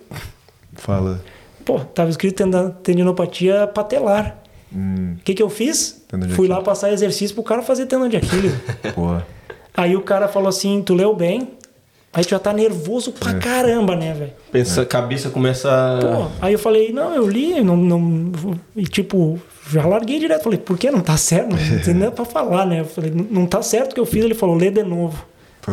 tava escrito tendinopatia patelar. O que eu fiz? Fui lá passar exercício pro cara fazer tendão de Aquiles. Aí o cara falou assim, tu leu bem? Aí tu já tá nervoso pra caramba, né, velho? Pensa, a cabeça começa a... Aí eu falei, não, eu li, e tipo, já larguei direto. Falei, por que não tá certo? Não tem nada pra falar, né? Eu falei, não tá certo o que eu fiz. Ele falou, lê de novo.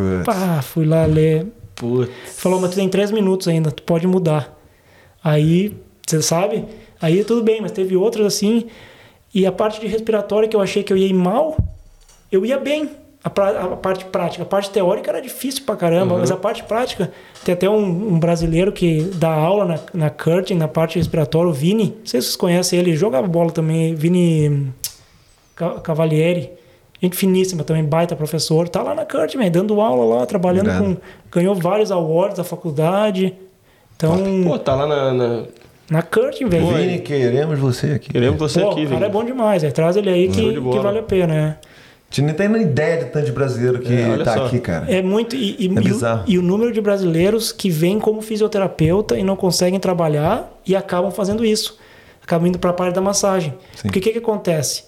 Fui lá ler. Falou, mas tu tem 3 minutos ainda, tu pode mudar. Aí, você sabe? Aí tudo bem, mas teve outras assim. E a parte de respiratória que eu achei que eu ia ir mal, eu ia bem. A parte prática. A parte teórica era difícil pra caramba, mas a parte prática... Tem até um brasileiro que dá aula na Curtin, na parte respiratória, o Vini. Não sei se vocês conhecem ele, jogava bola também. Vini Cavalieri. Gente finíssima também, baita professor. Tá lá na Curtin, dando aula lá, trabalhando ganhou vários awards da faculdade. Então... tá lá na Curtin, velho. Vini, queremos você aqui. O cara é bom demais, traz ele aí que vale a pena, né? A gente não tem nem ideia de tanto de brasileiro que tá aqui, cara. É muito... É bizarro. E o número de brasileiros que vêm como fisioterapeuta e não conseguem trabalhar e acabam fazendo isso. Acabam indo para a parte da massagem. Porque o que acontece?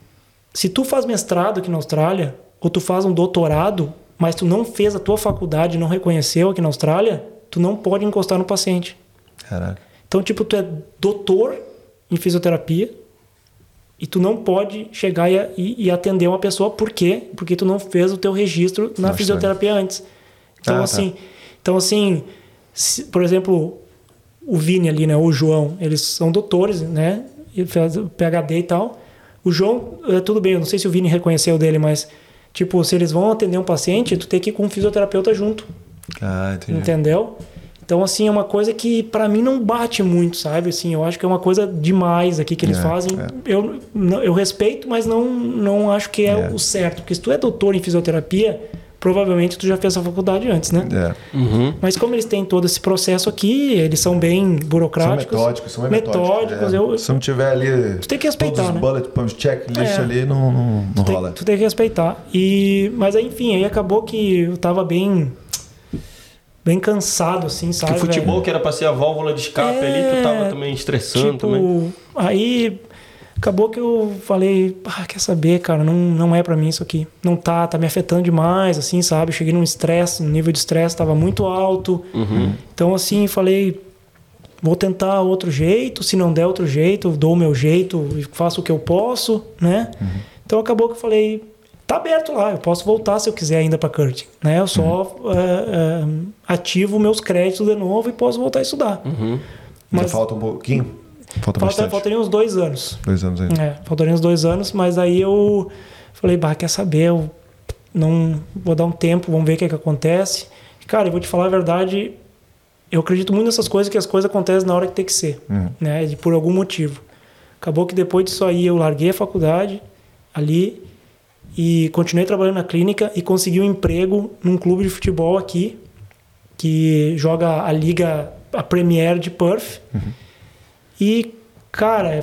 Se tu faz mestrado aqui na Austrália, ou tu faz um doutorado, mas tu não fez a tua faculdade, não reconheceu aqui na Austrália, tu não pode encostar no paciente. Caraca. Então, tipo, tu é doutor em fisioterapia, e tu não pode chegar e atender uma pessoa. Por quê? Porque tu não fez o teu registro na fisioterapia antes. Então, assim, por exemplo, o Vini ali, né, o João, eles são doutores, né? Ele fez o PhD e tal. O João, tudo bem, eu não sei se o Vini reconheceu dele, mas, tipo, se eles vão atender um paciente, tu tem que ir com um fisioterapeuta junto. Entendi. Entendeu? Então, assim, é uma coisa que pra mim não bate muito, sabe? Assim, eu acho que é uma coisa demais aqui que eles fazem. Eu respeito, mas não acho que é o certo. Porque se tu é doutor em fisioterapia, provavelmente tu já fez a faculdade antes, né? Mas como eles têm todo esse processo aqui, eles são bem burocráticos. São metódicos. Se não tiver ali... Tu tem que respeitar, todos os bullet points, checklist ali, não rola. Tu tem que respeitar. Mas aí, enfim, aí acabou que eu tava bem cansado, assim, sabe? Que futebol, velho? Que era pra ser a válvula de escape ali, tu tava também estressando também. Aí acabou que eu falei, quer saber, cara, não é pra mim isso aqui. Não tá me afetando demais, assim, sabe? Eu cheguei num estresse, um nível de estresse tava muito alto. Então, assim, falei, vou tentar outro jeito, se não der outro jeito, eu dou o meu jeito e faço o que eu posso, né? Então acabou que eu falei, tá aberto lá, eu posso voltar se eu quiser ainda para karting, né? Eu só ativo meus créditos de novo e posso voltar a estudar. Mas falta um pouquinho? Faltaria uns 2 anos. 2 anos ainda. Faltaria uns 2 anos, mas aí eu falei, quer saber, eu não vou dar um tempo, vamos ver o que acontece. Cara, eu vou te falar a verdade, eu acredito muito nessas coisas, que as coisas acontecem na hora que tem que ser, né? Por algum motivo. Acabou que depois disso aí eu larguei a faculdade ali e continuei trabalhando na clínica e consegui um emprego num clube de futebol aqui que joga a Premier de Perth. E, cara,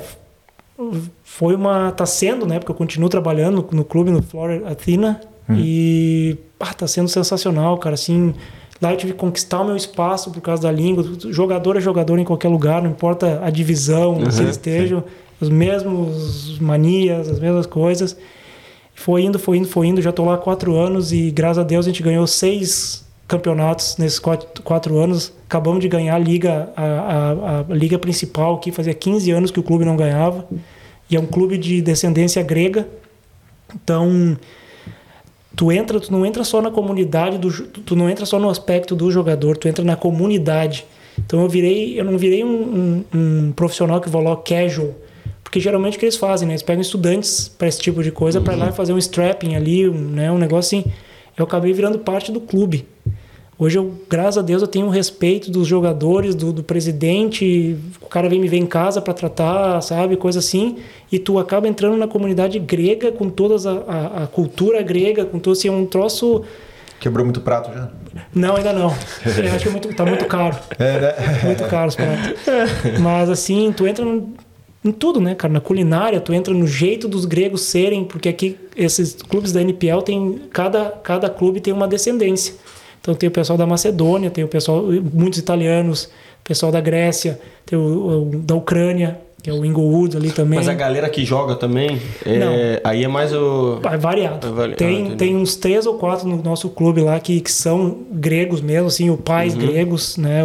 tá sendo, né? Porque eu continuo trabalhando no clube, no Florida Athena. E tá sendo sensacional, cara. Assim, lá eu tive que conquistar o meu espaço por causa da língua. Jogador é jogador em qualquer lugar, não importa a divisão, se eles estejam, os mesmos manias, as mesmas coisas. Foi indo. Já tô lá há 4 anos e, graças a Deus, a gente ganhou 6 campeonatos nesses 4 anos. Acabamos de ganhar a liga, a liga principal, que fazia 15 anos que o clube não ganhava. E é um clube de descendência grega. Então, tu não entra só na comunidade, tu não entra só no aspecto do jogador, tu entra na comunidade. Então eu não virei um profissional que vou lá casual, porque geralmente o que eles fazem, né? Eles pegam estudantes para esse tipo de coisa, para ir lá e fazer um strapping ali, um negócio assim. Eu acabei virando parte do clube. Hoje, graças a Deus, eu tenho o respeito dos jogadores, do presidente. O cara vem me ver em casa para tratar, sabe? Coisa assim. E tu acaba entrando na comunidade grega, com toda a cultura grega, com todo assim, um troço... Quebrou muito prato já? Não, ainda não. Eu acho que tá muito caro. Né? Muito caro os pratos. Mas assim, tu entra em tudo, né, cara? Na culinária, tu entra no jeito dos gregos serem, porque aqui, esses clubes da NPL, cada clube tem uma descendência. Então tem o pessoal da Macedônia, tem o pessoal, muitos italianos, pessoal da Grécia, tem o da Ucrânia, que é o Inglewood ali também. Mas a galera que joga também, aí é mais o... É variado. Tem uns 3 ou 4 no nosso clube lá que são gregos mesmo, assim, pais gregos, né?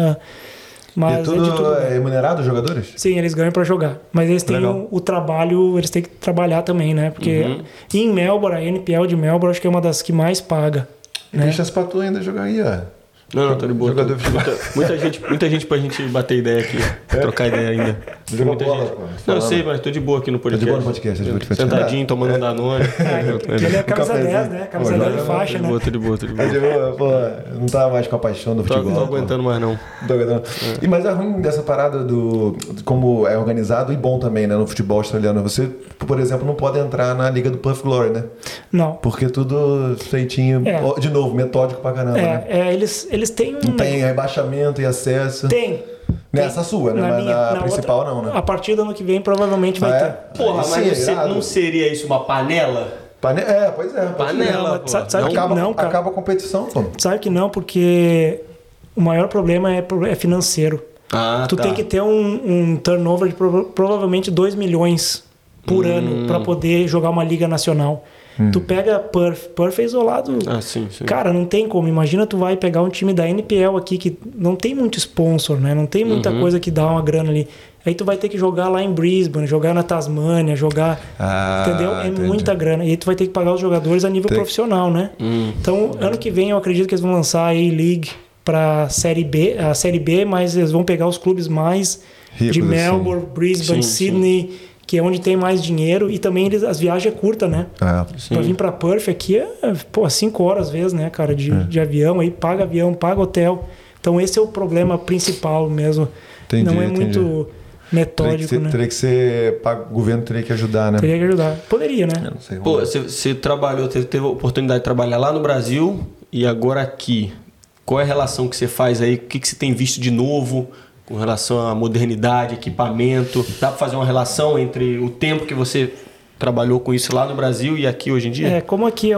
Mas e tudo é remunerado os jogadores? Sim, eles ganham para jogar. Mas eles têm o trabalho, eles têm que trabalhar também, né? Porque em Melbourne, a NPL de Melbourne, acho que é uma das que mais paga. Né? Deixa as patrulhas ainda jogar aí, ó. Não, tô de boa. Muita gente pra gente bater ideia aqui, trocar ideia ainda. Jogou bola, pô. Não, eu sei, mas tô de boa aqui no podcast. Tô de boa no podcast. Sentadinho, tomando um Danone. Ele é camisa 10, né? Camisa 10 de faixa, né? Tô de boa. Tá de boa, pô. Não tava mais com a paixão do futebol. Não tô aguentando mais, não. E mas é ruim dessa parada de como é organizado e bom também, né? No futebol australiano. Você, por exemplo, não pode entrar na Liga do Perth Glory, né? Não. Porque tudo feitinho, de novo, metódico pra caramba, né? Eles têm Não tem rebaixamento e acesso. Tem. Nessa sua, né? Mas na principal outra, não, né? A partir do ano que vem provavelmente vai ter. Porra, mas não seria isso uma panela? Pois é. Panela, pô. Sabe que não, cara. Acaba a competição, pô. Sabe que não, porque o maior problema é financeiro. Tu tem que ter um turnover de provavelmente 2 milhões por ano para poder jogar uma liga nacional. Tu pega Perth é isolado. Sim. Cara, não tem como. Imagina tu vai pegar um time da NPL aqui que não tem muito sponsor, né? Não tem muita coisa que dá uma grana ali. Aí tu vai ter que jogar lá em Brisbane, jogar na Tasmânia, jogar... entendeu? Entendi. Muita grana. E aí tu vai ter que pagar os jogadores a nível profissional, né? Então, ano que vem eu acredito que eles vão lançar a A-League para a Série B, mas eles vão pegar os clubes mais ricos, de Melbourne, Brisbane, Sydney... que é onde tem mais dinheiro, e também as viagens é curta, né? Pra vir pra Perth aqui é 5 horas às vezes, né, cara, de avião, aí paga avião, paga hotel. Então esse é o problema principal mesmo. Não é muito metódico, né? Teria que ser, o governo teria que ajudar, né? Teria que ajudar. Poderia, né? Pô, você trabalhou, teve a oportunidade de trabalhar lá no Brasil e agora aqui. Qual é a relação que você faz aí? O que você tem visto de novo com relação à modernidade, equipamento? Dá para fazer uma relação entre o tempo que você trabalhou com isso lá no Brasil e aqui hoje em dia? Como aqui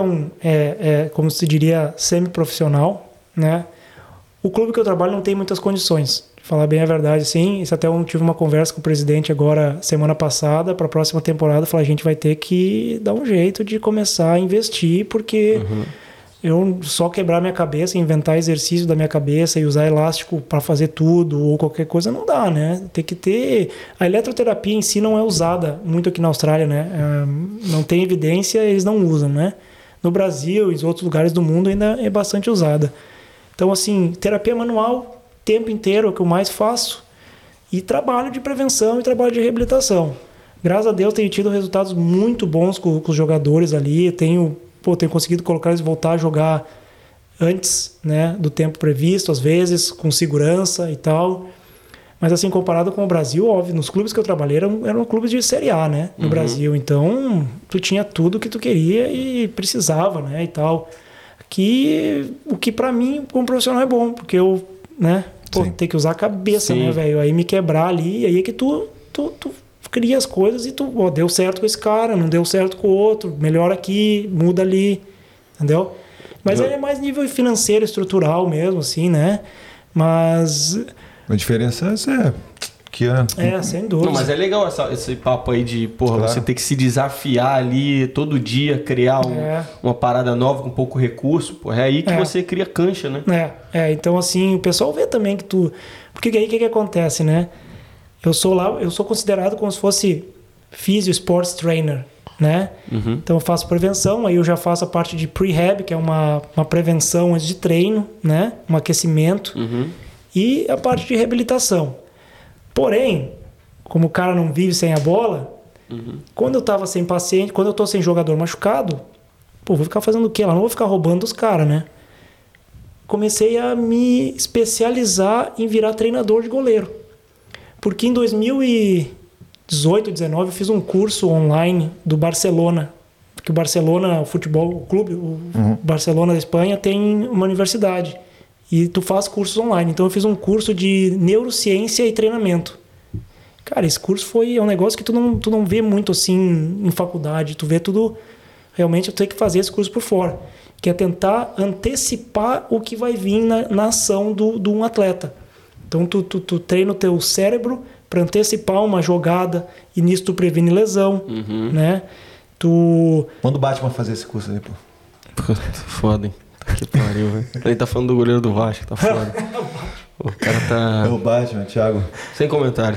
é como se diria, semi-profissional, né? O clube que eu trabalho não tem muitas condições, de falar bem a verdade, sim. Isso até eu tive uma conversa com o presidente agora, semana passada, para a próxima temporada, falar, a gente vai ter que dar um jeito de começar a investir, porque eu só quebrar minha cabeça, inventar exercício da minha cabeça e usar elástico para fazer tudo ou qualquer coisa, não dá, né? Tem que ter... A eletroterapia em si não é usada muito aqui na Austrália, né? Não tem evidência, eles não usam, né? No Brasil e em outros lugares do mundo ainda é bastante usada. Então, assim, terapia manual, tempo inteiro, é o que eu mais faço. E trabalho de prevenção e trabalho de reabilitação. Graças a Deus, tenho tido resultados muito bons com os jogadores ali. Tenho conseguido colocar eles voltar a jogar antes, né, do tempo previsto, às vezes, com segurança e tal. Mas, assim, comparado com o Brasil, óbvio, nos clubes que eu trabalhei eram clubes de Série A, né, no Brasil. Então, tu tinha tudo que tu queria e precisava, né, e tal. Aqui, o que pra mim, como profissional, é bom, porque eu, né, tem que usar a cabeça, né, velho? Aí me quebrar ali, aí é que tu cria as coisas e tu, deu certo com esse cara, não deu certo com o outro, melhora aqui, muda ali, entendeu? Mas aí é mais nível financeiro, estrutural mesmo, assim, né? Mas... A diferença é que sem dúvida. Não, mas é legal esse papo aí de, você ter que se desafiar ali todo dia, criar uma parada nova com pouco recurso, é aí que você cria cancha, né? Então assim, o pessoal vê também que tu... Porque aí o que acontece, né? Eu sou considerado como se fosse physio sports trainer, né? Então eu faço prevenção, aí eu já faço a parte de prehab, que é uma prevenção antes de treino, né? Um aquecimento. E a parte de reabilitação. Porém, como o cara não vive sem a bola, quando eu tava sem paciente, quando eu tô sem jogador machucado, vou ficar fazendo o quê lá? Não vou ficar roubando os caras, né? Comecei a me especializar em virar treinador de goleiro. Porque em 2018, 2019, eu fiz um curso online do Barcelona. Porque o Barcelona, o futebol, o clube, o Barcelona da Espanha, tem uma universidade. E tu faz cursos online. Então eu fiz um curso de neurociência e treinamento. Cara, esse curso é um negócio que tu não vê muito assim em faculdade. Tu vê tudo... Realmente eu tenho que fazer esse curso por fora. Que é tentar antecipar o que vai vir na ação de um atleta. Então tu treina o teu cérebro para antecipar uma jogada e nisso tu previne lesão, né? Manda o Batman fazer esse curso aí, pô. Foda, hein? Que pariu, velho. Ele tá falando do goleiro do Vasco, tá foda. O cara tá... É o Batman, Thiago. Sem comentário.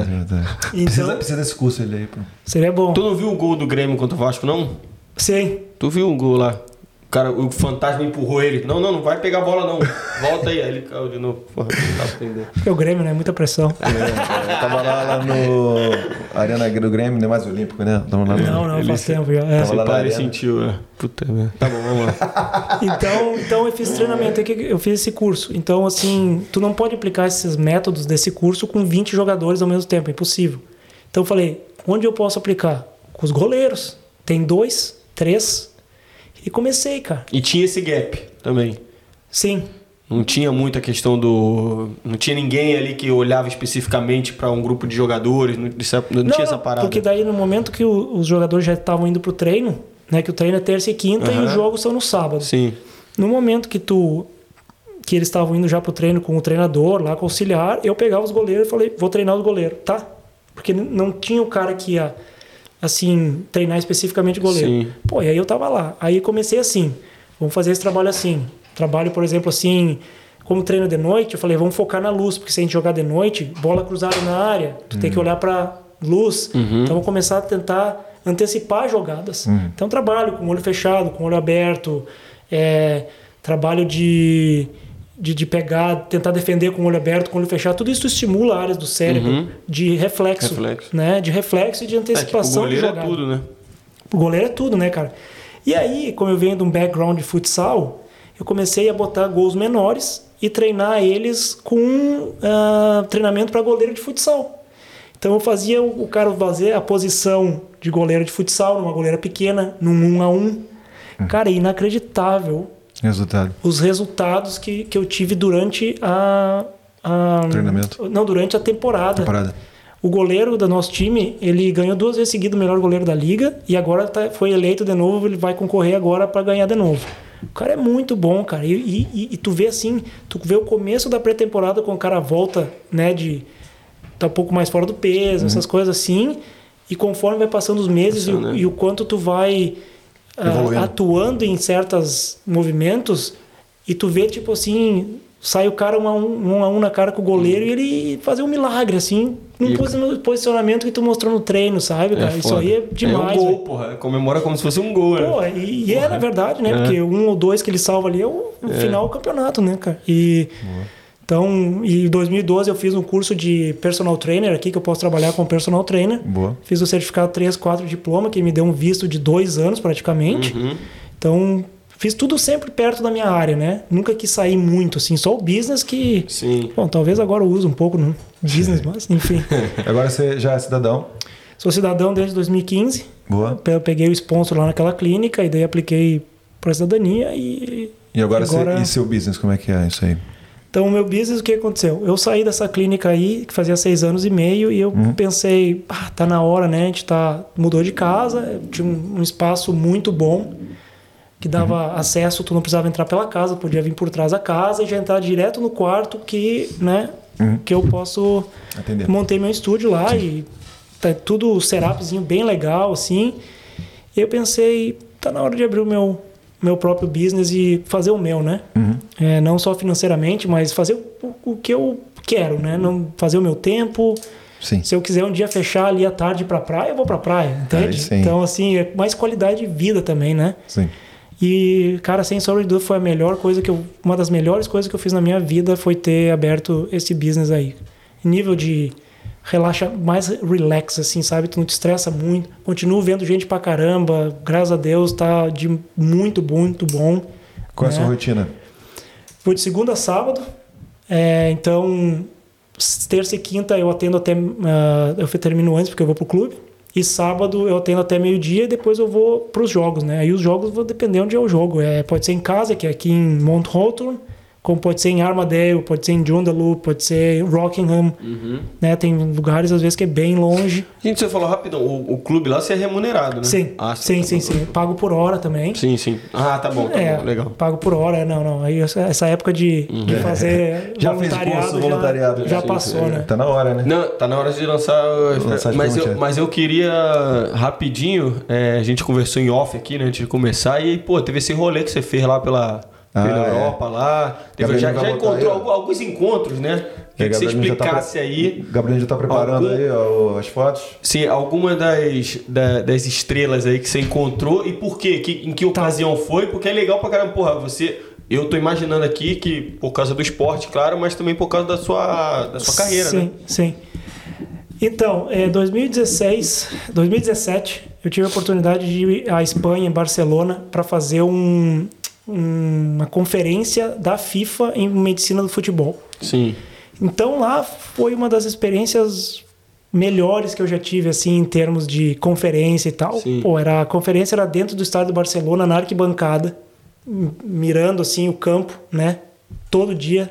Então, precisa desse curso ele aí, pô. Seria bom. Tu não viu o gol do Grêmio contra o Vasco, não? Sim. Tu viu o gol lá? O fantasma empurrou ele. Não vai pegar a bola, não. Volta aí. Aí ele caiu de novo. Porra, não dá pra entender. Porque o Grêmio, né? Muita pressão. Eu tava lá no Arena do Grêmio, não é mais olímpico, né? Não, faz tempo já. Esse pai ele sentiu, Puta merda. Tá bom, vamos lá. Então eu fiz treinamento, eu fiz esse curso. Então, assim, tu não pode aplicar esses métodos desse curso com 20 jogadores ao mesmo tempo. É impossível. Então eu falei, onde eu posso aplicar? Com os goleiros. Tem 2, 3... E comecei, cara. E tinha esse gap também? Sim. Não tinha muita questão do... Não tinha ninguém ali que olhava especificamente para um grupo de jogadores? Não tinha essa parada? Porque daí no momento que os jogadores já estavam indo pro treino, né? Que o treino é terça e quinta e os jogos são no sábado. Sim. No momento que eles estavam indo já pro treino com o treinador, lá com o auxiliar, eu pegava os goleiros e falei, vou treinar os goleiros, tá? Porque não tinha o cara que ia... assim, treinar especificamente goleiro. Sim. E aí eu tava lá. Aí comecei assim, vamos fazer esse trabalho assim. Trabalho, por exemplo, assim, como treino de noite, eu falei, vamos focar na luz, porque se a gente jogar de noite, bola cruzada na área, tu tem que olhar pra luz. Então vou começar a tentar antecipar jogadas. Então trabalho com o olho fechado, com o olho aberto, trabalho de pegar, tentar defender com o olho aberto, com o olho fechado, tudo isso estimula áreas do cérebro de reflexo, né? De reflexo e de antecipação. O goleiro é tudo, né? O goleiro é tudo, né, cara? E aí, como eu venho de um background de futsal, eu comecei a botar gols menores e treinar eles com treinamento para goleiro de futsal. Então eu fazia o cara fazer a posição de goleiro de futsal numa goleira pequena, num 1-1. Cara, é inacreditável. Os resultados que eu tive durante treinamento. Não, durante a temporada. O goleiro do nosso time, ele ganhou 2 vezes seguido o melhor goleiro da liga e agora foi eleito de novo, ele vai concorrer agora para ganhar de novo. O cara é muito bom, cara. E tu vê assim, tu vê o começo da pré-temporada quando o cara volta, né, tá um pouco mais fora do peso, essas coisas assim, e conforme vai passando os meses e o quanto tu vai atuando em certos movimentos e tu vê, tipo assim, sai o cara um a um na cara com o goleiro e ele fazer um milagre, assim, no posicionamento que tu mostrou no treino, sabe, cara? Isso aí é demais. É um gol, porra. Comemora como se fosse um gol, né? Pô, e é na verdade, né? Porque 1 ou 2 que ele salva ali é o final do campeonato, né, cara? Então, em 2012 eu fiz um curso de personal trainer aqui, que eu posso trabalhar como personal trainer. Fiz o certificado 3, 4 diploma, que me deu um visto de 2 anos praticamente. Então, fiz tudo sempre perto da minha área, né? Nunca quis sair muito, assim, só o business que... Sim. Bom, talvez agora eu use um pouco no business, mas enfim. Agora você já é cidadão? Sou cidadão desde 2015. Boa. Eu peguei o sponsor lá naquela clínica e daí apliquei para cidadania e agora e seu business, como é que é isso aí? Então, o meu business, o que aconteceu? Eu saí dessa clínica aí, que fazia 6 anos e meio, e eu pensei, tá na hora, né? A gente mudou de casa, tinha um espaço muito bom, que dava acesso, tu não precisava entrar pela casa, podia vir por trás da casa e já entrar direto no quarto que, né, que eu posso atender. Montei meu estúdio lá e tá tudo serapzinho bem legal, assim. E eu pensei, tá na hora de abrir o meu próprio business e fazer o meu, né? Não só financeiramente, mas fazer o que eu quero, né? Não fazer o meu tempo. Sim. Se eu quiser um dia fechar ali à tarde pra praia, eu vou pra praia, entende? Então, assim, é mais qualidade de vida também, né? Sim. E, cara, sem sombra de dúvida, foi uma das melhores coisas que eu fiz na minha vida foi ter aberto esse business aí. Nível de mais relax, assim, sabe? Tu não te estressa muito. Continuo vendo gente pra caramba. Graças a Deus, tá de muito bom. Qual é a sua rotina? Vou de segunda a sábado. Então, terça e quinta eu atendo até... eu termino antes porque eu vou pro clube. E sábado eu atendo até meio-dia e depois eu vou pros jogos, né? Aí os jogos vão depender onde é o jogo. Pode ser em casa, que é aqui em Mount Hawthorne, como pode ser em Armadale, pode ser em Joondalup, pode ser em Rockingham, né? Tem lugares às vezes que é bem longe. Gente, você falou rapidão, o clube lá você é remunerado, né? Sim, sim. Pago por hora também. Sim. Ah, tá bom, legal. Pago por hora, não. Aí essa época de fazer já voluntariado, já passou, né? Tá na hora, né? Não, tá na hora de lançar mas eu queria rapidinho, a gente conversou em off aqui, né, antes de começar, e pô, teve esse rolê que você fez lá pela Europa lá. Já encontrou alguns encontros, né? Queria que você explicasse aí. Gabriel já está preparando aí as fotos? Sim, alguma das estrelas aí que você encontrou e por quê? Em que ocasião foi? Porque é legal pra caramba. Porra, eu tô imaginando aqui que por causa do esporte, claro, mas também por causa da sua carreira, né? Sim. Então, 2017, eu tive a oportunidade de ir à Espanha, em Barcelona, para fazer uma conferência da FIFA em medicina do futebol. Sim. Então lá foi uma das experiências melhores que eu já tive, assim, em termos de conferência e tal. Sim. Pô, a conferência era dentro do estádio do Barcelona, na arquibancada, mirando, assim, o campo, né? Todo dia.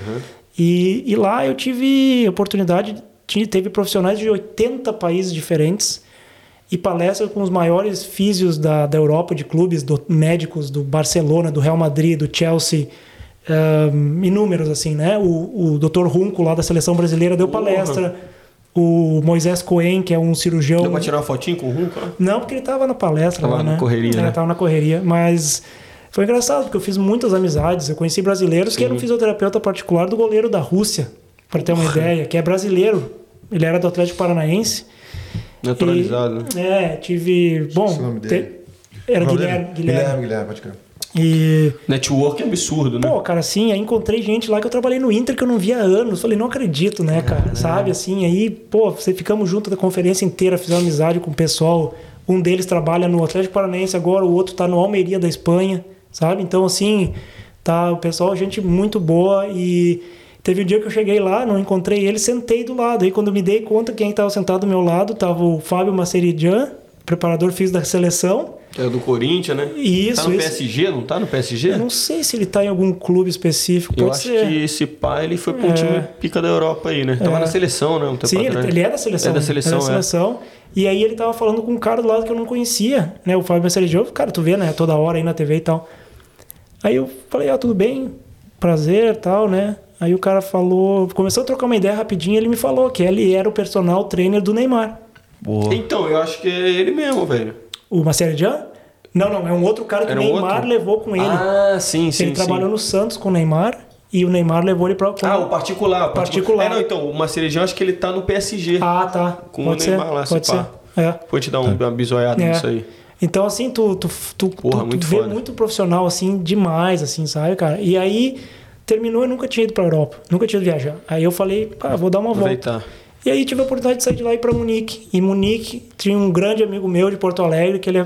E lá eu tive oportunidade, teve profissionais de 80 países diferentes e palestras com os maiores físios da Europa, de clubes, médicos do Barcelona, do Real Madrid, do Chelsea, inúmeros, assim, né? O Dr. Runco, lá da seleção brasileira, deu palestra. O Moisés Cohen, que é um cirurgião... Deu pra tirar uma fotinho com o Runco? Não, porque ele tava na palestra. Tava na correria, né? Tava na correria, mas... Foi engraçado, porque eu fiz muitas amizades. Eu conheci brasileiros que eram fisioterapeuta particular do goleiro da Rússia, para ter uma ideia, que é brasileiro. Ele era do Atlético Paranaense. Naturalizado. Tive... Bom, era Guilherme, pode crer. E... Network é absurdo, né? Pô, cara, assim, aí encontrei gente lá que eu trabalhei no Inter que eu não via há anos. Falei, não acredito, né, cara? Sabe, assim, aí, pô, ficamos juntos da conferência inteira, fizemos amizade com o pessoal. Um deles trabalha no Atlético Paranaense agora, o outro tá no Almeria da Espanha, sabe? Então, assim, tá, o pessoal, gente muito boa. E teve um dia que eu cheguei lá, não encontrei ele, sentei do lado. Aí quando eu me dei conta quem estava sentado do meu lado, tava o Fábio Maceridian, preparador físico da seleção. É do Corinthians, né? Isso. Tá no PSG, não tá no PSG? Eu não sei se ele tá em algum clube específico. Eu acho que esse pai, ele foi pro time pica da Europa aí, né? Tava na seleção, né? Sim, ele é da seleção. É da seleção, E aí ele tava falando com um cara do lado que eu não conhecia, né? O Fábio Maceridian. Cara, tu vê, né? Toda hora aí na TV e tal. Aí eu falei, tudo bem, prazer e tal, né? Aí o cara falou, começou a trocar uma ideia rapidinho, ele me falou que ele era o personal trainer do Neymar. Boa. Então, eu acho que é ele mesmo, velho. O Maceridian? Não, é um outro cara que o Neymar levou com ele. Ah, sim. Ele trabalhou no Santos com o Neymar e o Neymar levou ele pra... o particular. Então, o Marcelejão, acho que ele tá no PSG. Ah, tá. Com pode o Neymar ser, lá, pode ser. Vou te dar uma bisoiada nisso aí. Então, assim, tu vê muito profissional, assim, demais, assim, sabe, cara? E aí, terminou e nunca tinha ido pra Europa. Nunca tinha ido viajar. Aí eu falei, vou dar uma volta. E aí tive a oportunidade de sair de lá e ir pra Munique. Em Munique tinha um grande amigo meu de Porto Alegre, que ele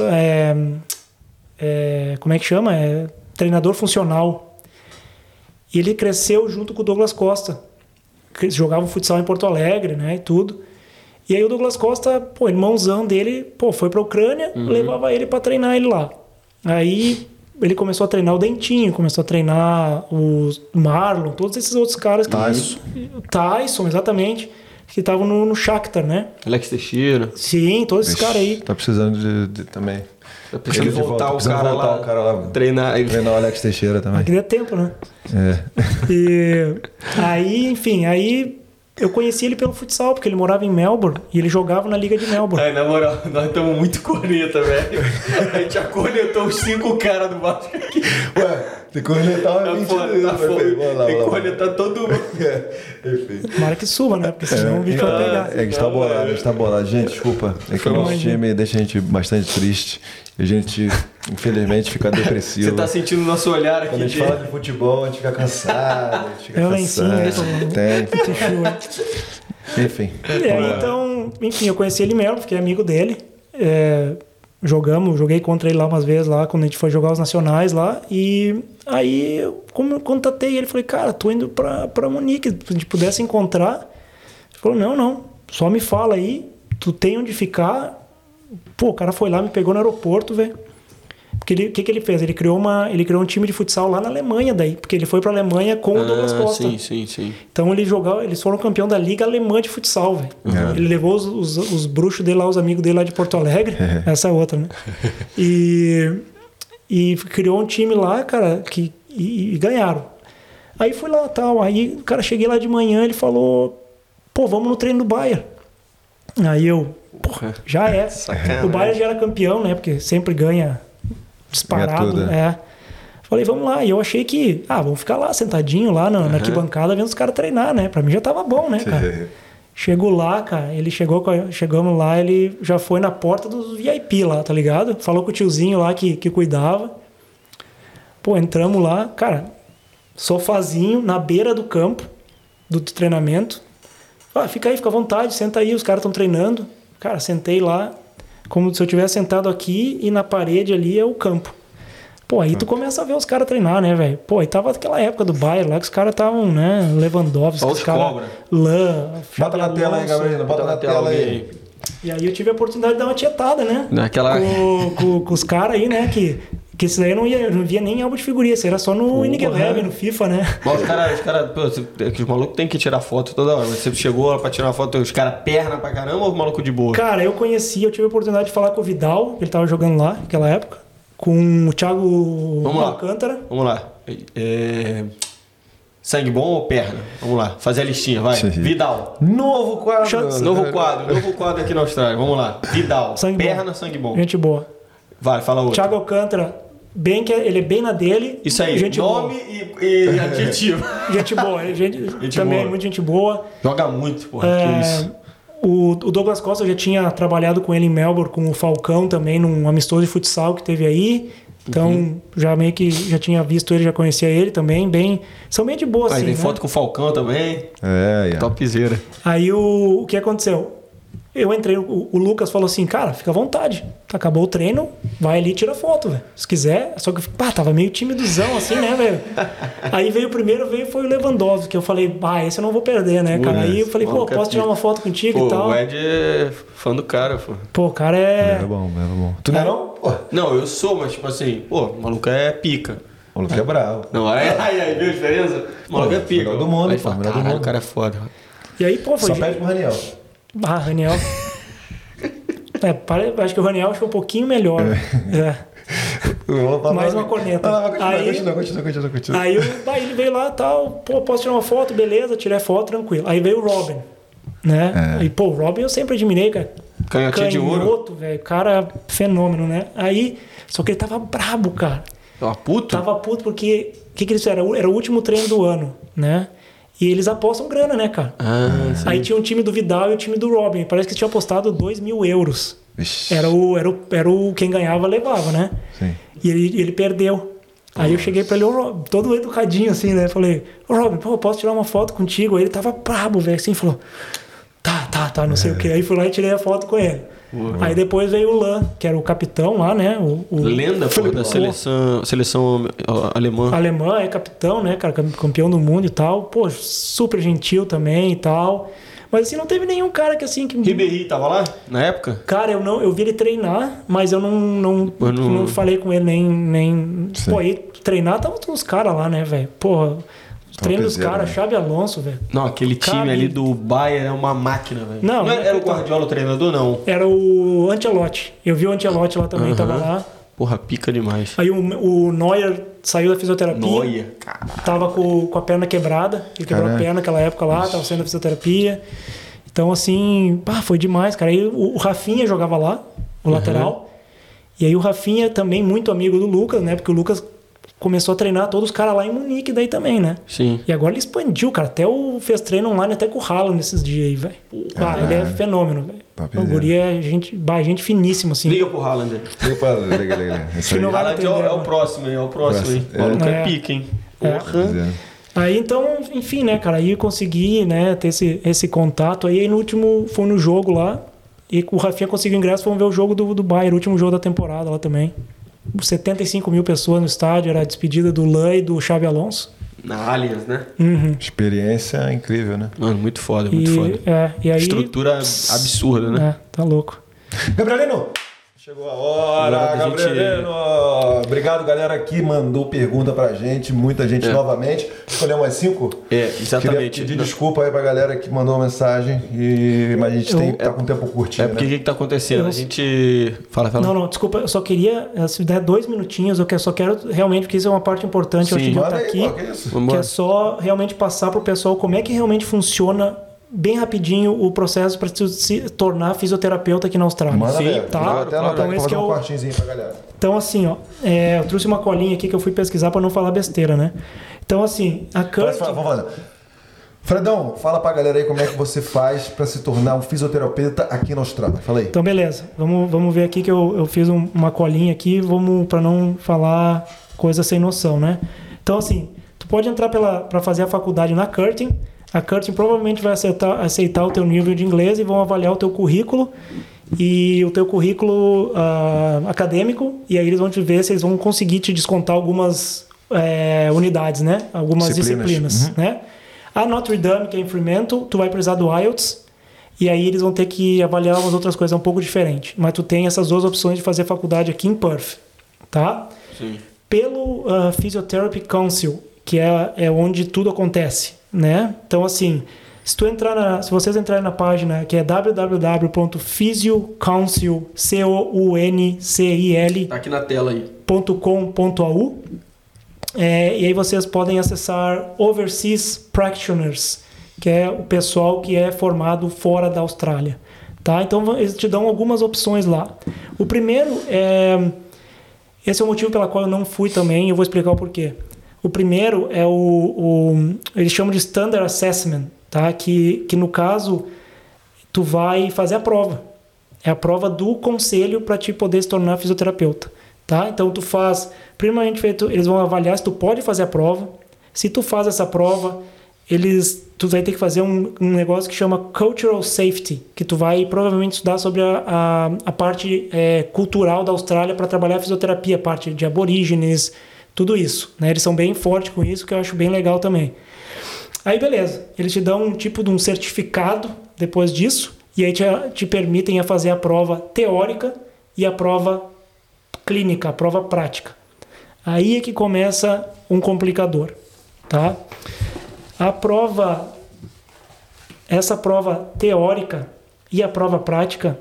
como é que chama? Treinador funcional. E ele cresceu junto com o Douglas Costa. Eles jogavam futsal em Porto Alegre, né, e tudo. E aí o Douglas Costa, irmãozão dele, foi pra Ucrânia, levava ele pra treinar ele lá. Aí ele começou a treinar o Dentinho, começou a treinar o Marlon, todos esses outros caras. Tyson, exatamente. Que estavam no Shakhtar, né? Alex Teixeira. Sim, todos esses caras aí. Tá precisando de também. Tá precisando voltar o cara lá. Treinar o Alex Teixeira também. Aqui deu tempo, né? E aí, enfim, eu conheci ele pelo futsal, porque ele morava em Melbourne e ele jogava na Liga de Melbourne. Na moral, nós estamos muito corneta, velho. A gente já cornetou os 5 caras do Vasco aqui. Ué, tem que cornetar uma tem que cornetar todo mundo. Tomara que suba, né? Porque senão o bicho vai pegar. A gente tá bolado. Gente, desculpa. É que o nosso time deixa a gente bastante triste. E a gente, infelizmente, fica depressivo. Você tá sentindo o nosso olhar aqui. Quando a gente fala de futebol, a gente fica cansado. Enfim. Então, eu conheci ele mesmo, fiquei amigo dele. Joguei contra ele lá umas vezes, lá, quando a gente foi jogar os nacionais lá. E aí, como eu contatei ele, falei, cara, tô indo pra Munique, se a gente pudesse encontrar. Ele falou, não, só me fala aí, tu tem onde ficar. O cara foi lá, me pegou no aeroporto, velho. Porque o que ele fez? Ele criou um time de futsal lá na Alemanha daí, porque ele foi pra Alemanha com o Douglas Costa. Sim. Então eles foram campeão da Liga Alemã de Futsal, velho. Ele levou os bruxos dele lá, os amigos dele lá de Porto Alegre. Essa é outra, né? E criou um time lá, cara, e ganharam. Aí fui lá, tal. Aí, cara, cheguei lá de manhã, ele falou, vamos no treino do Bayern. Aí eu, já é. O Bayern já era campeão, né? Porque sempre ganha disparado. Tudo, Falei, vamos lá. E eu achei que, vamos ficar lá sentadinho lá na arquibancada vendo os caras treinar, né? Pra mim já tava bom, né, cara? Chegou lá, cara, chegamos lá, ele já foi na porta dos VIP lá, tá ligado? Falou com o tiozinho lá que cuidava. Entramos lá, cara, sofazinho na beira do campo do treinamento. Fica aí, fica à vontade, senta aí, os caras estão treinando. Cara, sentei lá, como se eu tivesse sentado aqui e na parede ali é o campo. Aí tu começa a ver os caras treinar, né, velho? Aí tava aquela época do Bayern lá que os caras estavam, né, Lewandowski, os caras... Bota na tela aí, Gabriel, bota na tela aí. E aí eu tive a oportunidade de dar uma tietada, né? Com os caras aí, né, que isso daí eu não via nem em álbum de figurinha, isso era só no Inigelev, no FIFA, né? Mas os malucos tem que tirar foto toda hora. Você chegou pra tirar uma foto, os caras perna pra caramba ou o maluco de boa? Cara, eu tive a oportunidade de falar com o Vidal, que ele tava jogando lá naquela época, com o Thiago Alcântara. Vamos lá. Sangue bom ou perna? Vamos lá, fazer a listinha, vai. Sim. Vidal. Novo quadro. Novo quadro aqui na Austrália. Vamos lá. Vidal. Perna, bom. Sangue bom. Gente boa. Vai, fala outro. Thiago Alcântara. Ele é bem na dele. Isso aí, gente nome e adjetivo. Gente boa, também boa. Muito gente boa. Joga muito, porra. Que isso. O Douglas Costa, eu já tinha trabalhado com ele em Melbourne, com o Falcão também, num amistoso de futsal que teve aí. Então, já meio que já tinha visto ele, já conhecia ele também. São bem de boa, assim. Aí tem foto com o Falcão também. Topzera. Aí o que aconteceu? Eu entrei, o Lucas falou assim, cara, fica à vontade. Acabou o treino, vai ali e tira foto, velho. Se quiser. Só que, tava meio timidozão assim, né, velho? Aí foi o Lewandowski, que eu falei, esse eu não vou perder, né, cara? Aí eu falei, posso tirar uma foto contigo e tal? O Ed é fã do cara, pô. O cara é... É bom. Tu não é não? Não, eu sou, mas tipo assim, o maluco é pica. O maluco é bravo. Não, aí, viu a diferença? O maluco é pica. Melhor do mundo, pô. Caralho, o cara é foda. E aí, foi... Só pede pro Raniel. Raniel. Acho que o Raniel achou um pouquinho melhor. Mais uma corneta. Continua. Aí ele veio lá e tal, posso tirar uma foto? Beleza, tirei a foto, tranquilo. Aí veio o Robin, né? Aí, o Robin eu sempre admirei, cara. Canhotinha de ouro. Canhoto, velho. Cara, fenômeno, né? Aí, só que ele tava brabo, cara. Tava puto? Tava puto porque... O que eles fizeram? Era o último treino do ano, né? E eles apostam grana, né, cara? Aí tinha um time do Vidal e o time do Robin. Parece que tinha apostado 2.000 euros. Ixi. Era o quem ganhava levava, né? Sim. E ele perdeu. Aí eu cheguei pra ele, Robin, todo educadinho assim, né? Falei, Robin, pô, posso tirar uma foto contigo? Aí ele tava brabo, velho, assim, falou, tá, não sei o quê. Aí fui lá e tirei a foto com ele. Aí depois veio o Lan, que era o capitão lá, né? Lenda, pô, da seleção alemã. Alemã, é capitão, né, cara? Campeão do mundo e tal. Pô, super gentil também e tal. Mas assim, não teve nenhum cara que assim... Ribéry tava lá, na época? Cara, eu vi ele treinar, mas eu não falei com ele nem... Sim. Pô, aí treinar, tava os caras lá, né, velho? Porra, os treinos dos caras, né? Xabi Alonso, velho. Não, aquele time ali do Bayern é uma máquina, velho. Não era o Guardiola o treinador, não? Era o Ancelotti. Eu vi o Ancelotti lá também, tava lá. Porra, pica demais. Aí o Neuer saiu da fisioterapia. Neuer, caralho. Tava com a perna quebrada. Ele quebrou a perna naquela época lá, tava saindo da fisioterapia. Então, assim, foi demais, cara. Aí o Rafinha jogava lá, o lateral. E aí o Rafinha também muito amigo do Lucas, né? Porque o Lucas começou a treinar todos os caras lá em Munique daí também, né? Sim. E agora ele expandiu, cara. Fez treino online até com o Haaland nesses dias aí, velho. Ele é fenômeno, velho. O guri é gente finíssima, assim. Liga pro Haaland. Liga. Esse não vai Haaland atender, é o próximo, hein? É o próximo, hein? O maluco é pica, hein? Aí então, enfim, né, cara, aí eu consegui, né, ter esse contato. Aí no último, foi no jogo lá, e o Rafinha conseguiu ingresso, fomos ver o jogo do Bayern, o último jogo da temporada lá também. 75 mil pessoas no estádio, era a despedida do Lan e do Xabi Alonso. Na Allianz, né? Experiência incrível, né? Mano, muito foda, muito foda. E aí, estrutura absurda, né? Tá louco. Gabrielino! Chegou a hora, Gabrielino! Obrigado, galera, que mandou pergunta pra gente, muita gente novamente. Escolheu umas 5? Exatamente. Queria pedir desculpa aí pra galera que mandou uma mensagem, mas a gente tá com o tempo curtinho. Porque o que tá acontecendo? A gente... Fala. Não, desculpa, eu só queria, se der 2 minutinhos, eu só quero realmente, porque isso é uma parte importante, eu acho que já tá aqui, que é só realmente passar pro pessoal como é que realmente funciona bem rapidinho o processo para se tornar fisioterapeuta aqui na Austrália. Tá? Então esse que é o cortezinho pra galera. Então assim, ó, eu trouxe uma colinha aqui que eu fui pesquisar para não falar besteira, né? Então assim, a Curtin... Vamos fazer. Fredão, fala pra galera aí como é que você faz para se tornar um fisioterapeuta aqui na Austrália. Fala aí. Então beleza, vamos ver aqui que eu fiz uma colinha aqui, para não falar coisa sem noção, né? Então assim, tu pode entrar para fazer a faculdade na Curtin. A Curtin provavelmente vai aceitar o teu nível de inglês e vão avaliar o teu currículo e o teu currículo acadêmico, e aí eles vão te ver se eles vão conseguir te descontar algumas unidades, né? Algumas disciplinas, né? A Notre Dame, que é em Fremantle, tu vai precisar do IELTS, e aí eles vão ter que avaliar umas outras coisas um pouco diferentes. Mas tu tem essas duas opções de fazer faculdade aqui em Perth, tá? Sim. Pelo Physiotherapy Council, que é onde tudo acontece, né? Então, assim, se vocês entrarem na página que é www.physiocouncil.com.au, tá aqui na tela aí, e aí vocês podem acessar Overseas Practitioners, que é o pessoal que é formado fora da Austrália, tá? Então, eles te dão algumas opções lá. O primeiro esse é o motivo pelo qual eu não fui também, e eu vou explicar o porquê. O primeiro é eles chamam de Standard Assessment, tá? Que no caso, tu vai fazer a prova. É a prova do conselho para te poder se tornar fisioterapeuta, tá? Então, tu faz... Primeiramente, eles vão avaliar se tu pode fazer a prova. Se tu faz essa prova, tu vai ter que fazer um negócio que chama Cultural Safety, que tu vai provavelmente estudar sobre a parte cultural da Austrália para trabalhar a fisioterapia, a parte de aborígenes, tudo isso, né? Eles são bem fortes com isso, que eu acho bem legal também. Aí beleza, eles te dão um tipo de um certificado depois disso, e aí te permitem a fazer a prova teórica e a prova clínica, a prova prática. Aí é que começa um complicador, tá? Essa prova teórica e a prova prática,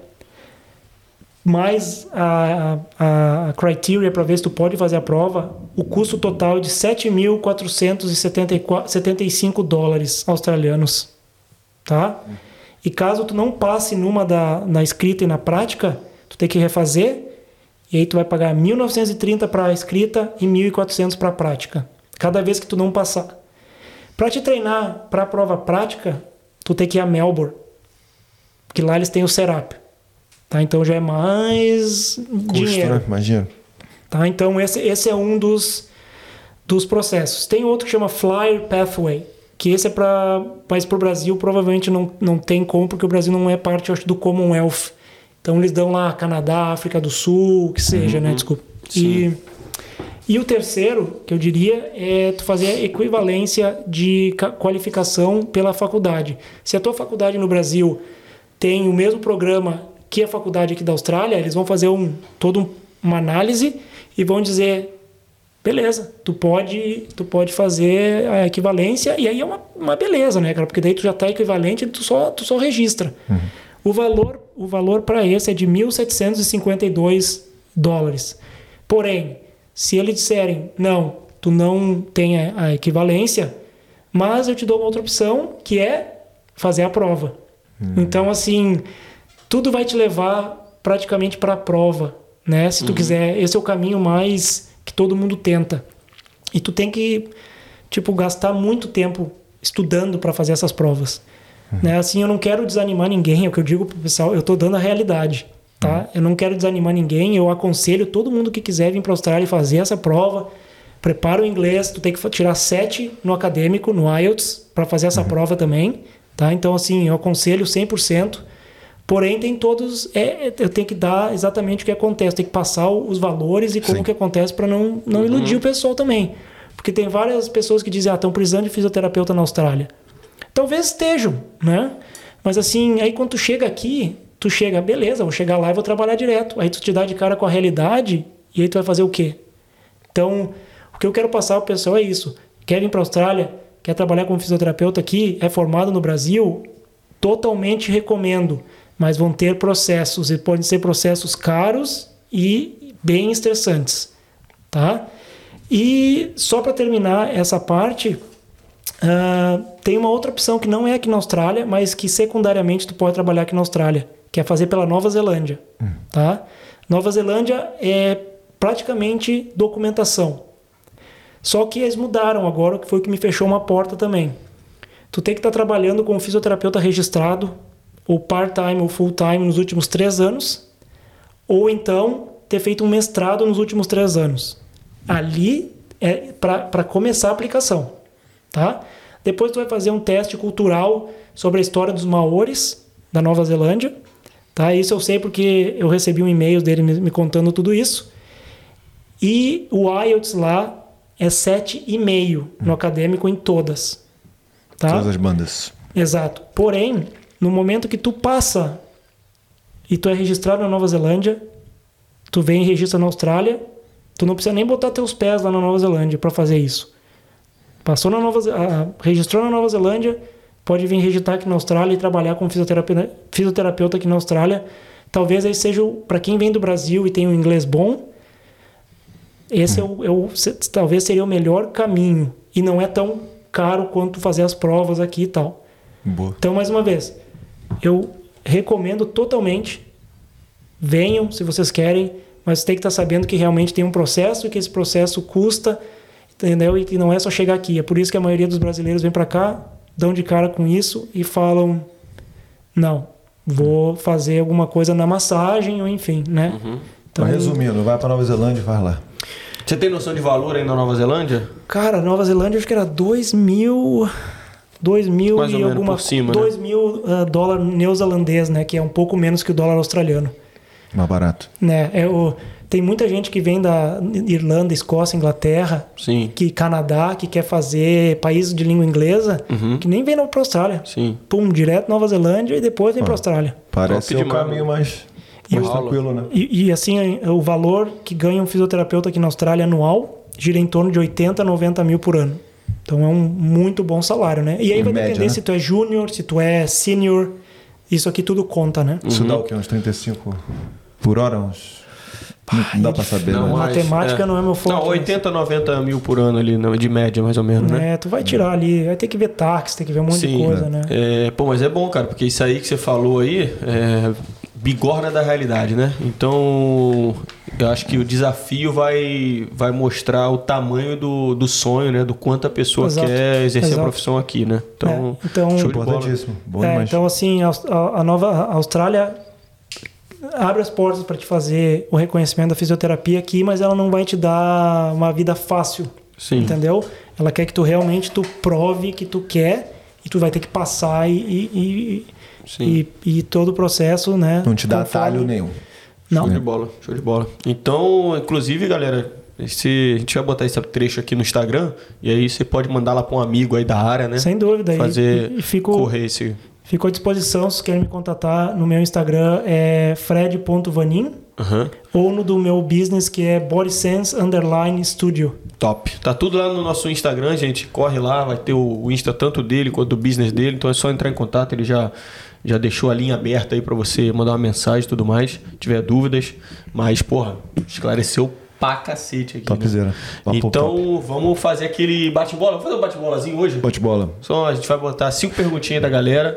mais a criteria para ver se tu pode fazer a prova, o custo total é de $7.475 australianos, tá? E caso tu não passe numa na escrita e na prática, tu tem que refazer, e aí tu vai pagar 1.930 para a escrita e 1.400 para a prática. Cada vez que tu não passar. Para te treinar para a prova prática, tu tem que ir a Melbourne, que lá eles têm o Serap. Tá? Então já é mais dinheiro. Né? Mais dinheiro. Tá? Então esse é um dos processos. Tem outro que chama Flyer Pathway, que esse é mas para o Brasil provavelmente não tem como, porque o Brasil não é parte, eu acho, do Commonwealth. Então eles dão lá Canadá, África do Sul, o que seja, né? Desculpa. E o terceiro, que eu diria, é tu fazer a equivalência de qualificação pela faculdade. Se a tua faculdade no Brasil tem o mesmo programa que a faculdade aqui da Austrália, eles vão fazer toda uma análise e vão dizer, beleza, tu pode fazer a equivalência, e aí é uma beleza, né, cara? Porque daí tu já está equivalente e tu só registra. O valor para esse é de $1.752. Porém, se eles disserem, não, tu não tem a equivalência, mas eu te dou uma outra opção, que é fazer a prova. Então, assim, tudo vai te levar praticamente para a prova, né? Se tu quiser, esse é o caminho mais que todo mundo tenta. E tu tem que, gastar muito tempo estudando para fazer essas provas. Né? Assim, eu não quero desanimar ninguém, é o que eu digo pro pessoal, eu estou dando a realidade. Tá? Eu não quero desanimar ninguém, eu aconselho todo mundo que quiser vir para a Austrália e fazer essa prova. Prepara o inglês, tu tem que tirar 7 no acadêmico, no IELTS, para fazer essa prova também. Tá? Então, assim, eu aconselho 100%. Porém, tem todos... eu tenho que dar exatamente o que acontece. Tem que passar os valores e como que acontece para não iludir o pessoal também. Porque tem várias pessoas que dizem, estão precisando de fisioterapeuta na Austrália. Talvez estejam, né? Mas assim, aí quando tu chega aqui, beleza, vou chegar lá e vou trabalhar direto. Aí tu te dá de cara com a realidade e aí tu vai fazer o quê? Então, o que eu quero passar pro pessoal é isso. Quer vir para a Austrália, quer trabalhar como fisioterapeuta aqui, é formado no Brasil, totalmente recomendo. Mas vão ter processos, e podem ser processos caros e bem estressantes. Tá? E só para terminar essa parte... tem uma outra opção que não é aqui na Austrália, mas que secundariamente tu pode trabalhar aqui na Austrália, que é fazer pela Nova Zelândia. Tá? Nova Zelândia é praticamente documentação. Só que eles mudaram agora, que foi o que me fechou uma porta também. Tu tem que estar trabalhando como fisioterapeuta registrado, ou part-time ou full-time nos últimos 3 anos, ou então ter feito um mestrado nos últimos 3 anos. Ali é para começar a aplicação. Tá? Depois tu vai fazer um teste cultural sobre a história dos maores da Nova Zelândia. Tá? Isso eu sei porque eu recebi um e-mail dele me contando tudo isso. E o IELTS lá é 7,5 no acadêmico em todas. Tá? Todas as bandas. Exato. Porém, no momento que tu passa e tu é registrado na Nova Zelândia, tu vem e registra na Austrália, tu não precisa nem botar teus pés lá na Nova Zelândia para fazer isso. Passou registrou na Nova Zelândia, pode vir registrar aqui na Austrália e trabalhar como fisioterapeuta aqui na Austrália. Talvez aí seja, para quem vem do Brasil e tem um inglês bom, esse talvez seria o melhor caminho. E não é tão caro quanto fazer as provas aqui e tal. Boa. Então, mais uma vez, eu recomendo totalmente, venham se vocês querem, mas tem que estar sabendo que realmente tem um processo e que esse processo custa, entendeu? E que não é só chegar aqui. É por isso que a maioria dos brasileiros vem para cá, dão de cara com isso e falam, não, vou fazer alguma coisa na massagem ou enfim, né? Então, mas resumindo, vai para Nova Zelândia e vai lá. Você tem noção de valor aí na Nova Zelândia? Cara, Nova Zelândia acho que era 2.000 mais e alguma coisa. Né? 2.000 dólar neozelandês, né? Que é um pouco menos que o dólar australiano. Mais barato. Né? Tem muita gente que vem da Irlanda, Escócia, Inglaterra, Canadá, que quer fazer países de língua inglesa, que nem vem para a Austrália. Sim. Pum, direto Nova Zelândia e depois vem para a Austrália. Parece o caminho mais tranquilo, né? E assim, o valor que ganha um fisioterapeuta aqui na Austrália anual gira em torno de 80 a 90 mil por ano. Então é um muito bom salário, né? E aí vai depender, né? Se tu é júnior, se tu é senior, isso aqui tudo conta, né? Isso dá o quê? Uns 35 por hora? Não dá pra saber. Não, matemática não é meu foco. Não, 80, 90 mil por ano ali, de média, mais ou menos, né? Tu vai tirar ali, vai ter que ver táxi, tem que ver um monte de coisa, né? Mas é bom, cara, porque isso aí que você falou aí bigorna da realidade, né? Então, eu acho que o desafio vai mostrar o tamanho do sonho, né? Do quanto a pessoa quer exercer a profissão aqui, né? Então show de bola. Importantíssimo. Bom demais. Então, assim, a nova Austrália abre as portas para te fazer o reconhecimento da fisioterapia aqui, mas ela não vai te dar uma vida fácil, entendeu? Ela quer que tu realmente prove que tu quer e tu vai ter que passar e todo o processo, né? Não te dá atalho nenhum. Não. Show de bola. Então, inclusive, galera, a gente vai botar esse trecho aqui no Instagram e aí você pode mandar lá para um amigo aí da área, né? Sem dúvida. Correr esse... Fico à disposição, se querem me contatar no meu Instagram, é fred.vanin, ou no do meu business, que é bodysense_studio. Top. Tá tudo lá no nosso Instagram, gente. Corre lá, vai ter o Insta tanto dele quanto do business dele, então é só entrar em contato, ele já deixou a linha aberta aí para você mandar uma mensagem e tudo mais, se tiver dúvidas. Mas, esclareceu pra cacete aqui. Topzera. Né? Então, vamos fazer aquele bate-bola. Vamos fazer um bate-bolazinho hoje? Bate-bola. Só a gente vai botar 5 perguntinhas da galera.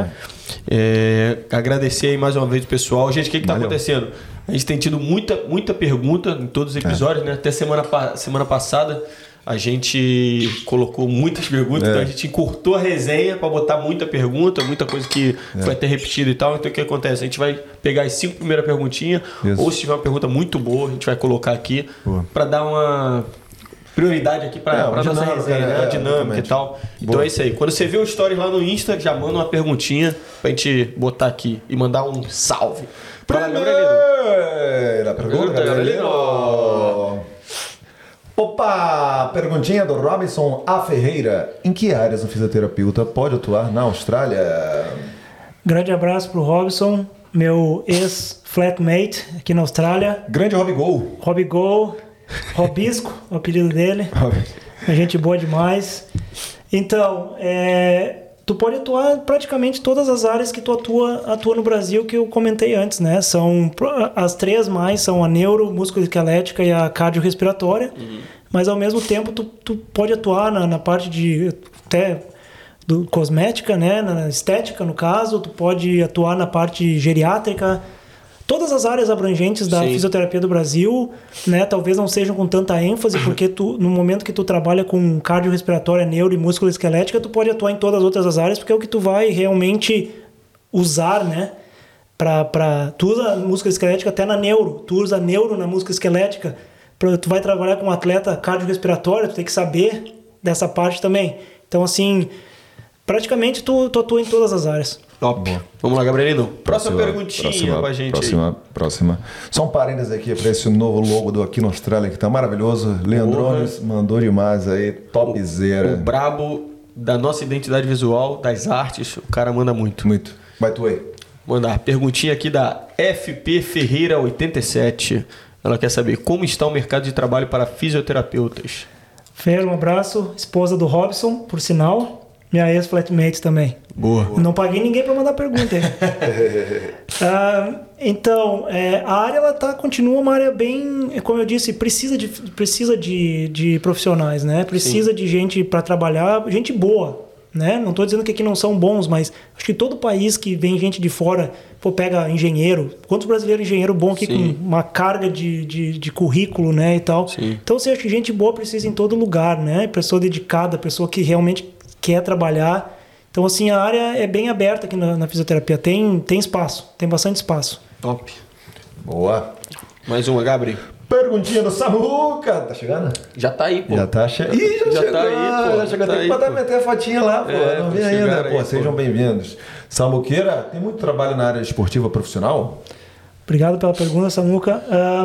Agradecer aí mais uma vez o pessoal. Gente, o que tá acontecendo? A gente tem tido muita pergunta em todos os episódios, né? Até semana passada a gente colocou muitas perguntas, então a gente encurtou a resenha para botar muita pergunta, muita coisa que foi até repetida e tal. Então o que acontece? A gente vai pegar as 5 primeiras perguntinhas, ou se tiver uma pergunta muito boa, a gente vai colocar aqui para dar uma prioridade aqui para a nossa resenha, né? A dinâmica e tal. Então é isso aí. Quando você vê o story lá no Insta, já manda uma perguntinha pra gente botar aqui e mandar um salve. Primeira pergunta, Gabrielino. Opa! Perguntinha do Robinson A. Ferreira. Em que áreas um fisioterapeuta pode atuar na Austrália? Grande abraço pro Robinson, meu ex-flatmate aqui na Austrália. Grande Robigol. Robisco, o apelido dele. Gente boa demais. Então, tu pode atuar praticamente todas as áreas que tu atua no Brasil, que eu comentei antes, né? São as 3 mais, são a neuro, musculoesquelética e a cardiorrespiratória. Mas ao mesmo tempo tu pode atuar na parte de até do cosmética, né? Na estética, no caso, tu pode atuar na parte geriátrica. Todas as áreas abrangentes da fisioterapia do Brasil, né, talvez não sejam com tanta ênfase, porque no momento que tu trabalha com cardiorrespiratória, neuro e musculoesquelética, tu pode atuar em todas as outras áreas, porque é o que tu vai realmente usar, né? Tu usa a musculoesquelética até na neuro, tu usa a neuro na musculoesquelética, tu vai trabalhar com um atleta cardiorrespiratório, tu tem que saber dessa parte também. Então, assim, praticamente tu atua em todas as áreas. Top. Boa. Vamos lá, Gabrielino. Próxima perguntinha pra gente próxima. Só um parênteses aqui para esse novo logo do Aqui na Austrália, que tá maravilhoso. Leandrones mandou demais aí, topzera. O brabo da nossa identidade visual, das artes, o cara manda muito. Muito. Vai tu aí. Mandar. Perguntinha aqui da FP Ferreira 87. Ela quer saber como está o mercado de trabalho para fisioterapeutas. Fer, um abraço. Esposa do Robson, por sinal. Minha ex-flatmate também. Boa. Não paguei ninguém para mandar pergunta. Então, a área ela continua uma área bem, como eu disse, precisa de profissionais, né? Precisa de gente para trabalhar, gente boa, né? Não estou dizendo que aqui não são bons, mas acho que todo país que vem gente de fora, pega engenheiro. Quantos brasileiros engenheiro bom aqui com uma carga de currículo, né, e tal. Então, você acha que gente boa precisa em todo lugar, né? Pessoa dedicada, pessoa que realmente quer trabalhar. Então, assim, a área é bem aberta aqui na fisioterapia. Tem espaço, tem bastante espaço. Top. Boa. Mais uma, Gabriel. Perguntinha do Samuca. Tá chegando? Já tá aí, pô. Já tá chegando. Ih, já chegou. Tá aí, pô. Já chegou. Tem que meter a fotinha lá, pô. Não vi ainda. Pô, sejam bem-vindos. Samuqueira, tem muito trabalho na área esportiva profissional? Obrigado pela pergunta, Samuca.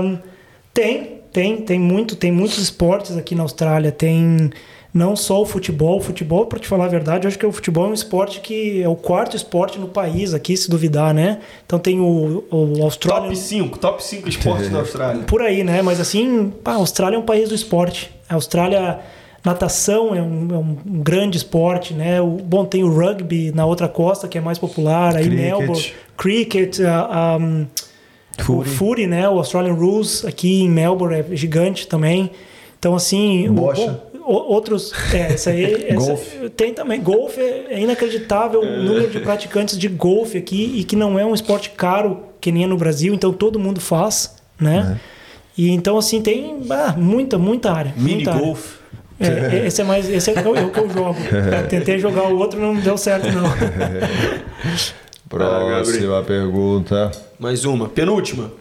Tem muitos esportes aqui na Austrália. Tem não só o futebol. Futebol, para te falar a verdade, eu acho que o futebol é um esporte que é o 4º esporte no país aqui, se duvidar, né? Então tem o Austrália... Top 5 esportes da Austrália. Por aí, né? Mas assim, a Austrália é um país do esporte. A Austrália, natação é um grande esporte, né? Tem o rugby na outra costa, que é mais popular. Aí Melbourne, cricket, O Fury, né? O Australian Rules aqui em Melbourne é gigante também. Então, assim... Outros... Essa aí... Tem também. Golfe é inacreditável o número de praticantes de golfe aqui e que não é um esporte caro que nem é no Brasil. Então, todo mundo faz, né? E então, assim, tem muita área. Mini golfe. Esse é o que eu jogo. Tentei jogar o outro, não deu certo, não. Próxima pergunta. Mais uma. Penúltima.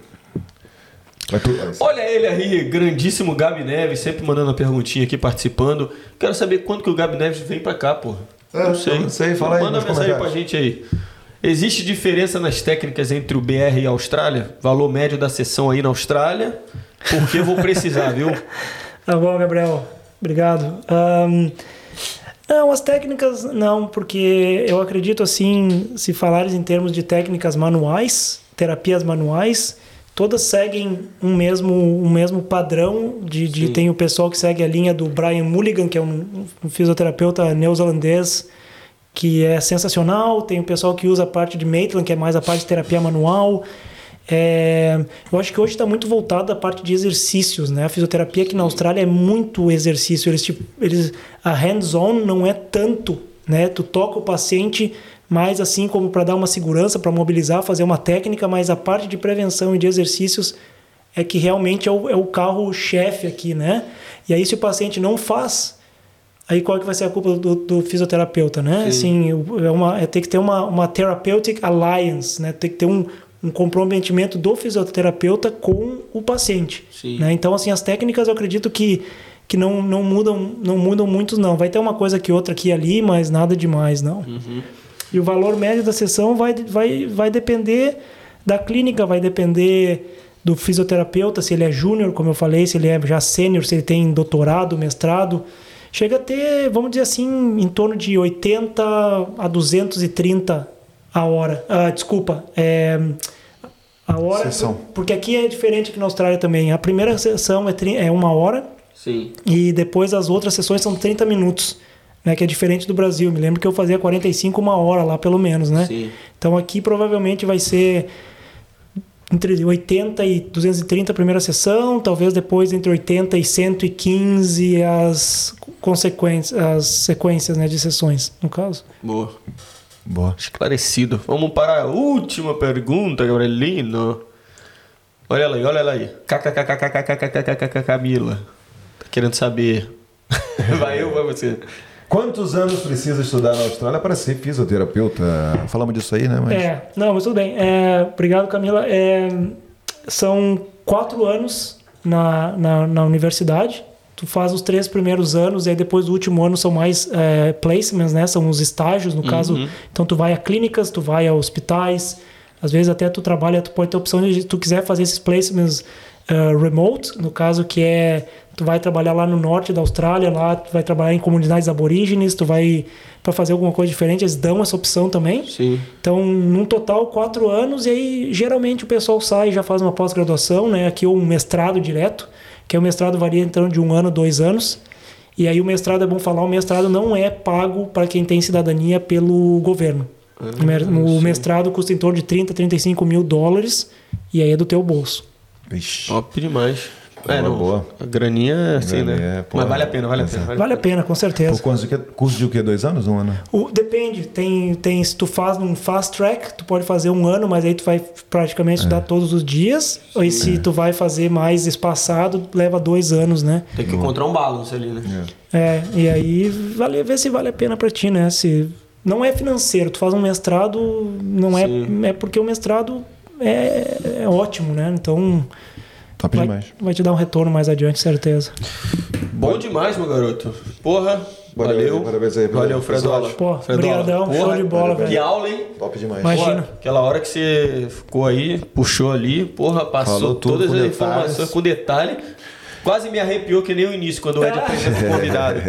Olha ele aí, grandíssimo Gabi Neves, sempre mandando uma perguntinha aqui, participando. Quero saber quando que o Gabi Neves vem pra cá, porra. Não sei, fala aí. Manda uma mensagem pra gente aí. Existe diferença nas técnicas entre o BR e a Austrália? Valor médio da sessão aí na Austrália? Porque eu vou precisar, viu? Tá bom, Gabriel. Obrigado. Não, as técnicas não, porque eu acredito assim, se falares em termos de técnicas manuais, terapias manuais, todas seguem um mesmo padrão. Tem o pessoal que segue a linha do Brian Mulligan, que é um fisioterapeuta neozelandês, que é sensacional. Tem o pessoal que usa a parte de Maitland, que é mais a parte de terapia manual. Eu acho que hoje está muito voltado à parte de exercícios, né? A fisioterapia aqui na Austrália é muito exercício. A hands-on não é tanto, né? Tu toca o paciente mais assim como para dar uma segurança, para mobilizar, fazer uma técnica, mas a parte de prevenção e de exercícios é que realmente é o carro-chefe aqui, né? E aí se o paciente não faz, aí qual que vai ser a culpa do fisioterapeuta, né? Assim, tem que ter uma therapeutic alliance, né? Tem que ter um comprometimento do fisioterapeuta com o paciente, né? Então, assim, as técnicas eu acredito que não mudam muito, não. Vai ter uma coisa aqui, outra aqui e ali, mas nada demais, não. E o valor médio da sessão vai depender da clínica, vai depender do fisioterapeuta, se ele é júnior, como eu falei, se ele é já sênior, se ele tem doutorado, mestrado. Chega a ter, vamos dizer assim, em torno de 80 a 230 a hora. A hora, sessão. Porque aqui é diferente que na Austrália também. A primeira sessão é 1 hora. Sim. E depois as outras sessões são 30 minutos. Né, que é diferente do Brasil. Me lembro que eu fazia 45, 1 hora lá, pelo menos, né? Sim. Então aqui provavelmente vai ser entre 80 e 230 a primeira sessão, talvez depois entre 80 e 115 as sequências, né, de sessões, no caso. Boa. Esclarecido. Vamos para a última pergunta, Gabrielino. Olha ela aí. Camila. Tá querendo saber. Vai eu ou vai você? Quantos anos precisa estudar na Austrália para ser fisioterapeuta? Falamos disso aí, né? Mas tudo bem. Obrigado, Camila. São 4 anos na universidade. Tu faz os 3 primeiros anos e aí depois do último ano são mais placements, né? São os estágios, no caso. Então tu vai a clínicas, tu vai a hospitais. Às vezes até tu trabalha, tu pode ter a opção de, se tu quiser fazer esses placements remote, no caso que tu vai trabalhar lá no norte da Austrália, lá tu vai trabalhar em comunidades aborígenes, tu vai para fazer alguma coisa diferente, eles dão essa opção também. Sim. Então, num total 4 anos, e aí geralmente o pessoal sai e já faz uma pós-graduação, né? Aqui um mestrado direto, que o mestrado varia então de 1 ano, 2 anos. E aí o mestrado, é bom falar, o mestrado não é pago para quem tem cidadania pelo governo. O mestrado custa em torno de 30, 35 mil dólares e aí é do teu bolso. Vixe. Top demais. Boa. A graninha é assim, né? Mas vale a pena. Vale a pena, com certeza. Curso de o quê? 2 anos? 1 ano? Depende. Tem, se tu faz um fast track, tu pode fazer 1 ano, mas aí tu vai praticamente estudar todos os dias. E se tu vai fazer mais espaçado, leva 2 anos, né? Tem que encontrar um balance ali, né? E aí ver se vale a pena pra ti, né? Se não é financeiro, tu faz um mestrado, não é porque o mestrado é ótimo, né? Então top demais. Vai te dar um retorno mais adiante, certeza. Bom demais, meu garoto. Porra, valeu. Parabéns aí. Valeu, Fredola. Obrigadão, show de bola, velho. Que aula, hein? Top demais. Imagina. Porra, aquela hora que você ficou aí, puxou ali, porra, passou todas as informações com detalhe. Quase me arrepiou que nem o início, quando o Ed apresenta o convidado.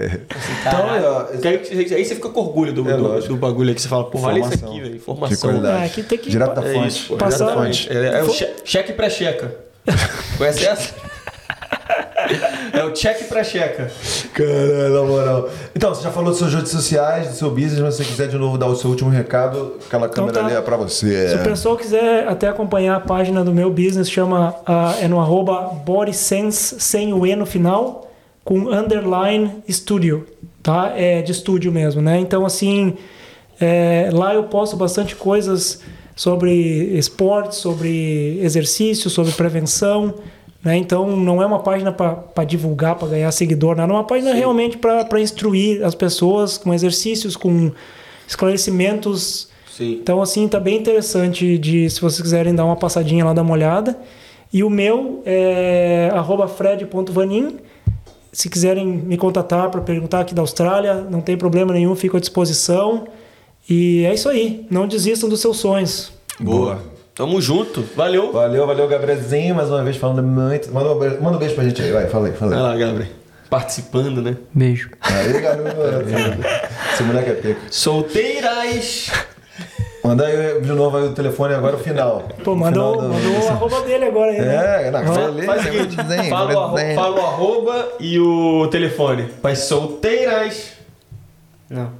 Aí você fica com orgulho do bagulho aí que você fala, porra, olha isso aqui, velho. Informação. Aqui tem que direto da fonte. Passar. É o cheque pré-checa. Conhece essa? É o cheque pra checa. Caralho, na moral. Então, você já falou dos seus redes sociais, do seu business, mas se você quiser de novo dar o seu último recado, aquela câmera ali é pra você. Se o pessoal quiser até acompanhar a página do meu business, é no @bodysense, sem o E no final, com underline studio, tá? É de estúdio mesmo, né? Então, assim, lá eu posto bastante coisas sobre esporte, sobre exercício, sobre prevenção, né? Então não é uma página para divulgar, para ganhar seguidor, não. É uma página realmente para instruir as pessoas com exercícios, com esclarecimentos. Sim. Então assim, tá bem interessante se vocês quiserem dar uma passadinha lá, dar uma olhada. E o meu é @fred.vanin. Se quiserem me contatar para perguntar aqui da Austrália, não tem problema nenhum, fico à disposição. E é isso aí, não desistam dos seus sonhos. Boa. Tamo junto. Valeu. Valeu, Gabrielzinho, mais uma vez falando muito. Manda um beijo pra gente aí, vai, fala aí. Vai lá, Gabriel. Participando, né? Beijo. Aí, garoto. Esse moleque é pico. Solteiras. Manda aí de novo aí o telefone agora, o final. Pô, mandou o arroba dele agora aí, né? Faz o seguinte, fala o arroba e o telefone. Para solteiras. Não.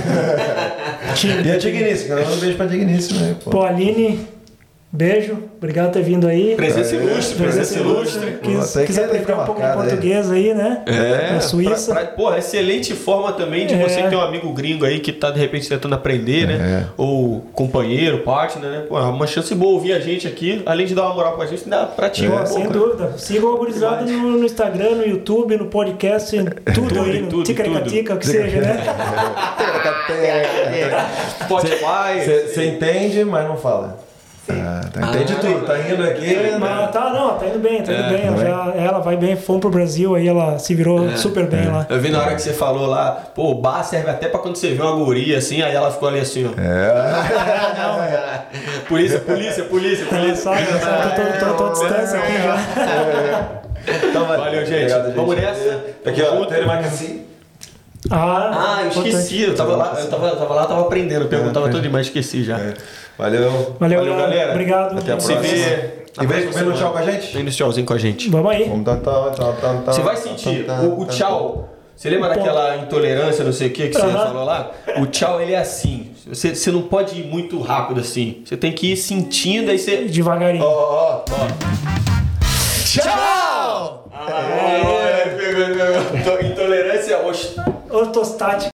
E a Digníssima, manda um beijo pra Digníssima, né? Pô, Aline, beijo, obrigado por ter vindo aí. Presença ilustre. Quiser aprender um pouco de português aí, né? Na Suíça. Porra, excelente forma também de você ter um amigo gringo aí que tá de repente tentando aprender, né? Ou companheiro, partner, né? Pô, uma chance boa ouvir a gente aqui, além de dar uma moral pra gente, dá pra ti. Sem dúvida. Sigam a gurizada no Instagram, no YouTube, no podcast, tudo aí, no Ticaracatica, o que seja, né? Spotify. Você entende, mas não fala. Entende tudo, tá indo aqui. Mas tá indo bem. Ela vai bem, fomos pro Brasil, aí ela se virou super bem lá. Eu vi na hora que você falou lá, pô, o bar serve até pra quando você vê uma guria assim, aí ela ficou ali assim, ó. Polícia. Sabe, tô à distância aqui já. Então, valeu, gente. Obrigado, vamos nessa. Aqui, ó, Telemarcaci. Eu esqueci. Eu tava lá, aprendendo. Eu perguntava todo dia, mas esqueci já. Valeu, galera. Obrigado. Até a próxima. E vem no tchau com a gente? Vem no tchauzinho com a gente. Vamos aí. Você vai sentir o tchau. Você lembra daquela intolerância, não sei o que você falou lá? O tchau, ele é assim. Você não pode ir muito rápido assim. Você tem que ir sentindo, aí você... Devagarinho. Tchau! Intolerância ortostática.